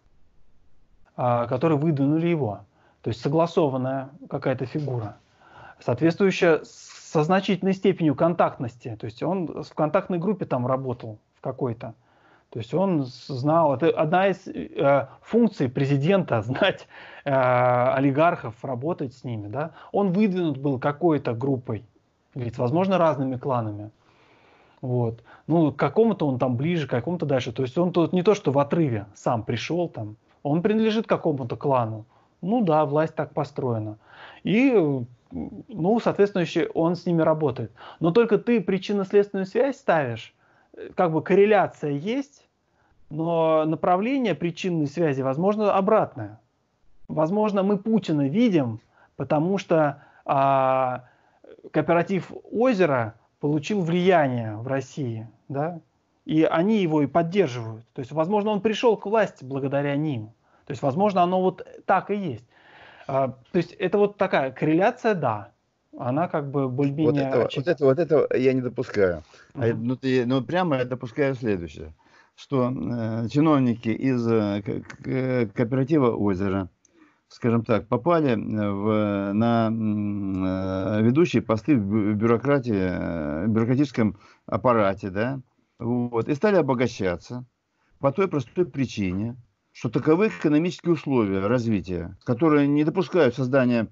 э, которые выдвинули его. То есть согласованная какая-то фигура, соответствующая со значительной степенью контактности. То есть он в контактной группе там работал в какой-то. То есть он знал, это одна из э, функций президента, знать э, олигархов, работать с ними. Да? Он выдвинут был какой-то группой лиц, возможно, разными кланами. Вот. Ну, к какому-то он там ближе, к какому-то дальше. То есть он тут не то, что в отрыве сам пришел там, он принадлежит какому-то клану. Ну да, власть так построена. И, ну, соответственно, он с ними работает. Но только ты причинно-следственную связь ставишь, как бы корреляция есть, но направление причинной связи, возможно, обратное. Возможно, мы Путина видим, потому что а, кооператив «Озеро» получил влияние в России, да, и они его и поддерживают. То есть, возможно, он пришел к власти благодаря ним. То есть, возможно, оно вот так и есть. А, то есть, это вот такая корреляция, да. Она как бы более-менее... Вот это, вот это, вот это я не допускаю. Uh-huh. А, ну, ты, ну, прямо я допускаю следующее. Что э, чиновники из э, кооператива «Озеро», скажем так, попали в, на э, ведущие посты в бюрократии, в бюрократическом аппарате, да, вот, и стали обогащаться по той простой причине, что таковы экономические условия развития, которые не допускают создания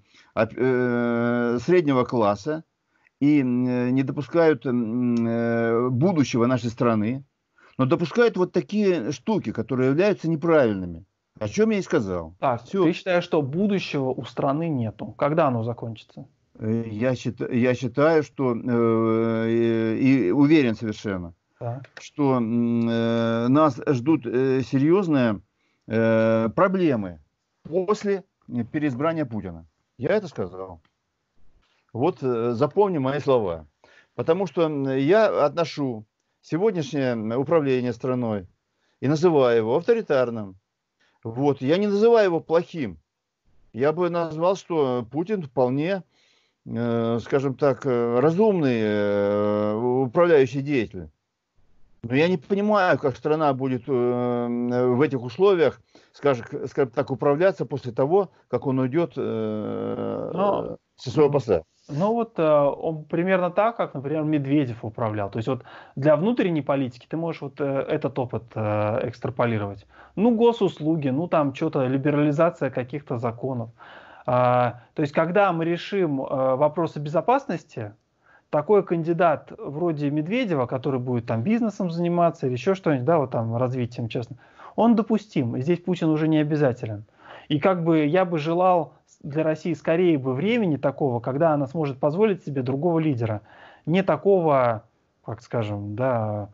э, среднего класса и не допускают э, будущего нашей страны, но допускают вот такие штуки, которые являются неправильными. О чем я и сказал. Так, Все. ты считаешь, что будущего у страны нету? Когда оно закончится? Я считаю, я считаю, что э, и уверен совершенно, Да. что э, нас ждут э, серьезные э, проблемы после переизбрания Путина. Я это сказал. Вот э, запомни мои слова. Потому что я отношу сегодняшнее управление страной и называю его авторитарным. Вот. Я не называю его плохим. Я бы назвал, что Путин вполне, э, скажем так, разумный э, управляющий деятель. Но я не понимаю, как страна будет э, в этих условиях, скажем, скажем так, управляться после того, как он уйдет э, Но, со своего поста. Ну вот э, он примерно так, как, например, Медведев управлял. То есть вот для внутренней политики ты можешь вот э, этот опыт э, экстраполировать. Ну, госуслуги, ну там что-то, либерализация каких-то законов. А, то есть когда мы решим э, вопросы безопасности, такой кандидат вроде Медведева, который будет там бизнесом заниматься или еще что-нибудь, да, вот там развитием, честно, он допустим. И здесь Путин уже не обязателен. И как бы я бы желал для России скорее бы времени такого, когда она сможет позволить себе другого лидера. Не такого, как скажем, да,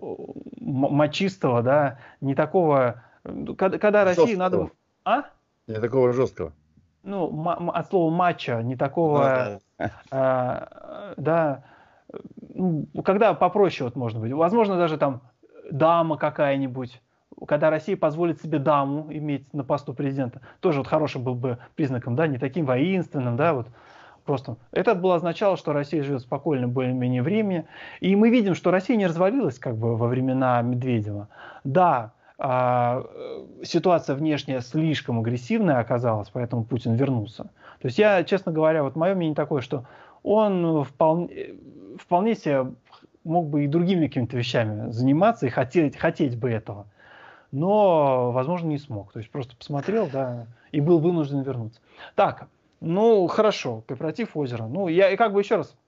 мачистого, да, не такого, когда, когда России надо... А? Не такого жесткого. Ну, от слова матча, не такого, ну, да. Э, да, ну, когда попроще вот можно быть. Возможно, даже там дама какая-нибудь, когда Россия позволит себе даму иметь на посту президента, тоже вот хорошим был бы признаком, да, не таким воинственным, да, вот просто. Это было означало, что Россия живет спокойно более-менее времени, и мы видим, что Россия не развалилась как бы во времена Медведева. Да, а, ситуация внешняя слишком агрессивная оказалась, поэтому Путин вернулся. То есть я, честно говоря, вот мое мнение такое, что он вполне, вполне себе мог бы и другими какими-то вещами заниматься, и хотеть, хотеть бы этого. Но, возможно, не смог. То есть просто посмотрел, да, и был вынужден вернуться. Так, ну, хорошо, кооператив «Озеро». Ну, я и как бы еще раз.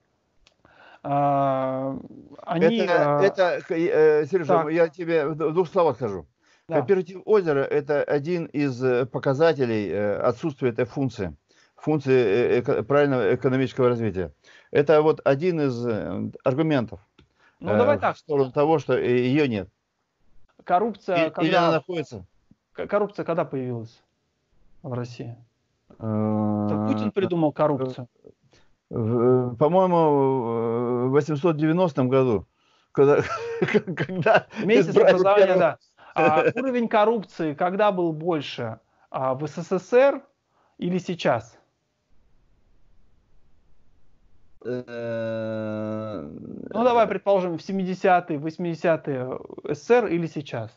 А, они... Это, а, это э, Сережа, так. я тебе в двух словах скажу. Да. Кооператив «Озеро» – это один из показателей отсутствия этой функции, функции эко- правильного экономического развития. Это вот один из аргументов Ну, э, давай в так. сторону того, что ее нет. Коррупция, И, когда... Или она находится? Коррупция когда появилась в России? Это Путин придумал коррупцию. По-моему, в восемьсот девяностом году, когда, когда месяц образования, первого... да. А уровень коррупции когда был больше? А в СССР или сейчас? Ну, давай предположим, в семидесятые, восьмидесятые СССР или сейчас?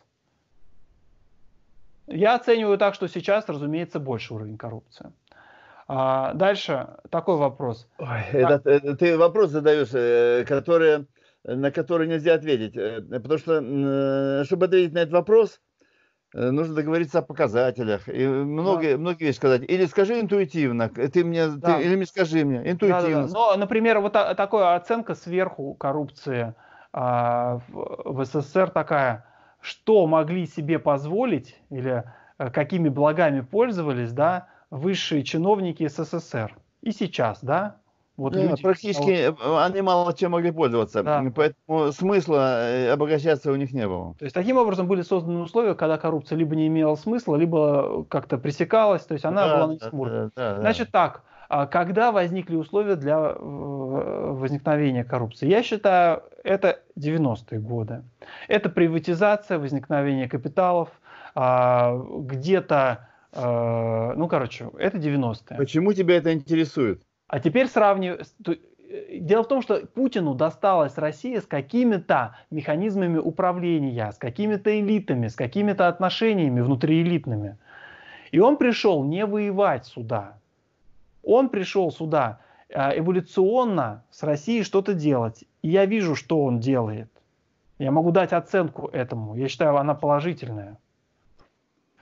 Я оцениваю так, что сейчас, разумеется, больше уровень коррупции. А дальше такой вопрос. Ой, это, это, ты вопрос задаешь, который, на который нельзя ответить. Потому что, чтобы ответить на этот вопрос, нужно договориться о показателях. И многие, да. многие вещи сказать. Или скажи интуитивно, ты мне, да. ты, или мне скажи мне, интуитивно. Да, да, да. Но, например, вот та, такая оценка сверху коррупции а, в, в СССР такая, что могли себе позволить или а, какими благами пользовались, да, высшие чиновники СССР. И сейчас, да? Вот да, люди, практически а, они мало чем могли пользоваться, да. Поэтому смысла обогащаться у них не было. То есть таким образом были созданы условия, когда коррупция либо не имела смысла, либо как-то пресекалась, то есть она да, была на низком уровне. Да, да, Значит да. так, когда возникли условия для возникновения коррупции? Я считаю, это девяностые годы. Это приватизация, возникновение капиталов, где-то, ну короче, это девяностые. Почему тебя это интересует? А теперь сравниваю. Дело в том, что Путину досталась Россия с какими-то механизмами управления, с какими-то элитами, с какими-то отношениями внутриэлитными. И он пришел не воевать сюда. Он пришел сюда эволюционно с Россией что-то делать. И я вижу, что он делает. Я могу дать оценку этому. Я считаю, она положительная.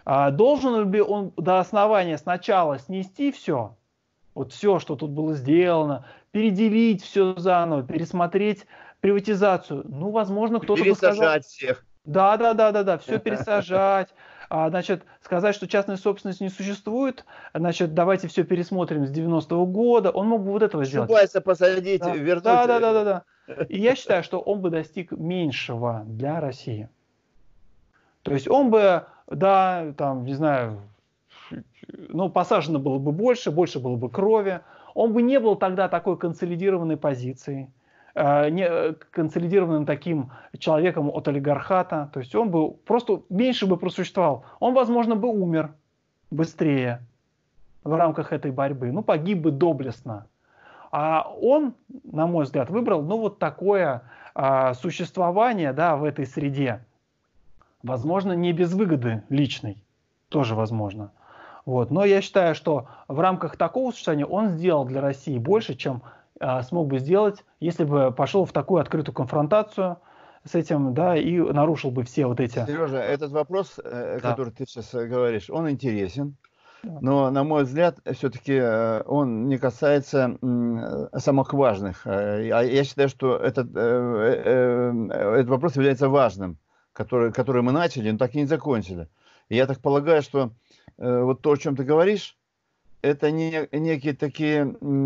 А должен ли он до основания сначала снести все, вот все, что тут было сделано, переделить все заново, пересмотреть приватизацию? Ну, возможно, кто-то бы сказал... Пересажать всех. Да, да, да, да, да, все пересажать, а, значит, сказать, что частная собственность не существует, значит, давайте все пересмотрим с девяностого года. Он мог бы вот этого сделать. Чубайса посадить, Да, вернуть. да, да, да, да, да. И я считаю, что он бы достиг меньшего для России. То есть он бы, да, там, не знаю, ну, посажено было бы больше, больше было бы крови. Он бы не был тогда такой консолидированной позицией, э, не, консолидированным таким человеком от олигархата. То есть он бы просто меньше бы просуществовал. Он, возможно, бы умер быстрее в рамках этой борьбы. Ну, погиб бы доблестно. А он, на мой взгляд, выбрал, ну, вот такое а, существование, да, в этой среде. Возможно, не без выгоды личной. Тоже возможно. Вот. Но я считаю, что в рамках такого существования он сделал для России больше, чем а, смог бы сделать, если бы пошел в такую открытую конфронтацию с этим, да, и нарушил бы все вот эти... Сережа, этот вопрос, Да. который ты сейчас говоришь, он интересен. Да. Но, на мой взгляд, все-таки он не касается самых важных. Я считаю, что этот, этот вопрос является важным, который, который мы начали, но так и не закончили. И я так полагаю, что вот то, о чем ты говоришь, это не, некие такие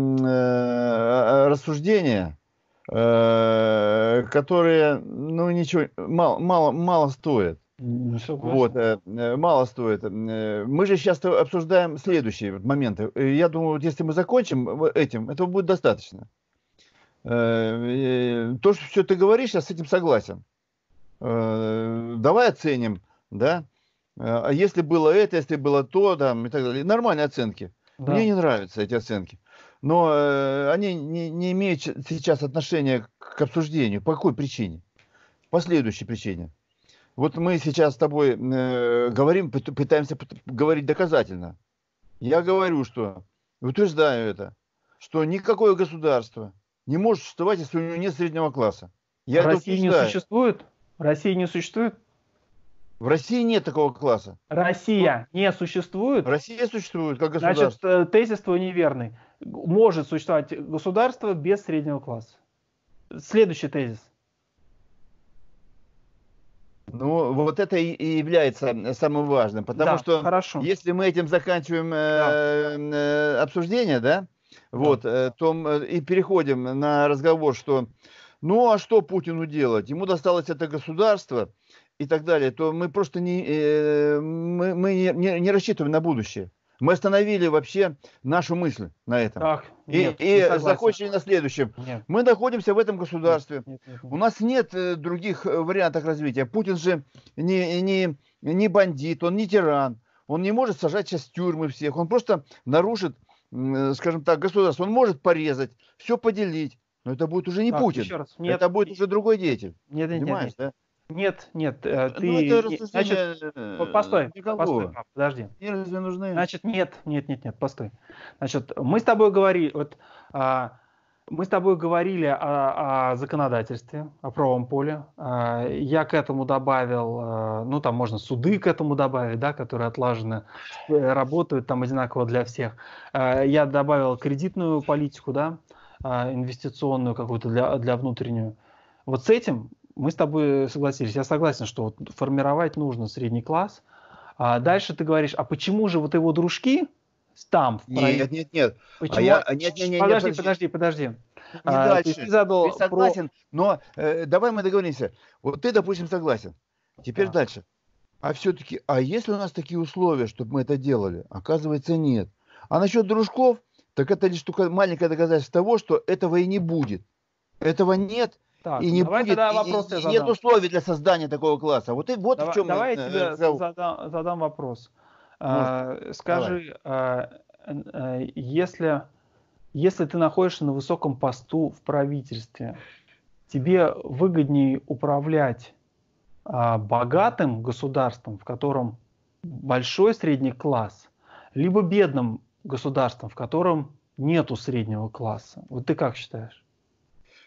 рассуждения, которые, ну, ничего, мало, мало, мало стоят. Вот, мало стоит. Мы же сейчас обсуждаем следующие моменты. Я думаю, вот если мы закончим этим, этого будет достаточно. То, что все ты говоришь, я с этим согласен. Давай оценим, да? А если было это, если было то, там, и так далее. Нормальные оценки. Да. Мне не нравятся эти оценки. Но они не, не имеют сейчас отношения к обсуждению. По какой причине? По следующей причине. Вот мы сейчас с тобой э, говорим, пытаемся говорить доказательно. Я говорю, что, утверждаю это, что никакое государство не может существовать, если у него нет среднего класса. Я России не существует? России не существует? В России нет такого класса. Россия ну, не существует? Россия существует как государство. Значит, тезис твой неверный. Может существовать государство без среднего класса. Следующий тезис. Ну, вот это и является самым важным, потому да, что хорошо. Если мы этим заканчиваем да. э, обсуждение, да, да. вот, э, то и переходим на разговор, что, ну, а что Путину делать? Ему досталось это государство и так далее, то мы просто не, э, мы, мы не, не, не рассчитываем на будущее. Мы остановили вообще нашу мысль на этом. Так, нет, и и закончили на следующем. Нет. Мы находимся в этом государстве. Нет, нет, нет, нет. У нас нет других вариантов развития. Путин же не, не, не бандит, он не тиран. Он не может сажать сейчас в тюрьмы всех. Он просто нарушит, скажем так, государство. Он может порезать, все поделить. Но это будет уже не так, Путин. Нет, это будет уже другой деятель. Нет, нет, Понимаешь, нет, да? Нет, нет, ты... Ну, это рассуждение... Значит, постой, постой, пап, подожди. Мне разве нужны? Значит, нет, нет, нет, нет, постой. Значит, мы с тобой говорили, вот, а, мы с тобой говорили о, о законодательстве, о правом поле. А, я к этому добавил, а, ну, там можно суды к этому добавить, да, которые отлажены, работают там одинаково для всех. А, я добавил кредитную политику, да, а, инвестиционную какую-то для, для внутреннюю. Вот с этим мы с тобой согласились. Я согласен, что вот формировать нужно средний класс. А дальше ты говоришь, а почему же вот его дружки там в Нет, нет, нет. Почему? А я... нет, нет, нет, подожди, нет, подожди, подожди. Не а, дальше. Ты, задал ты согласен, про... но э, давай мы договоримся. Вот ты, допустим, согласен. Теперь да. дальше. А все-таки, а если у нас такие условия, чтобы мы это делали? Оказывается, нет. А насчет дружков, так это лишь только маленькое доказательство того, что этого и не будет. Этого нет. Так, и не давай будет, тогда и, вопрос и, я нет условий для создания такого класса. Вот, и, вот давай, в чем... Давай э, я тебе э, задам, задам вопрос. А, скажи, а, а, если, если ты находишься на высоком посту в правительстве, тебе выгоднее управлять а, богатым государством, в котором большой средний класс, либо бедным государством, в котором нету среднего класса? Вот ты как считаешь?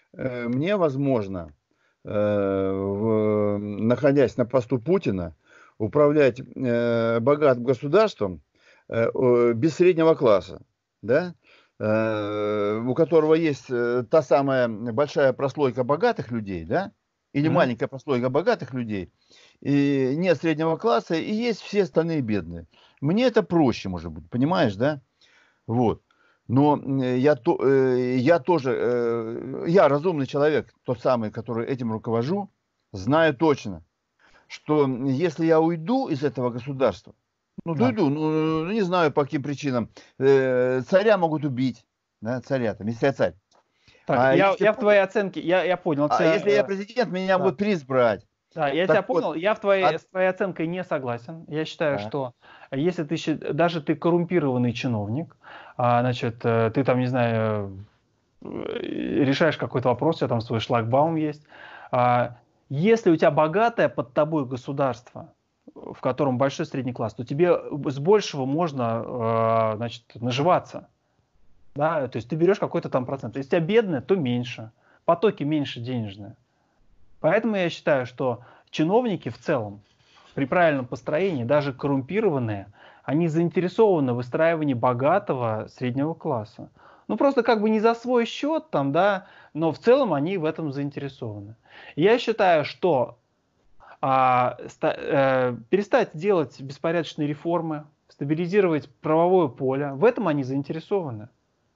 Мне, возможно, находясь на посту Путина, управлять э, богатым государством э, э, без среднего класса, да? Э, у которого есть э, та самая большая прослойка богатых людей, да? Или Мгм. маленькая прослойка богатых людей, и нет среднего класса, и есть все остальные бедные. Мне это проще, может быть, понимаешь, да? Вот. Но э, я, то, э, я тоже, э, я разумный человек, тот самый, который этим руковожу, знаю точно, что если я уйду из этого государства, ну, Да. уйду, ну, не знаю по каким причинам, э, царя могут убить, да, царя там, если я царь. Так, А я, если, я в твоей оценке, я, я понял а если я тебя. э, президент, меня да. могут приз брать. Да, я тебя Так вот, понял. Я в твоей, а- с твоей оценкой не согласен. Я считаю, да, что если ты счит- даже ты коррумпированный чиновник, а, значит, э, ты там, не знаю, э, решаешь какой-то вопрос, у тебя там свой шлагбаум есть. а, Если у тебя богатое под тобой государство, в котором большой средний класс, то тебе с большего можно, э, значит, наживаться. Да? То есть ты берешь какой-то там процент. Если у тебя бедное, то меньше. Потоки меньше денежные. Поэтому я считаю, что чиновники в целом при правильном построении, даже коррумпированные, они заинтересованы в выстраивании богатого среднего класса. Ну просто как бы не за свой счет там, да, но в целом они в этом заинтересованы. Я считаю, что а, ста- э, перестать делать беспорядочные реформы, стабилизировать правовое поле, в этом они заинтересованы.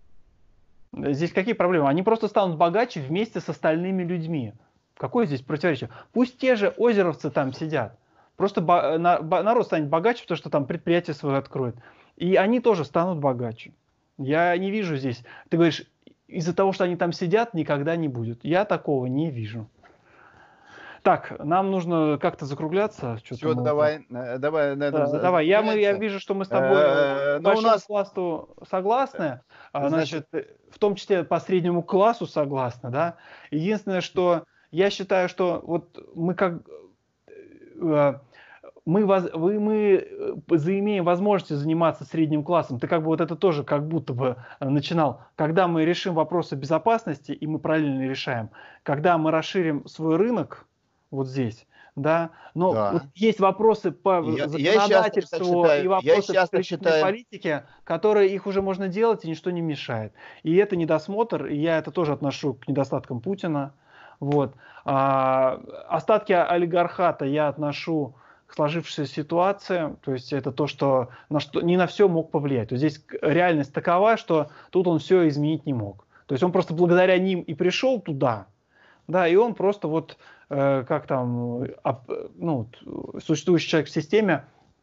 Здесь какие проблемы? Они просто станут богаче вместе с остальными людьми. Какое здесь противоречие? Пусть те же озеровцы там сидят. Просто ба- на- ба- народ станет богаче, потому что там предприятие свое откроет. И они тоже станут богаче. Я не вижу здесь. Ты говоришь, из-за того, что они там сидят, никогда не будет. Я такого не вижу. Так, нам нужно как-то закругляться. Что-то все, мы уже... давай, э, давай на этом Да, за- давай, я, мы, я закругляемся. вижу, что мы с тобой э, Э, по Но у большому нас, пласту согласны, а, значит, значит, э, в том числе по среднему классу согласны, да. Единственное, что я считаю, что вот мы как э, мы, воз- вы, мы э, заимеем возможности заниматься средним классом. Ты как бы вот это тоже как будто бы э, начинал. Когда мы решим вопросы безопасности, и мы параллельно решаем, когда мы расширим свой рынок вот здесь, да, но вот да. есть вопросы по Я, я и сейчас так законодательству и считаю, я и вопросы по сейчас так количественной считаю. политике, которые их уже можно делать, и ничто не мешает. И это недосмотр, и я это тоже отношу к недостаткам Путина. Вот. А, остатки олигархата я отношу к сложившейся ситуации, то есть это то, что, на что не на все мог повлиять. То есть здесь реальность такова, что тут он все изменить не мог. То есть он просто благодаря ним и пришел туда, да, и он просто вот э, как там, об, ну, существующий человек в системе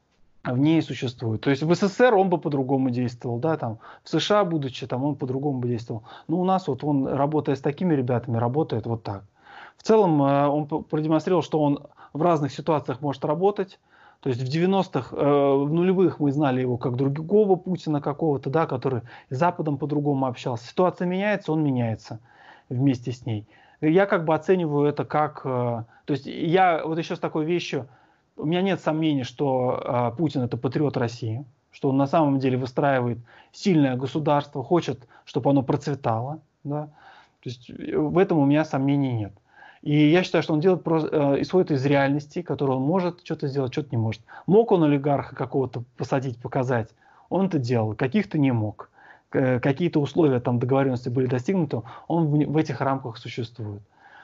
в ней существует. То есть в СССР он бы по-другому действовал, да, там, в США будучи, там, он по-другому бы действовал. Но у нас вот он, работая с такими ребятами, работает вот так. В целом э, он продемонстрировал, что он в разных ситуациях может работать. То есть в девяностых, э, в нулевых мы знали его как другого Путина какого-то, да, который с Западом по-другому общался. Ситуация меняется, он меняется вместе с ней. Я как бы оцениваю это как... Э, то есть я вот еще с такой вещью, у меня нет сомнений, что э, Путин это патриот России, что он на самом деле выстраивает сильное государство, хочет, чтобы оно процветало. Да? То есть в этом у меня сомнений нет. И я считаю, что он делает, э, исходит из реальности, которую он может что-то сделать, что-то не может. Мог он олигарха какого-то посадить, показать? Он это делал, каких-то не мог. Какие-то условия там договоренности были достигнуты, он в, в этих рамках существует.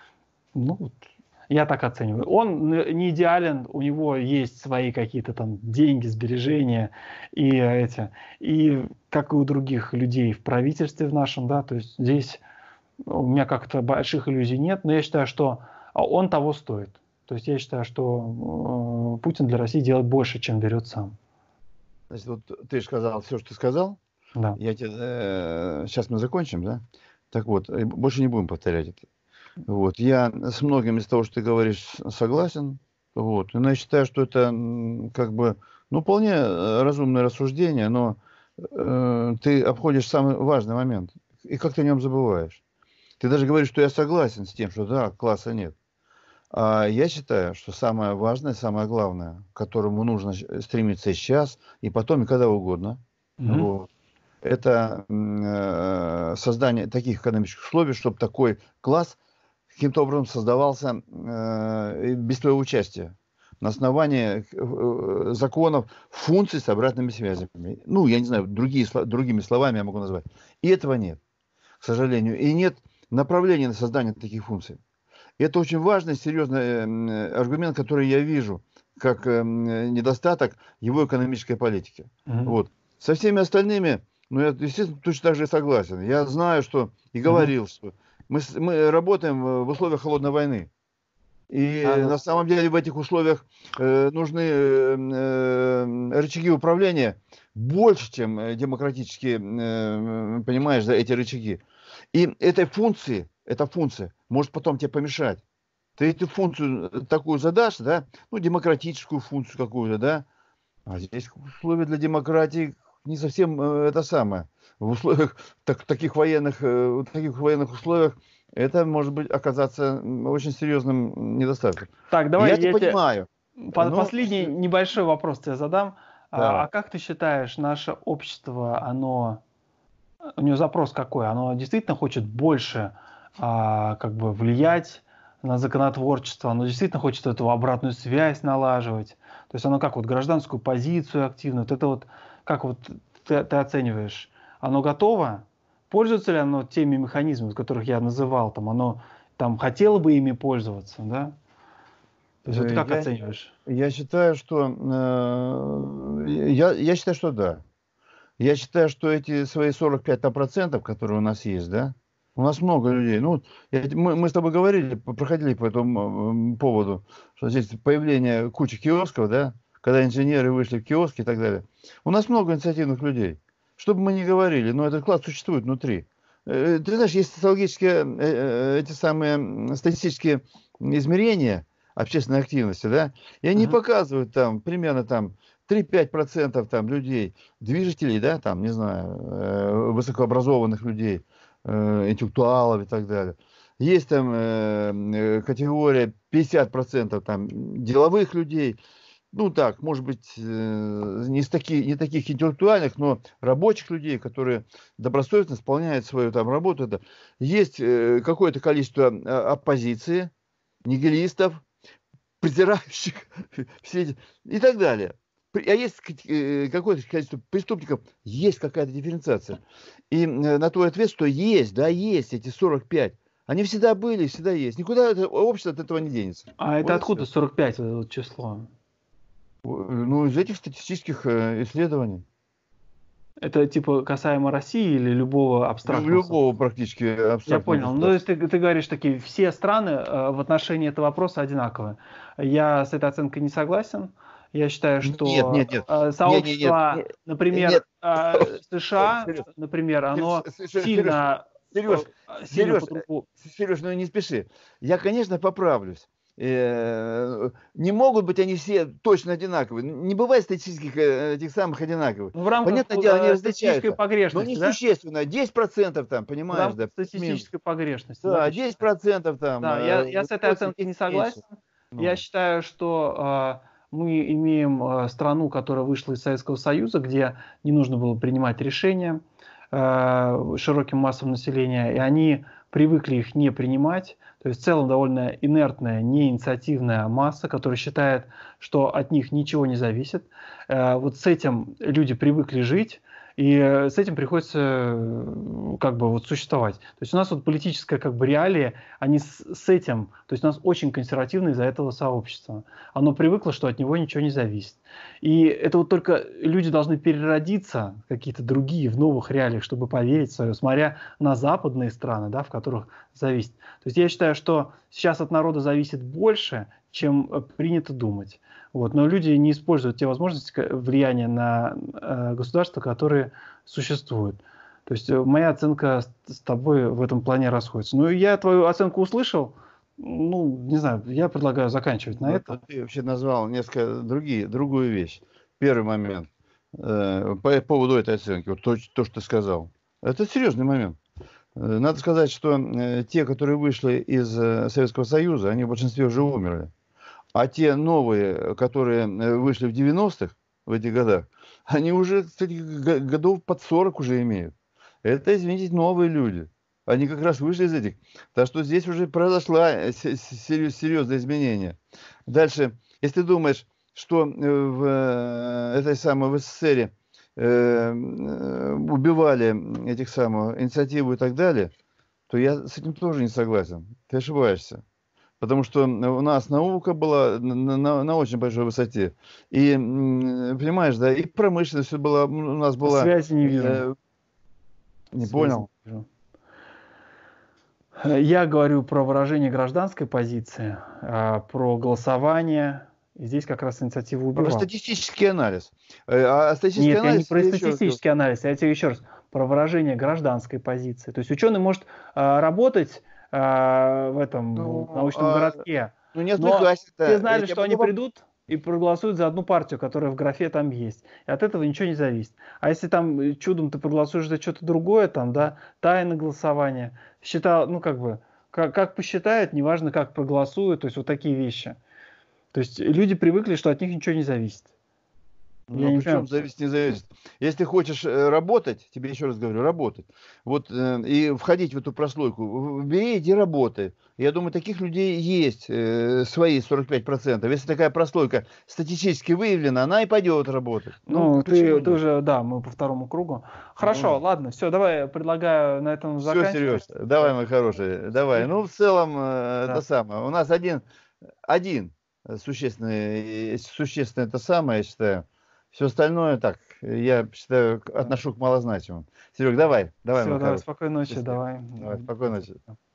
Ну, вот, я так оцениваю. Он не идеален, у него есть свои какие-то там деньги, сбережения и эти, и как и у других людей в правительстве в нашем, да, то есть здесь у меня как-то больших иллюзий нет, но я считаю, что он того стоит. То есть я считаю, что э, Путин для России делает больше, чем берет сам. Значит, вот ты же сказал все, что ты сказал. Да. Я тебе, э, сейчас мы закончим, да? Так вот, э, больше не будем повторять это. Вот, я с многим из того, что ты говоришь, согласен. Вот, но я считаю, что это м, как бы, ну, вполне э, разумное рассуждение, но э, ты обходишь самый важный момент. И как ты о нем забываешь. Ты даже говоришь, что я согласен с тем, что да, класса нет. А я считаю, что самое важное, самое главное, к которому нужно стремиться сейчас, и потом, и когда угодно, Угу. вот, это э, создание таких экономических условий, чтобы такой класс каким-то образом создавался э, без твоего участия. на основании э, законов функций с обратными связями. Ну, я не знаю, другие, другими словами я могу назвать. И этого нет, к сожалению. И нет направления на создание таких функций. И это очень важный, серьезный э, аргумент, который я вижу как э, недостаток его экономической политики. Mm-hmm. Вот. Со всеми остальными, ну, я, естественно, точно так же согласен. Я знаю, что и говорил, mm-hmm. что мы, мы работаем в условиях холодной войны. И а, на самом деле в этих условиях э, нужны э, э, рычаги управления больше, чем демократические, э, понимаешь, да, эти рычаги. И этой функции, эта функция может потом тебе помешать. Ты эту функцию такую задашь, да, ну, демократическую функцию какую-то, да, а здесь условия для демократии не совсем э, это самое. В условиях так, таких военных, э, в таких военных условиях это может быть оказаться очень серьезным недостатком. Так, давай я я это понимаю. По но... Последний небольшой вопрос тебе задам. Да. А, а как ты считаешь, наше общество, оно, у него запрос какой? Оно действительно хочет больше а, как бы влиять на законотворчество, оно действительно хочет эту обратную связь налаживать. То есть оно как вот гражданскую позицию активную, вот это вот, как вот ты, ты оцениваешь, оно готово? Пользуется ли оно теми механизмами, которых я называл, там оно там хотело бы ими пользоваться, да? То есть вот как я, оцениваешь? Я считаю, что э, я, я считаю, что да. Я считаю, что эти свои сорок пять процентов, которые у нас есть, да, у нас много людей. Ну, я, мы, мы с тобой говорили, проходили по этому поводу, что здесь появление кучи киосков, да, когда инженеры вышли в киоски и так далее. У нас много инициативных людей. Что бы мы ни говорили, но этот класс существует внутри. Ты знаешь, есть социологические, эти самые статистические измерения общественной активности, да, и они uh-huh. показывают там примерно там три-пять процентов там людей, движителей, да, там, не знаю, высокообразованных людей, интеллектуалов и так далее. Есть там э, категория пятьдесят процентов там деловых людей, ну так, может быть, э, не, с таки, не таких интеллектуальных, но рабочих людей, которые добросовестно исполняют свою там работу. Это. Есть э, какое-то количество оппозиции, нигилистов, презирающих все эти, и так далее. А есть какое-то количество преступников, есть какая-то дифференциация. И на твой ответ, что есть, да, есть эти сорок пять. Они всегда были, всегда есть. Никуда это, общество от этого не денется. А вот это откуда все. сорок пять, это вот число? Ну, из этих статистических исследований. Это типа касаемо России или любого абстрактного? Любого практически абстрактного. Я понял. Ну, ты, ты говоришь, такие все страны э, в отношении этого вопроса одинаковые. Я с этой оценкой не согласен. Я считаю, что нет, нет, нет. сообщество, нет, нет, нет. например, нет. США, Сереж, например, оно Сереж, сильно... Сереж, Сереж, Сереж, ну не спеши. Я, конечно, поправлюсь. Не могут быть они все точно одинаковые. Не бывает статистических этих самых одинаковых. Ну, в рамках понятное дело, они различаются. Погрешности, но несущественно. Да? десять процентов там, понимаешь, да? Статистической погрешности. Да, да, десять процентов там. Да, я, я с этой оценкой не согласен. Ну. Я считаю, что э, мы имеем э, страну, которая вышла из Советского Союза, где не нужно было принимать решения э, широким массам населения, и они привыкли их не принимать. То есть в целом довольно инертная, неинициативная масса, которая считает, что от них ничего не зависит. Вот с этим люди привыкли жить, и с этим приходится как бы вот существовать. То есть у нас вот политическая как бы реалия, они с, с этим, то есть у нас очень консервативное из-за этого сообщество. Оно привыкло, что от него ничего не зависит. И это вот только люди должны переродиться, какие-то другие, в новых реалиях, чтобы поверить в свое, смотря на западные страны, да, в которых зависит. То есть я считаю, что сейчас от народа зависит больше, чем принято думать. Вот. Но люди не используют те возможности влияния на э, государство, которые существуют. То есть моя оценка с, с тобой в этом плане расходится. Ну, я твою оценку услышал. Ну, не знаю, я предлагаю заканчивать на ну, этом. Ты вообще назвал несколько другие, другую вещь. Первый момент. Э, по поводу этой оценки. Вот то, то, что ты сказал. Это серьезный момент. Надо сказать, что э, те, которые вышли из э, Советского Союза, они в большинстве уже умерли. А те новые, которые вышли в девяностых, в этих годах, они уже, кстати, годов под сорок уже имеют. Это, извините, новые люди. Они как раз вышли из этих. Так что здесь уже произошла серьезное изменение. Дальше. Если ты думаешь, что в э, этой самой в СССР э, убивали этих самых инициативу и так далее, то я с этим тоже не согласен. Ты ошибаешься. Потому что у нас наука была на, на, на очень большой высоте. И, понимаешь, да, и промышленность была, у нас была... Связи не вижу. Э, не Связи понял. не вижу. Я говорю про выражение гражданской позиции, про голосование. И здесь как раз инициативу убивал. Про статистический анализ. А статистический Нет, анализ, я не про я статистический анализ, я тебе еще раз про выражение гражданской позиции. То есть ученый может а, работать а, в этом ну, научном а, городке, ну, не но отвлекайся. все знали, что они придут и проголосуют за одну партию, которая в графе там есть. И от этого ничего не зависит. А если там чудом ты проголосуешь за что-то другое, там, да, тайное голосование, считал, ну, как бы, как, как посчитают, неважно, как проголосуют, то есть вот такие вещи. То есть люди привыкли, что от них ничего не зависит. Ну, а причем зависит, не зависит. Если ты хочешь работать, тебе еще раз говорю, работать, вот, э, и входить в эту прослойку, бери, иди работай. Я думаю, таких людей есть, э, свои сорок пять процентов. Если такая прослойка статистически выявлена, она и пойдет работать. Ну, ну ты, ты уже, да, мы по второму кругу. Хорошо, ну, ладно, все, давай, предлагаю на этом все, заканчивать. Сереж, давай, мой хороший, давай. Ну, в целом, э, да. Это самое. У нас один, один существенный, существенный это самое, я считаю. Все остальное так, я считаю, отношу к малозначимым. Серег, давай, давай. Все, давай, спокойной ночи, давай. Давай, спокойной ночи.